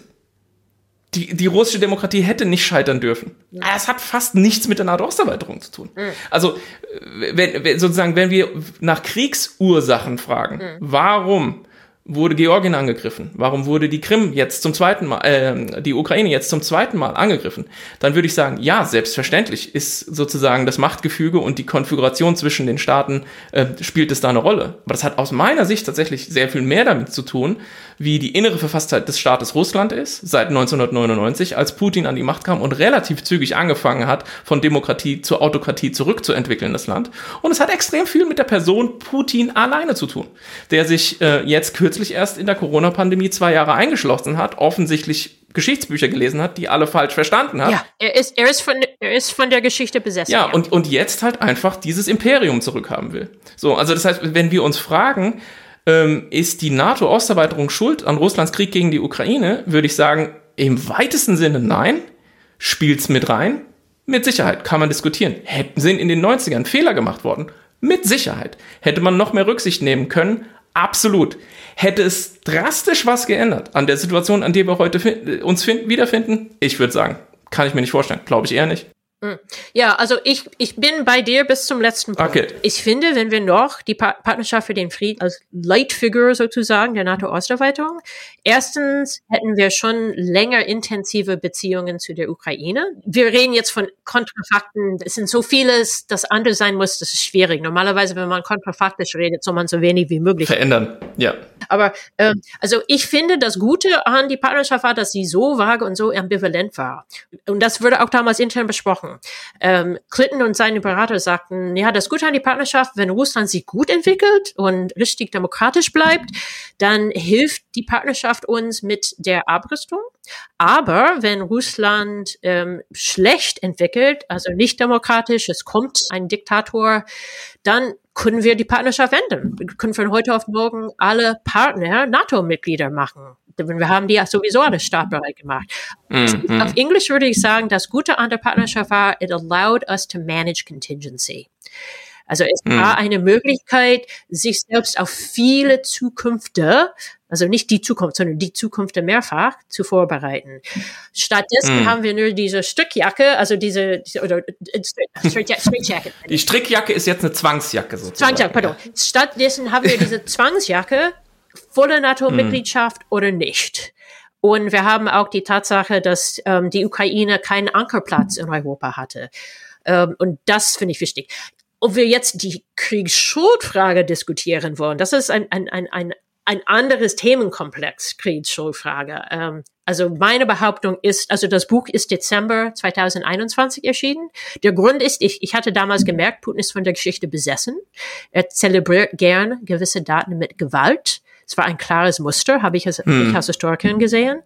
G: Die, die russische Demokratie hätte nicht scheitern dürfen. Das hat fast nichts mit der NATO-Osterweiterung zu tun. Mhm. Also, wenn, wenn, sozusagen, wenn wir nach Kriegsursachen fragen, mhm. warum wurde Georgien angegriffen? Warum wurde die Krim jetzt zum zweiten Mal, äh, die Ukraine jetzt zum zweiten Mal angegriffen? Dann würde ich sagen, ja, selbstverständlich ist sozusagen das Machtgefüge und die Konfiguration zwischen den Staaten, äh, spielt es da eine Rolle. Aber das hat aus meiner Sicht tatsächlich sehr viel mehr damit zu tun, wie die innere Verfasstheit des Staates Russland ist, seit neunzehnhundertneunundneunzig, als Putin an die Macht kam und relativ zügig angefangen hat, von Demokratie zur Autokratie zurückzuentwickeln, das Land. Und es hat extrem viel mit der Person Putin alleine zu tun, der sich äh, jetzt kürzlich erst in der Corona-Pandemie zwei Jahre eingeschlossen hat, offensichtlich Geschichtsbücher gelesen hat, die alle falsch verstanden hat.
I: Ja, er ist, er ist, von, er ist von der Geschichte besessen.
G: Ja,
I: ja.
G: Und, und jetzt halt einfach dieses Imperium zurückhaben will. So, also das heißt, wenn wir uns fragen, ähm, ist die NATO-Osterweiterung schuld an Russlands Krieg gegen die Ukraine, würde ich sagen, im weitesten Sinne nein. Spielt's mit rein? Mit Sicherheit, kann man diskutieren. Hätten, sind in den neunzigern Fehler gemacht worden? Mit Sicherheit. Hätte man noch mehr Rücksicht nehmen können? Absolut. Hätte es drastisch was geändert an der Situation, an der wir heute fin- uns fin- wiederfinden? Ich würde sagen, kann ich mir nicht vorstellen. Glaube ich eher nicht.
I: Ja, also ich, ich bin bei dir bis zum letzten Punkt.
G: Okay.
I: Ich finde, wenn wir noch die pa- Partnerschaft für den Frieden als Leitfigur sozusagen der NATO-Osterweiterung, erstens hätten wir schon länger intensive Beziehungen zu der Ukraine. Wir reden jetzt von Kontrafakten. Es sind so vieles, das anders sein muss, das ist schwierig. Normalerweise, wenn man kontrafaktisch redet, soll man so wenig wie möglich
G: verändern. Ja.
I: Aber ähm, also ich finde, das Gute an die Partnerschaft war, dass sie so vage und so ambivalent war. Und das wurde auch damals intern besprochen. Ähm, Clinton und seine Berater sagten, ja, das Gute an die Partnerschaft, wenn Russland sich gut entwickelt und richtig demokratisch bleibt, dann hilft die Partnerschaft uns mit der Abrüstung. Aber wenn Russland ähm, schlecht entwickelt, also nicht demokratisch, es kommt ein Diktator, dann können wir die Partnerschaft ändern. Wir können von heute auf morgen alle Partner NATO-Mitglieder machen. Wir haben die ja sowieso alle startbereit gemacht. Mhm. Auf Englisch würde ich sagen, das Gute an der Partnerschaft war, it allowed us to manage contingency. Also es mhm. war eine Möglichkeit, sich selbst auf viele Zukünfte, also nicht die Zukunft, sondern die Zukunft mehrfach zu vorbereiten. Stattdessen mhm. haben wir nur diese Strickjacke, also diese, diese oder Strickjacke.
G: Die Strickjacke ist jetzt eine Zwangsjacke sozusagen.
I: Zwangsjacke, pardon. Stattdessen haben wir diese Zwangsjacke, volle NATO-Mitgliedschaft mhm. oder nicht. Und wir haben auch die Tatsache, dass ähm, die Ukraine keinen Ankerplatz in Europa hatte. Ähm, und das finde ich wichtig. Ob wir jetzt die Kriegsschuldfrage diskutieren wollen, das ist ein, ein, ein, ein, ein anderes Themenkomplex, Kriegsschuldfrage. Ähm, also meine Behauptung ist, also das Buch ist Dezember zweitausendeinundzwanzig erschienen. Der Grund ist, ich, ich hatte damals gemerkt, Putin ist von der Geschichte besessen. Er zelebriert gern gewisse Daten mit Gewalt. Es war ein klares Muster, habe ich als, hm. ich als Historikerin gesehen.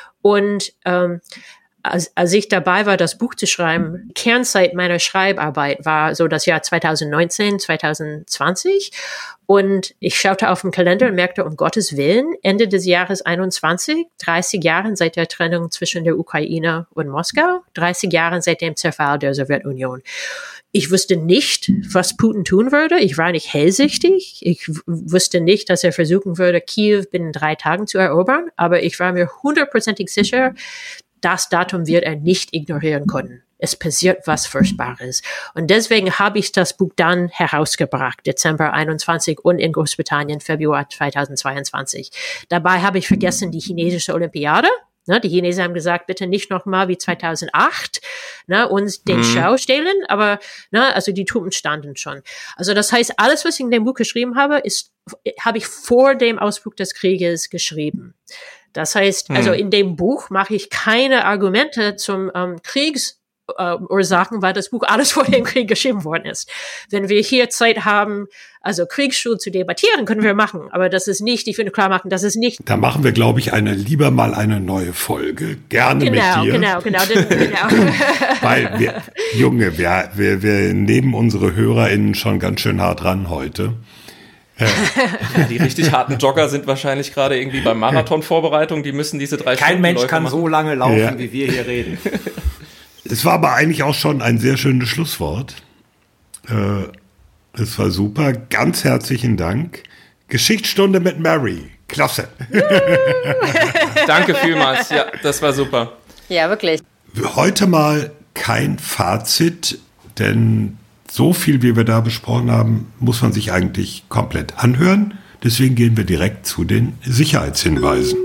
I: Und ähm, als, als ich dabei war, das Buch zu schreiben, Kernzeit meiner Schreibarbeit war so das Jahr zweitausendneunzehn, zweitausendzwanzig. Und ich schaute auf den Kalender und merkte, um Gottes Willen, Ende des Jahres einundzwanzig, dreißig Jahre seit der Trennung zwischen der Ukraine und Moskau, dreißig Jahre seit dem Zerfall der Sowjetunion. Ich wusste nicht, was Putin tun würde. Ich war nicht hellsichtig. Ich w- wusste nicht, dass er versuchen würde, Kiew binnen drei Tagen zu erobern. Aber ich war mir hundertprozentig sicher, das Datum wird er nicht ignorieren können. Es passiert was Furchtbares. Und deswegen habe ich das Buch dann herausgebracht, Dezember einundzwanzig und in Großbritannien Februar zweitausendzweiundzwanzig. Dabei habe ich vergessen die chinesische Olympiade. Ne, die Chinesen haben gesagt, bitte nicht nochmal wie zweitausendacht, ne, uns den mhm. Schau stehlen, aber, ne, also die Truppen standen schon. Also das heißt, alles, was ich in dem Buch geschrieben habe, ist, habe ich vor dem Ausbruch des Krieges geschrieben. Das heißt, mhm. also in dem Buch mache ich keine Argumente zum ähm, Kriegs äh, Ursachen, weil das Buch alles vor dem Krieg geschrieben worden ist. Wenn wir hier Zeit haben, also Kriegsschuld zu debattieren, können wir machen. Aber das ist nicht, ich will klar machen, das ist nicht.
E: Da machen wir, glaube ich, eine lieber mal eine neue Folge. Gerne
I: genau,
E: mit dir.
I: Genau, genau, genau.
E: Weil wir, Junge, wir, wir, wir nehmen unsere HörerInnen schon ganz schön hart ran heute.
G: Ja. Ja, die richtig harten Jogger sind wahrscheinlich gerade irgendwie bei Marathonvorbereitung, die müssen diese drei
H: Kein Mensch
G: Läufe
H: kann
G: machen.
H: so lange laufen,
E: Ja.
H: wie wir hier reden.
E: Es war aber eigentlich auch schon ein sehr schönes Schlusswort. Äh, es war super. Ganz herzlichen Dank. Geschichtsstunde mit Mary. Klasse.
G: Danke vielmals. Ja, das war super.
F: Ja, wirklich.
E: Heute mal kein Fazit, denn so viel, wie wir da besprochen haben, muss man sich eigentlich komplett anhören. Deswegen gehen wir direkt zu den Sicherheitshinweisen.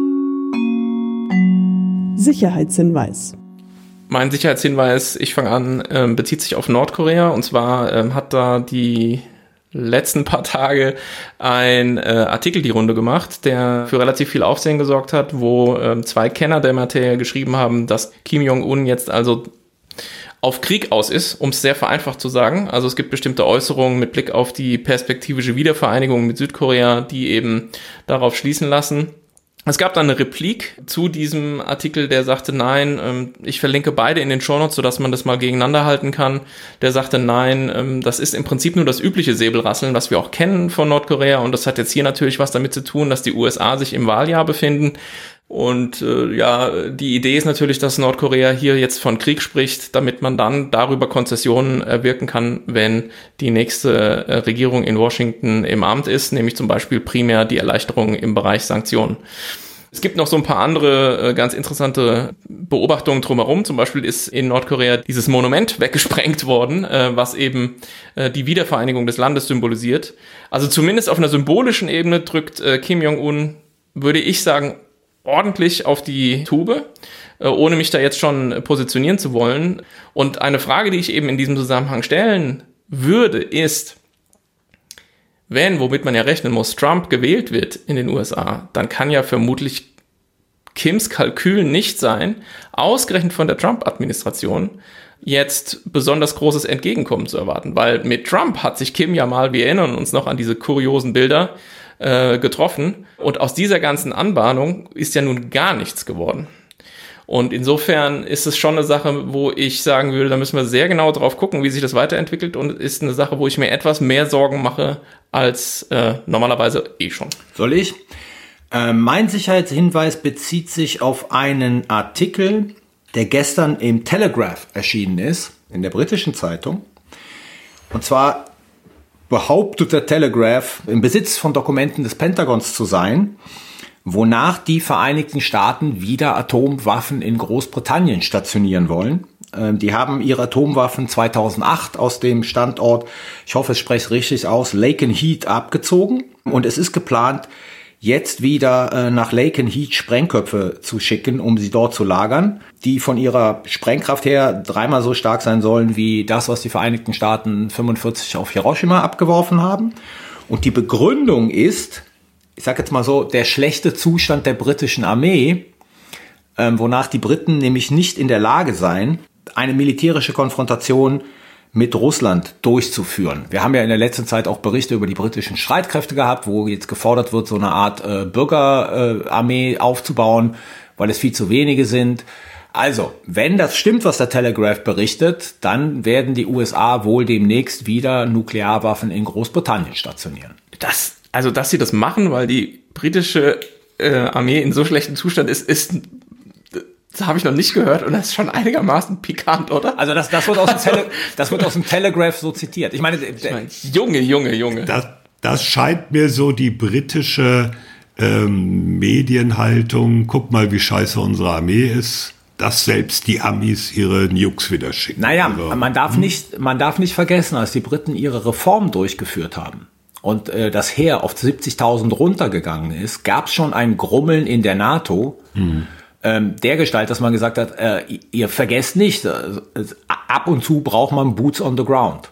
J: Sicherheitshinweis.
G: Mein Sicherheitshinweis, ich fange an, ähm, bezieht sich auf Nordkorea. Und zwar ähm, hat da die letzten paar Tage ein äh, Artikel die Runde gemacht, der für relativ viel Aufsehen gesorgt hat, wo ähm, zwei Kenner der Materie geschrieben haben, dass Kim Jong-un jetzt also auf Krieg aus ist, um es sehr vereinfacht zu sagen. Also es gibt bestimmte Äußerungen mit Blick auf die perspektivische Wiedervereinigung mit Südkorea, die eben darauf schließen lassen. Es gab dann eine Replik zu diesem Artikel, der sagte, nein, ähm, ich verlinke beide in den Shownotes, sodass man das mal gegeneinander halten kann. Der sagte, nein, ähm, das ist im Prinzip nur das übliche Säbelrasseln, was wir auch kennen von Nordkorea. Und das hat jetzt hier natürlich was damit zu tun, dass die U S A sich im Wahljahr befinden. Und äh, ja, die Idee ist natürlich, dass Nordkorea hier jetzt von Krieg spricht, damit man dann darüber Konzessionen erwirken kann, wenn die nächste äh, Regierung in Washington im Amt ist, nämlich zum Beispiel primär die Erleichterung im Bereich Sanktionen. Es gibt noch so ein paar andere äh, ganz interessante Beobachtungen drumherum. Zum Beispiel ist in Nordkorea dieses Monument weggesprengt worden, äh, was eben äh, die Wiedervereinigung des Landes symbolisiert. Also zumindest auf einer symbolischen Ebene drückt äh, Kim Jong-un, würde ich sagen, ordentlich auf die Tube, äh, ohne mich da jetzt schon positionieren zu wollen. Und eine Frage, die ich eben in diesem Zusammenhang stellen würde, ist, wenn, womit man ja rechnen muss, Trump gewählt wird in den U S A, dann kann ja vermutlich Kims Kalkül nicht sein, ausgerechnet von der Trump-Administration jetzt besonders großes Entgegenkommen zu erwarten. Weil mit Trump hat sich Kim ja mal, wir erinnern uns noch an diese kuriosen Bilder, äh, getroffen. Und aus dieser ganzen Anbahnung ist ja nun gar nichts geworden. Und insofern ist es schon eine Sache, wo ich sagen würde, da müssen wir sehr genau drauf gucken, wie sich das weiterentwickelt, und ist eine Sache, wo ich mir etwas mehr Sorgen mache als äh, normalerweise eh schon.
H: Soll ich? Äh, mein Sicherheitshinweis bezieht sich auf einen Artikel, der gestern im Telegraph erschienen ist, in der britischen Zeitung. Und zwar behauptet der Telegraph, im Besitz von Dokumenten des Pentagons zu sein, wonach die Vereinigten Staaten wieder Atomwaffen in Großbritannien stationieren wollen. Ähm, die haben ihre Atomwaffen zweitausendacht aus dem Standort, ich hoffe, ich spreche es richtig aus, Lakenheath abgezogen. Und es ist geplant, jetzt wieder äh, nach Lakenheath Sprengköpfe zu schicken, um sie dort zu lagern, die von ihrer Sprengkraft her dreimal so stark sein sollen wie das, was die Vereinigten Staaten fünfundvierzig auf Hiroshima abgeworfen haben. Und die Begründung ist, ich sage jetzt mal so, der schlechte Zustand der britischen Armee, ähm, wonach die Briten nämlich nicht in der Lage seien, eine militärische Konfrontation mit Russland durchzuführen. Wir haben ja in der letzten Zeit auch Berichte über die britischen Streitkräfte gehabt, wo jetzt gefordert wird, so eine Art äh, Bürgerarmee äh, aufzubauen, weil es viel zu wenige sind. Also, wenn das stimmt, was der Telegraph berichtet, dann werden die U S A wohl demnächst wieder Nuklearwaffen in Großbritannien stationieren.
G: Das, also, dass sie das machen, weil die britische äh, Armee in so schlechtem Zustand ist, ist das habe ich noch nicht gehört, und das ist schon einigermaßen pikant, oder?
H: Also das, das, wird, aus dem Tele, das wird aus dem Telegraph so zitiert. Ich meine,
G: ich meine Junge, Junge, Junge.
E: Das, das scheint mir so die britische ähm, Medienhaltung, guck mal, wie scheiße unsere Armee ist, dass selbst die Amis ihre Nukes wieder schicken.
H: Naja,
E: also,
H: man darf hm. nicht, man darf nicht vergessen, als die Briten ihre Reform durchgeführt haben und äh, das Heer auf siebzigtausend runtergegangen ist, gab es schon ein Grummeln in der NATO, hm. der Gestalt, dass man gesagt hat, äh, ihr vergesst nicht, äh, ab und zu braucht man Boots on the ground.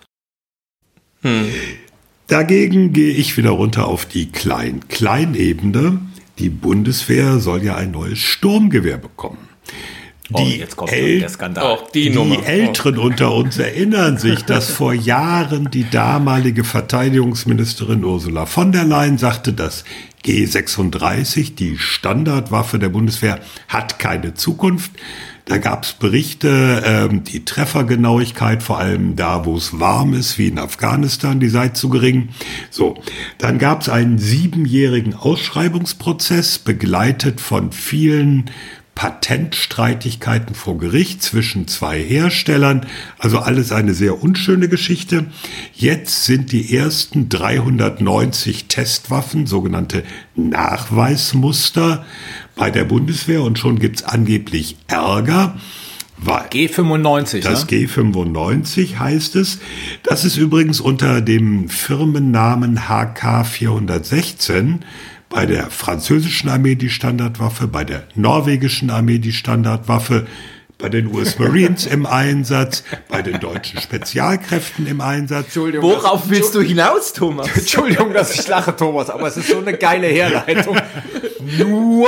E: Hm. Dagegen gehe ich wieder runter auf die Klein-Klein-Ebene. Die Bundeswehr soll ja ein neues Sturmgewehr bekommen.
H: Oh,
E: die
H: jetzt kommt
E: El-
H: der Skandal.
G: Oh, die
E: die
G: Nummer.
E: Älteren unter uns erinnern sich, dass vor Jahren die damalige Verteidigungsministerin Ursula von der Leyen sagte, dass G sechsunddreißig, die Standardwaffe der Bundeswehr, hat keine Zukunft. Da gab es Berichte, ähm, die Treffergenauigkeit, vor allem da, wo es warm ist, wie in Afghanistan, die sei zu gering. So, dann gab es einen siebenjährigen Ausschreibungsprozess, begleitet von vielen Patentstreitigkeiten vor Gericht zwischen zwei Herstellern. Also alles eine sehr unschöne Geschichte. Jetzt sind die ersten dreihundertneunzig Testwaffen, sogenannte Nachweismuster, bei der Bundeswehr und schon gibt's angeblich Ärger. Weil
H: G fünfundneunzig,
E: das
H: ne?
E: G fünfundneunzig heißt es. Das ist übrigens unter dem Firmennamen H K vierhundertsechzehn bei der französischen Armee die Standardwaffe, bei der norwegischen Armee die Standardwaffe, bei den U S Marines im Einsatz, bei den deutschen Spezialkräften im Einsatz.
G: Entschuldigung, worauf das, willst du hinaus, Thomas?
H: Entschuldigung, dass ich lache, Thomas, aber es ist so eine geile Herleitung. Nur,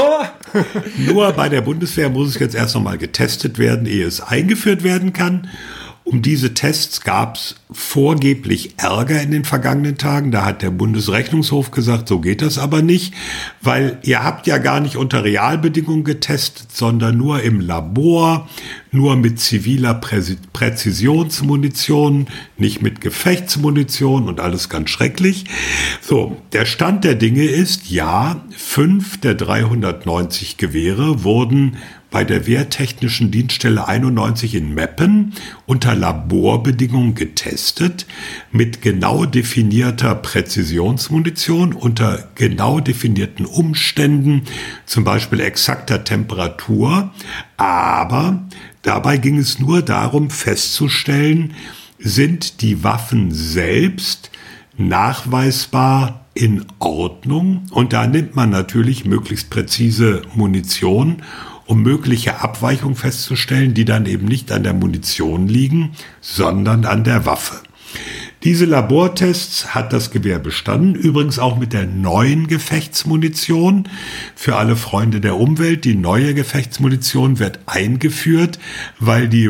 E: nur bei der Bundeswehr muss es jetzt erst noch mal getestet werden, ehe es eingeführt werden kann. Um diese Tests gab es vorgeblich Ärger in den vergangenen Tagen. Da hat der Bundesrechnungshof gesagt, so geht das aber nicht, weil ihr habt ja gar nicht unter Realbedingungen getestet, sondern nur im Labor, nur mit ziviler Präzi- Präzisionsmunition, nicht mit Gefechtsmunition und alles ganz schrecklich. So, der Stand der Dinge ist, ja, fünf der dreihundertneunzig Gewehre wurden bei der Wehrtechnischen Dienststelle einundneunzig in Meppen unter Laborbedingungen getestet, mit genau definierter Präzisionsmunition, unter genau definierten Umständen, zum Beispiel exakter Temperatur. Aber dabei ging es nur darum festzustellen, sind die Waffen selbst nachweisbar in Ordnung? Und da nimmt man natürlich möglichst präzise Munition, um mögliche Abweichungen festzustellen, die dann eben nicht an der Munition liegen, sondern an der Waffe. Diese Labortests hat das Gewehr bestanden, übrigens auch mit der neuen Gefechtsmunition. Für alle Freunde der Umwelt, die neue Gefechtsmunition wird eingeführt, weil die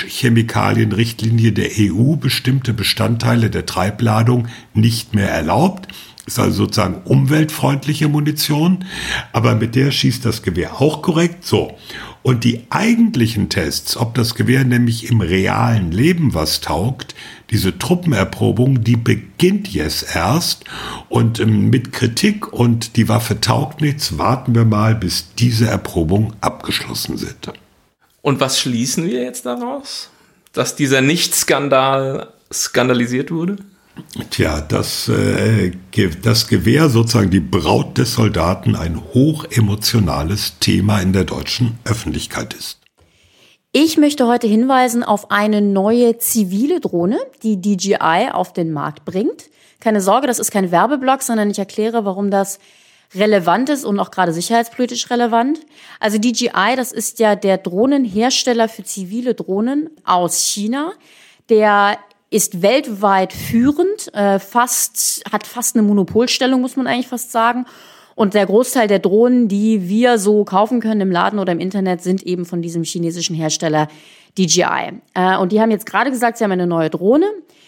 E: REACH-Chemikalienrichtlinie der E U bestimmte Bestandteile der Treibladung nicht mehr erlaubt. Ist also sozusagen umweltfreundliche Munition, aber mit der schießt das Gewehr auch korrekt. So. Und die eigentlichen Tests, ob das Gewehr nämlich im realen Leben was taugt, diese Truppenerprobung, die beginnt jetzt erst. Und ähm, mit Kritik und die Waffe taugt nichts, warten wir mal, bis diese Erprobung abgeschlossen sind.
G: Und was schließen wir jetzt daraus? Dass dieser Nicht-Skandal skandalisiert wurde?
E: Tja, dass äh, das Gewehr, sozusagen die Braut des Soldaten, ein hochemotionales Thema in der deutschen Öffentlichkeit ist.
F: Ich möchte heute hinweisen auf eine neue zivile Drohne, die D J I auf den Markt bringt. Keine Sorge, das ist kein Werbeblock, sondern ich erkläre, warum das relevant ist und auch gerade sicherheitspolitisch relevant. Also D J I, das ist ja der Drohnenhersteller für zivile Drohnen aus China, der ist weltweit führend, äh, fast, hat fast eine Monopolstellung, muss man eigentlich fast sagen. Und der Großteil der Drohnen, die wir so kaufen können im Laden oder im Internet, sind eben von diesem chinesischen Hersteller D J I. Äh, und die haben jetzt gerade gesagt, sie haben eine neue Drohne,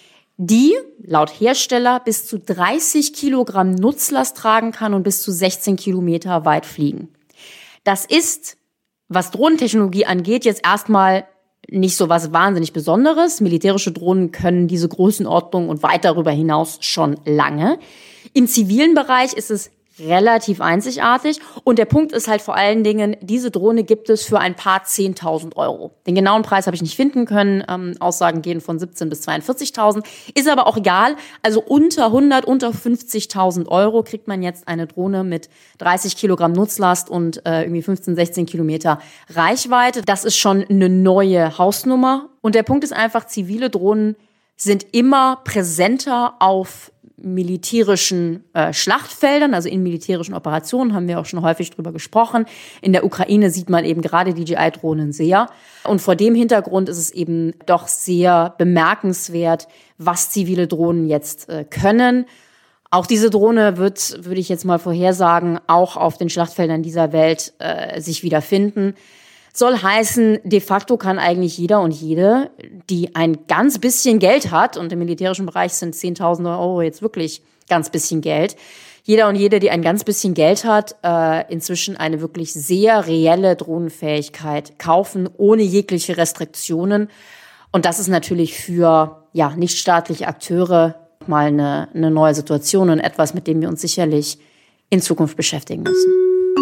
F: die laut Hersteller bis zu dreißig Kilogramm Nutzlast tragen kann und bis zu sechzehn Kilometer weit fliegen. Das ist, was Drohnentechnologie angeht, jetzt erstmal nicht so was wahnsinnig Besonderes. Militärische Drohnen können diese Größenordnung und weit darüber hinaus schon lange. Im zivilen Bereich ist es relativ einzigartig. Und der Punkt ist halt vor allen Dingen, diese Drohne gibt es für ein paar zehntausend Euro. Den genauen Preis habe ich nicht finden können. Ähm, Aussagen gehen von siebzehntausend bis zweiundvierzigtausend. Ist aber auch egal. Also unter hundert, unter fünfzigtausend Euro kriegt man jetzt eine Drohne mit dreißig Kilogramm Nutzlast und äh, irgendwie fünfzehn, sechzehn Kilometer Reichweite. Das ist schon eine neue Hausnummer. Und der Punkt ist einfach, zivile Drohnen sind immer präsenter auf militärischen äh, Schlachtfeldern, also in militärischen Operationen, haben wir auch schon häufig drüber gesprochen. In der Ukraine sieht man eben gerade D J I-Drohnen sehr. Und vor dem Hintergrund ist es eben doch sehr bemerkenswert, was zivile Drohnen jetzt äh, können. Auch diese Drohne wird, würde ich jetzt mal vorhersagen, auch auf den Schlachtfeldern dieser Welt äh, sich wiederfinden. Soll heißen, de facto kann eigentlich jeder und jede, die ein ganz bisschen Geld hat, und im militärischen Bereich sind zehntausend Euro jetzt wirklich ganz bisschen Geld. Jeder und jede, die ein ganz bisschen Geld hat, äh, inzwischen eine wirklich sehr reelle Drohnenfähigkeit kaufen, ohne jegliche Restriktionen. Und das ist natürlich für ja nichtstaatliche Akteure mal eine, eine neue Situation und etwas, mit dem wir uns sicherlich in Zukunft beschäftigen müssen.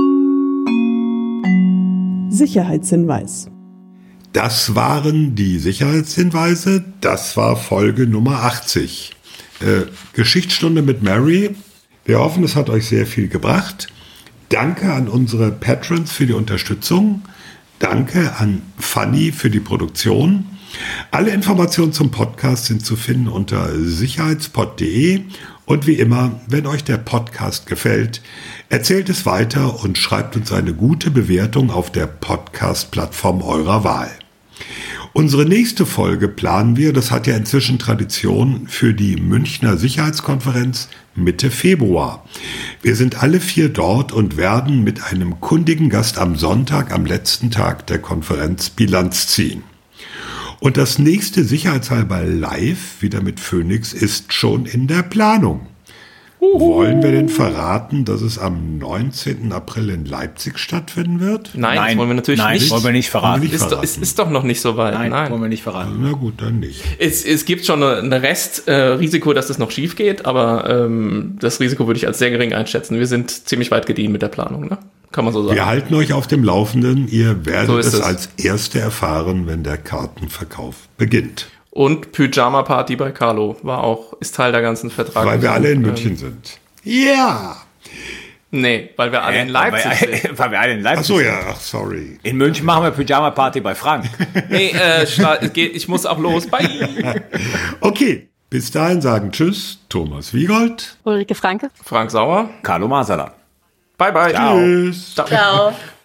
J: Sicherheitshinweis.
E: Das waren die Sicherheitshinweise. Das war Folge Nummer achtzig. Äh, Geschichtsstunde mit Mary. Wir hoffen, es hat euch sehr viel gebracht. Danke an unsere Patrons für die Unterstützung. Danke an Fanny für die Produktion. Alle Informationen zum Podcast sind zu finden unter sicherheitspod punkt de. Und wie immer, wenn euch der Podcast gefällt, erzählt es weiter und schreibt uns eine gute Bewertung auf der Podcast-Plattform eurer Wahl. Unsere nächste Folge planen wir, das hat ja inzwischen Tradition, für die Münchner Sicherheitskonferenz Mitte Februar. Wir sind alle vier dort und werden mit einem kundigen Gast am Sonntag, am letzten Tag der Konferenz, Bilanz ziehen. Und das nächste Sicherheitshalber live, wieder mit Phoenix, ist schon in der Planung. Uhu. Wollen wir denn verraten, dass es am neunzehnten April in Leipzig stattfinden wird?
G: Nein,
H: Nein,
G: das wollen wir natürlich
H: nein,
G: nicht.
H: Wollen wir nicht verraten.
E: Wir nicht
G: ist,
E: verraten.
G: Doch, ist, ist doch noch nicht so weit.
H: Nein,
G: Nein,
H: wollen wir nicht verraten.
E: Na gut, dann nicht.
G: Es, es gibt schon ein Restrisiko, äh, dass das noch schief geht, aber ähm, das Risiko würde ich als sehr gering einschätzen. Wir sind ziemlich weit gediehen mit der Planung, ne? Kann man so sagen.
E: Wir halten euch auf dem Laufenden. Ihr werdet
G: So
E: es,
G: ist es
E: als Erste erfahren, wenn der Kartenverkauf beginnt.
G: Und Pyjama Party bei Carlo war auch, ist Teil der ganzen Vertrag.
E: Weil wir alle in
G: ähm,
E: München sind. Ja!
G: Nee, weil wir alle
H: Äh,
G: in Leipzig
H: weil,
G: sind.
H: weil wir alle in
E: Ach
H: Leipzig
E: so,
H: sind.
E: ja, ach, sorry.
H: In München machen wir Pyjama-Party bei Frank.
G: Nee, äh, Schla- geht, ich muss auch los. Bye!
E: Okay, bis dahin sagen Tschüss, Thomas Wiegold.
F: Ulrike Franke.
G: Frank Sauer.
H: Carlo Masala.
G: Bye, bye.
H: Ciao.
E: Tschüss.
F: Ciao.